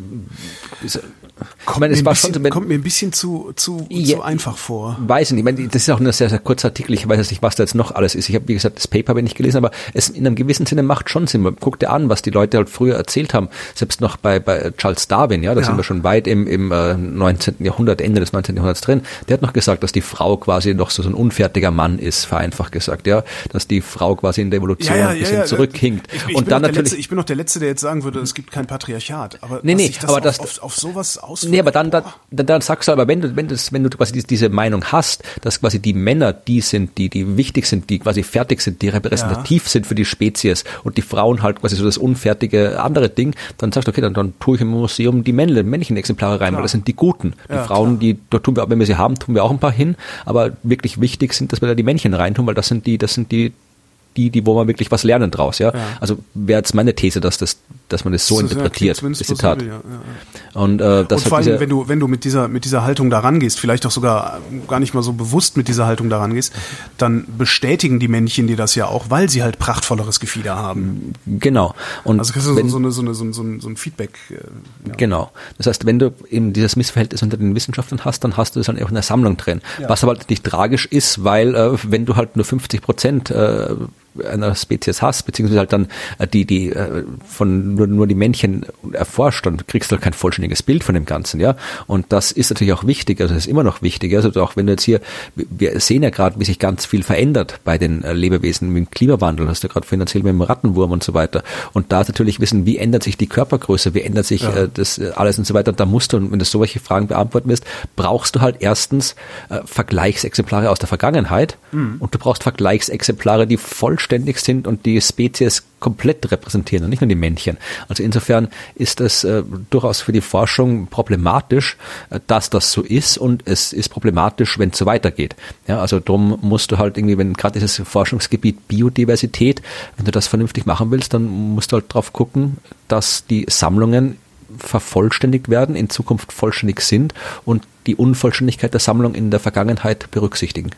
Kommt, ich meine, es mir, war bisschen, schon, wenn, kommt mir ein bisschen zu, zu, ja, zu einfach vor. Weiß nicht, ich meine, das ist auch ein sehr, sehr kurzer Artikel, ich weiß jetzt nicht, was da jetzt noch alles ist. Ich habe, wie gesagt, das Paper habe ich nicht gelesen, aber es in einem gewissen Sinne macht schon Sinn. Man guckt dir an, was die Leute halt früher erzählt haben, selbst noch bei, bei Charles Darwin, ja, da ja. sind wir schon weit im, im äh, neunzehnten Jahrhundert, Ende des neunzehnten Jahrhunderts drin. Der hat noch gesagt, dass die Frau quasi noch so, so ein unfertiger Mann ist, vereinfacht gesagt, ja, dass die Frau quasi in der Evolution ja, ja, ein bisschen ja, ja, zurückhinkt. Ich, ich, und bin dann natürlich, Letzte, ich bin noch der Letzte, der jetzt sagen würde, es gibt kein Patriarchat, aber nee, nee, sich das aber auf, das, auf, auf sowas auswirkt. Nee, aber dann, dann, dann, dann sagst du aber, wenn du, wenn du, wenn du quasi diese Meinung hast, dass quasi die Männer die sind, die, die wichtig sind, die quasi fertig sind, die repräsentativ ja. sind für die Spezies und die Frauen halt quasi so das unfertige andere Ding, dann sagst du, okay, dann, dann tue ich im Museum die Männle, männlichen Exemplare rein, klar. weil das sind die Guten. Die ja, Frauen, klar. die, da tun wir, wenn wir sie haben, tun wir auch ein paar hin, aber wirklich wichtig sind, dass wir da die Männchen reintun, weil das sind die, das sind die, die, die, wo man wirklich was lernen draus, ja. ja. Also wäre jetzt meine These, dass das, dass man das so das interpretiert, das Zitat. Ja, ja, ja. Und, äh, das und vor allem, wenn du, wenn du mit dieser, mit dieser Haltung da rangehst, vielleicht auch sogar gar nicht mal so bewusst mit dieser Haltung da rangehst, dann bestätigen die Männchen dir das ja auch, weil sie halt prachtvolleres Gefieder haben. Genau. Und also kriegst du wenn, so, eine, so, eine, so, ein, so ein Feedback. Äh, ja. Genau. Das heißt, wenn du eben dieses Missverhältnis unter den Wissenschaftlern hast, dann hast du es dann auch in der Sammlung drin. Ja. Was aber halt nicht tragisch ist, weil, äh, wenn du halt nur fünfzig Prozent äh, einer Spezies hast, beziehungsweise halt dann äh, die, die äh, von nur, nur die Männchen erforscht, dann kriegst du halt kein vollständiges Bild von dem Ganzen, ja. Und das ist natürlich auch wichtig, also das ist immer noch wichtig, also auch wenn du jetzt hier, wir sehen ja gerade, wie sich ganz viel verändert bei den äh, Lebewesen mit dem Klimawandel, hast du gerade vorhin erzählt mit dem Rattenwurm und so weiter. Und da natürlich wissen, wie ändert sich die Körpergröße, wie ändert sich ja. äh, das äh, alles und so weiter. Und da musst du, wenn du solche Fragen beantworten willst, brauchst du halt erstens äh, Vergleichsexemplare aus der Vergangenheit mhm. und du brauchst Vergleichsexemplare, die vollständig sind und die Spezies komplett repräsentieren und nicht nur die Männchen. Also insofern ist das äh, durchaus für die Forschung problematisch, äh, dass das so ist, und es ist problematisch, wenn es so weitergeht. Ja, also drum musst du halt irgendwie, wenn gerade dieses Forschungsgebiet Biodiversität, wenn du das vernünftig machen willst, dann musst du halt drauf gucken, dass die Sammlungen vervollständigt werden, in Zukunft vollständig sind und die Unvollständigkeit der Sammlung in der Vergangenheit berücksichtigen.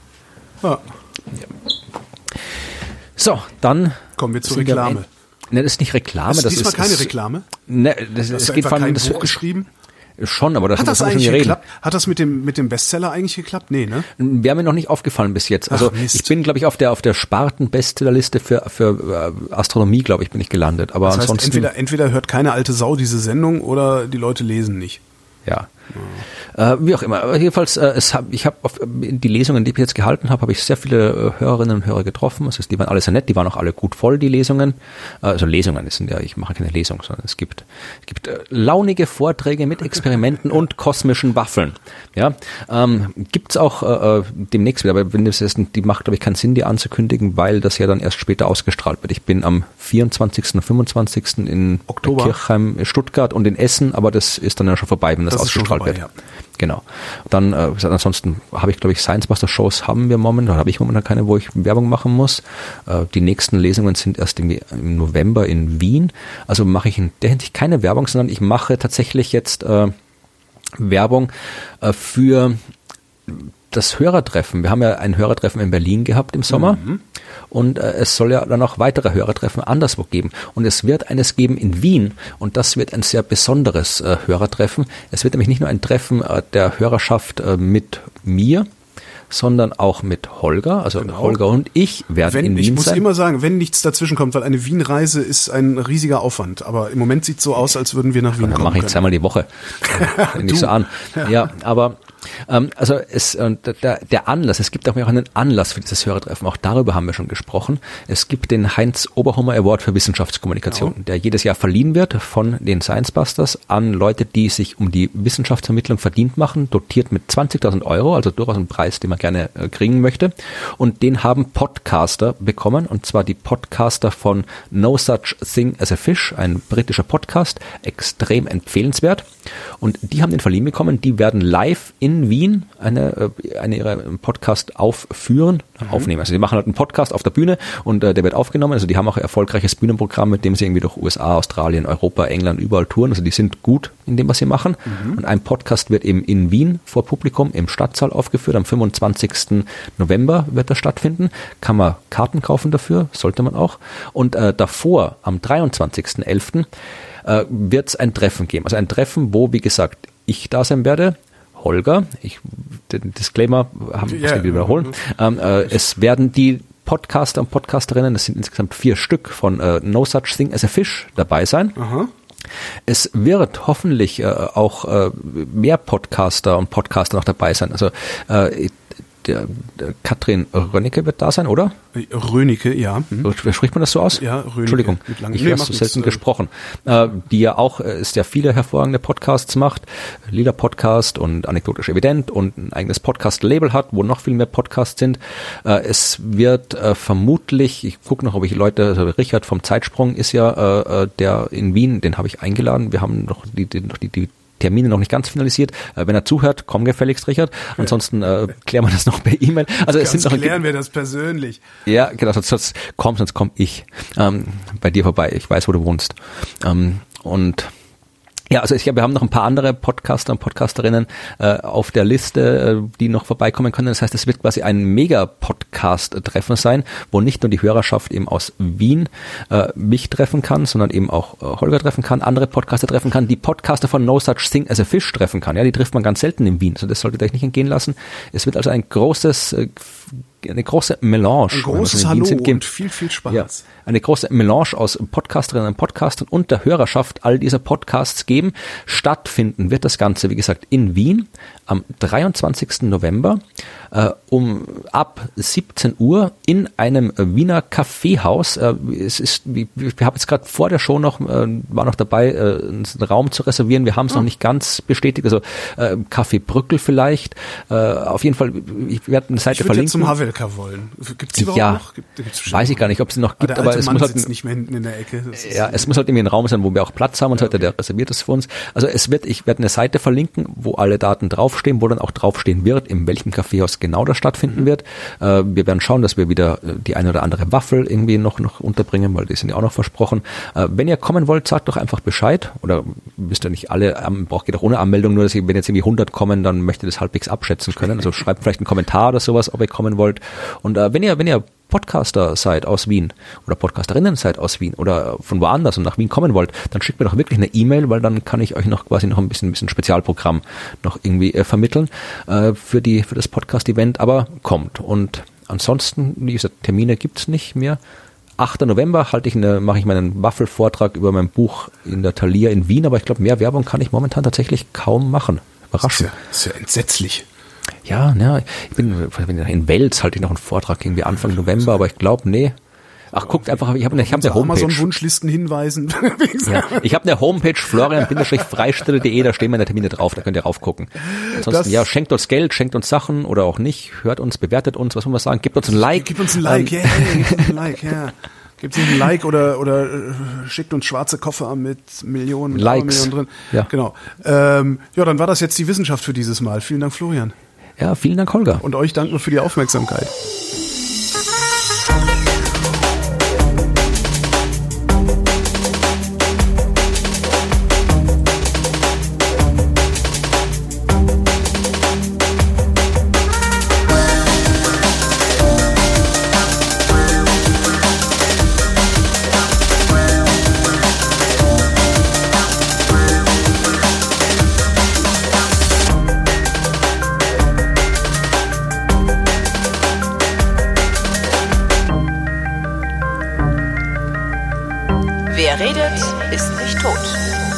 Ja. Ja. So, dann kommen wir zur Reklame. Ne, das ist nicht Reklame. Ist das diesmal ist, keine ist, Reklame? Ne, das, Hast es du geht etwa von kein das Buch geschrieben? Schon, aber das hat das schon eigentlich schon geklappt? Hat das mit dem mit dem Bestseller eigentlich geklappt? Nee, ne? Wäre mir noch nicht aufgefallen bis jetzt. Also Ach, ich bin, glaube ich, auf der auf der Sparten-Bestsellerliste für für äh, Astronomie, glaube ich, bin ich gelandet. Aber das heißt, ansonsten entweder entweder hört keine alte Sau diese Sendung oder die Leute lesen nicht. Ja. Ja. Äh, wie auch immer. Aber jedenfalls, äh, es hab, ich habe die Lesungen, die ich jetzt gehalten habe, habe ich sehr viele äh, Hörerinnen und Hörer getroffen. Also die waren alle sehr nett, die waren auch alle gut voll, die Lesungen. Äh, also Lesungen, das sind ja, ich mache keine Lesung, sondern es gibt, es gibt äh, launige Vorträge mit Experimenten und kosmischen Waffeln. Ja, ähm, gibt's auch äh, demnächst wieder, aber wenn das ist, die macht, glaube ich, keinen Sinn, die anzukündigen, weil das ja dann erst später ausgestrahlt wird. Ich bin am vierundzwanzigsten und fünfundzwanzigsten in Oktober. Kirchheim, Stuttgart und in Essen, aber das ist dann ja schon vorbei, wenn das, das ausgestrahlt vorbei, wird. Ja. Genau. Dann, äh, ansonsten habe ich, glaube ich, Science-Buster-Shows haben wir momentan, habe ich momentan keine, wo ich Werbung machen muss. Äh, die nächsten Lesungen sind erst im, im November in Wien. Also mache ich in der Hinsicht keine Werbung, sondern ich mache tatsächlich jetzt äh, Werbung äh, für das Hörertreffen. Wir haben ja ein Hörertreffen in Berlin gehabt im Sommer mhm. und äh, es soll ja dann auch weitere Hörertreffen anderswo geben. Und es wird eines geben in Wien und das wird ein sehr besonderes äh, Hörertreffen. Es wird nämlich nicht nur ein Treffen äh, der Hörerschaft äh, mit mir, sondern auch mit Holger. Also genau. Holger und ich werden wenn, in Wien sein. Ich muss sein. immer sagen, wenn nichts dazwischen kommt, weil eine Wien-Reise ist ein riesiger Aufwand. Aber im Moment sieht es so aus, als würden wir nach Wien dann kommen. Dann mache ich zweimal die Woche. Nicht so an. Ja, ja aber Ähm, also es, äh, der, der Anlass, es gibt auch einen Anlass für dieses Hörertreffen, auch darüber haben wir schon gesprochen. Es gibt den Heinz Oberhummer Award für Wissenschaftskommunikation, genau. der jedes Jahr verliehen wird von den Science Busters an Leute, die sich um die Wissenschaftsvermittlung verdient machen, dotiert mit zwanzigtausend Euro, also durchaus ein Preis, den man gerne äh, kriegen möchte. Und den haben Podcaster bekommen, und zwar die Podcaster von No Such Thing as a Fish, ein britischer Podcast, extrem empfehlenswert. Und die haben den verliehen bekommen, die werden live in in Wien eine, eine ihrer Podcast aufführen, mhm. aufnehmen. Also die machen halt einen Podcast auf der Bühne und äh, der wird aufgenommen. Also die haben auch ein erfolgreiches Bühnenprogramm, mit dem sie irgendwie durch U S A, Australien, Europa, England, überall touren. Also die sind gut in dem, was sie machen. Mhm. Und ein Podcast wird eben in Wien vor Publikum im Stadtsaal aufgeführt. Am fünfundzwanzigsten November wird das stattfinden. Kann man Karten kaufen dafür, sollte man auch. Und äh, davor, am dreiundzwanzigsten elften äh, wird es ein Treffen geben. Also ein Treffen, wo, wie gesagt, ich da sein werde, Holger, ich, den Disclaimer haben wir yeah. wiederholen. Ähm, äh, es werden die Podcaster und Podcasterinnen, das sind insgesamt vier Stück von äh, No Such Thing as a Fish dabei sein. Aha. Es wird hoffentlich äh, auch äh, mehr Podcaster und Podcaster noch dabei sein. Also äh, Der, der Katrin Rönicke wird da sein, oder? Rönicke, ja. Mhm. Spricht man das so aus? Ja, Rönicke. Entschuldigung, ich höre es so selten gesprochen. Äh, die ja auch, ist ja viele hervorragende Podcasts macht. Lila Podcast und Anekdotisch Evident und ein eigenes Podcast-Label hat, wo noch viel mehr Podcasts sind. Äh, es wird äh, vermutlich, ich gucke noch, ob ich Leute, also Richard vom Zeitsprung ist ja äh, der in Wien, den habe ich eingeladen. Wir haben noch die, die, noch die, die Termine noch nicht ganz finalisiert. Äh, wenn er zuhört, komm gefälligst, Richard. Ansonsten äh, klären wir das noch per E-Mail. Also es sind noch klären wir das persönlich. Ja, genau. Sonst, sonst komm, sonst komm ich ähm, bei dir vorbei. Ich weiß, wo du wohnst. Ähm, und ja, also ich glaube, wir haben noch ein paar andere Podcaster und Podcasterinnen äh, auf der Liste, äh, die noch vorbeikommen können. Das heißt, es wird quasi ein Mega-Podcast-Treffen sein, wo nicht nur die Hörerschaft eben aus Wien äh, mich treffen kann, sondern eben auch äh, Holger treffen kann, andere Podcaster treffen kann, die Podcaster von No Such Thing as a Fish treffen kann. Ja, die trifft man ganz selten in Wien. Also das solltet ihr euch nicht entgehen lassen. Es wird also ein großes äh, eine große Melange. Ein großes Hallo sind, und viel, viel Spaß. Ja, eine große Melange aus Podcasterinnen und Podcastern und der Hörerschaft all dieser Podcasts geben. Stattfinden wird das Ganze, wie gesagt, in Wien am dreiundzwanzigsten November äh, um ab siebzehn Uhr in einem Wiener Kaffeehaus. Äh, es ist, wir, wir haben jetzt gerade vor der Show noch, äh, war noch dabei, äh, einen Raum zu reservieren. Wir haben es oh. noch nicht ganz bestätigt. Also äh, Café Brückel vielleicht. Äh, auf jeden Fall, ich werde eine Seite ich verlinken. Jetzt zum Havelka wollen. Gibt's die überhaupt ja, noch? Gibt, gibt's weiß ich gar nicht, ob es noch gibt, aber, aber es Mann muss halt nicht mehr hinten in der Ecke. Ja, es muss halt irgendwie ein Raum sein, wo wir auch Platz haben und ja, so weiter, okay. Der reserviert ist für uns. Also es wird, ich werde eine Seite verlinken, wo alle Daten draufstehen, wo dann auch draufstehen wird, in welchem Kaffeehaus genau das stattfinden mhm. wird. Äh, wir werden schauen, dass wir wieder die eine oder andere Waffel irgendwie noch noch unterbringen, weil die sind ja auch noch versprochen. Äh, wenn ihr kommen wollt, sagt doch einfach Bescheid, oder müsst ihr nicht alle, ähm, braucht geht auch ohne Anmeldung, nur dass ihr, wenn jetzt irgendwie hundert kommen, dann möchtet ihr das halbwegs abschätzen können. Also schreibt vielleicht einen Kommentar oder sowas, ob ihr kommen wollt. Und äh, wenn ihr, wenn ihr Podcaster seid aus Wien oder Podcasterinnen seid aus Wien oder von woanders und nach Wien kommen wollt, dann schickt mir doch wirklich eine E-Mail, weil dann kann ich euch noch quasi noch ein bisschen, ein bisschen Spezialprogramm noch irgendwie äh, vermitteln äh, für die für das Podcast-Event, aber kommt. Und ansonsten, wie gesagt, Termine gibt's nicht mehr. achter November halte ich eine, mache ich meinen Waffelvortrag über mein Buch in der Thalia in Wien, aber ich glaube, mehr Werbung kann ich momentan tatsächlich kaum machen. überraschen. Das ist ja, das ist ja entsetzlich. Ja, ja, ich bin in Wels halte ich noch einen Vortrag irgendwie Anfang November, aber ich glaube, nee. Ach, guckt einfach, ich habe ich hab eine Homepage. Amazon-Wunschlisten hinweisen. Ja, ich habe eine Homepage, florian freistelle punkt de, da stehen meine Termine drauf, da könnt ihr raufgucken. Ansonsten, das, ja, schenkt uns Geld, schenkt uns Sachen oder auch nicht, hört uns, bewertet uns, was wollen wir sagen, gebt uns ein Like. Gib uns ein Like, ähm, yeah, gebt uns ein Like, ja. Gebt uns ein Like oder, oder äh, schickt uns schwarze Koffer mit Millionen, mit Likes. Millionen drin. Ja. Genau. Ähm, ja, dann war das jetzt die Wissenschaft für dieses Mal. Vielen Dank, Florian. Ja, vielen Dank, Holger. Und euch danken wir für die Aufmerksamkeit. Wer redet, ist nicht tot.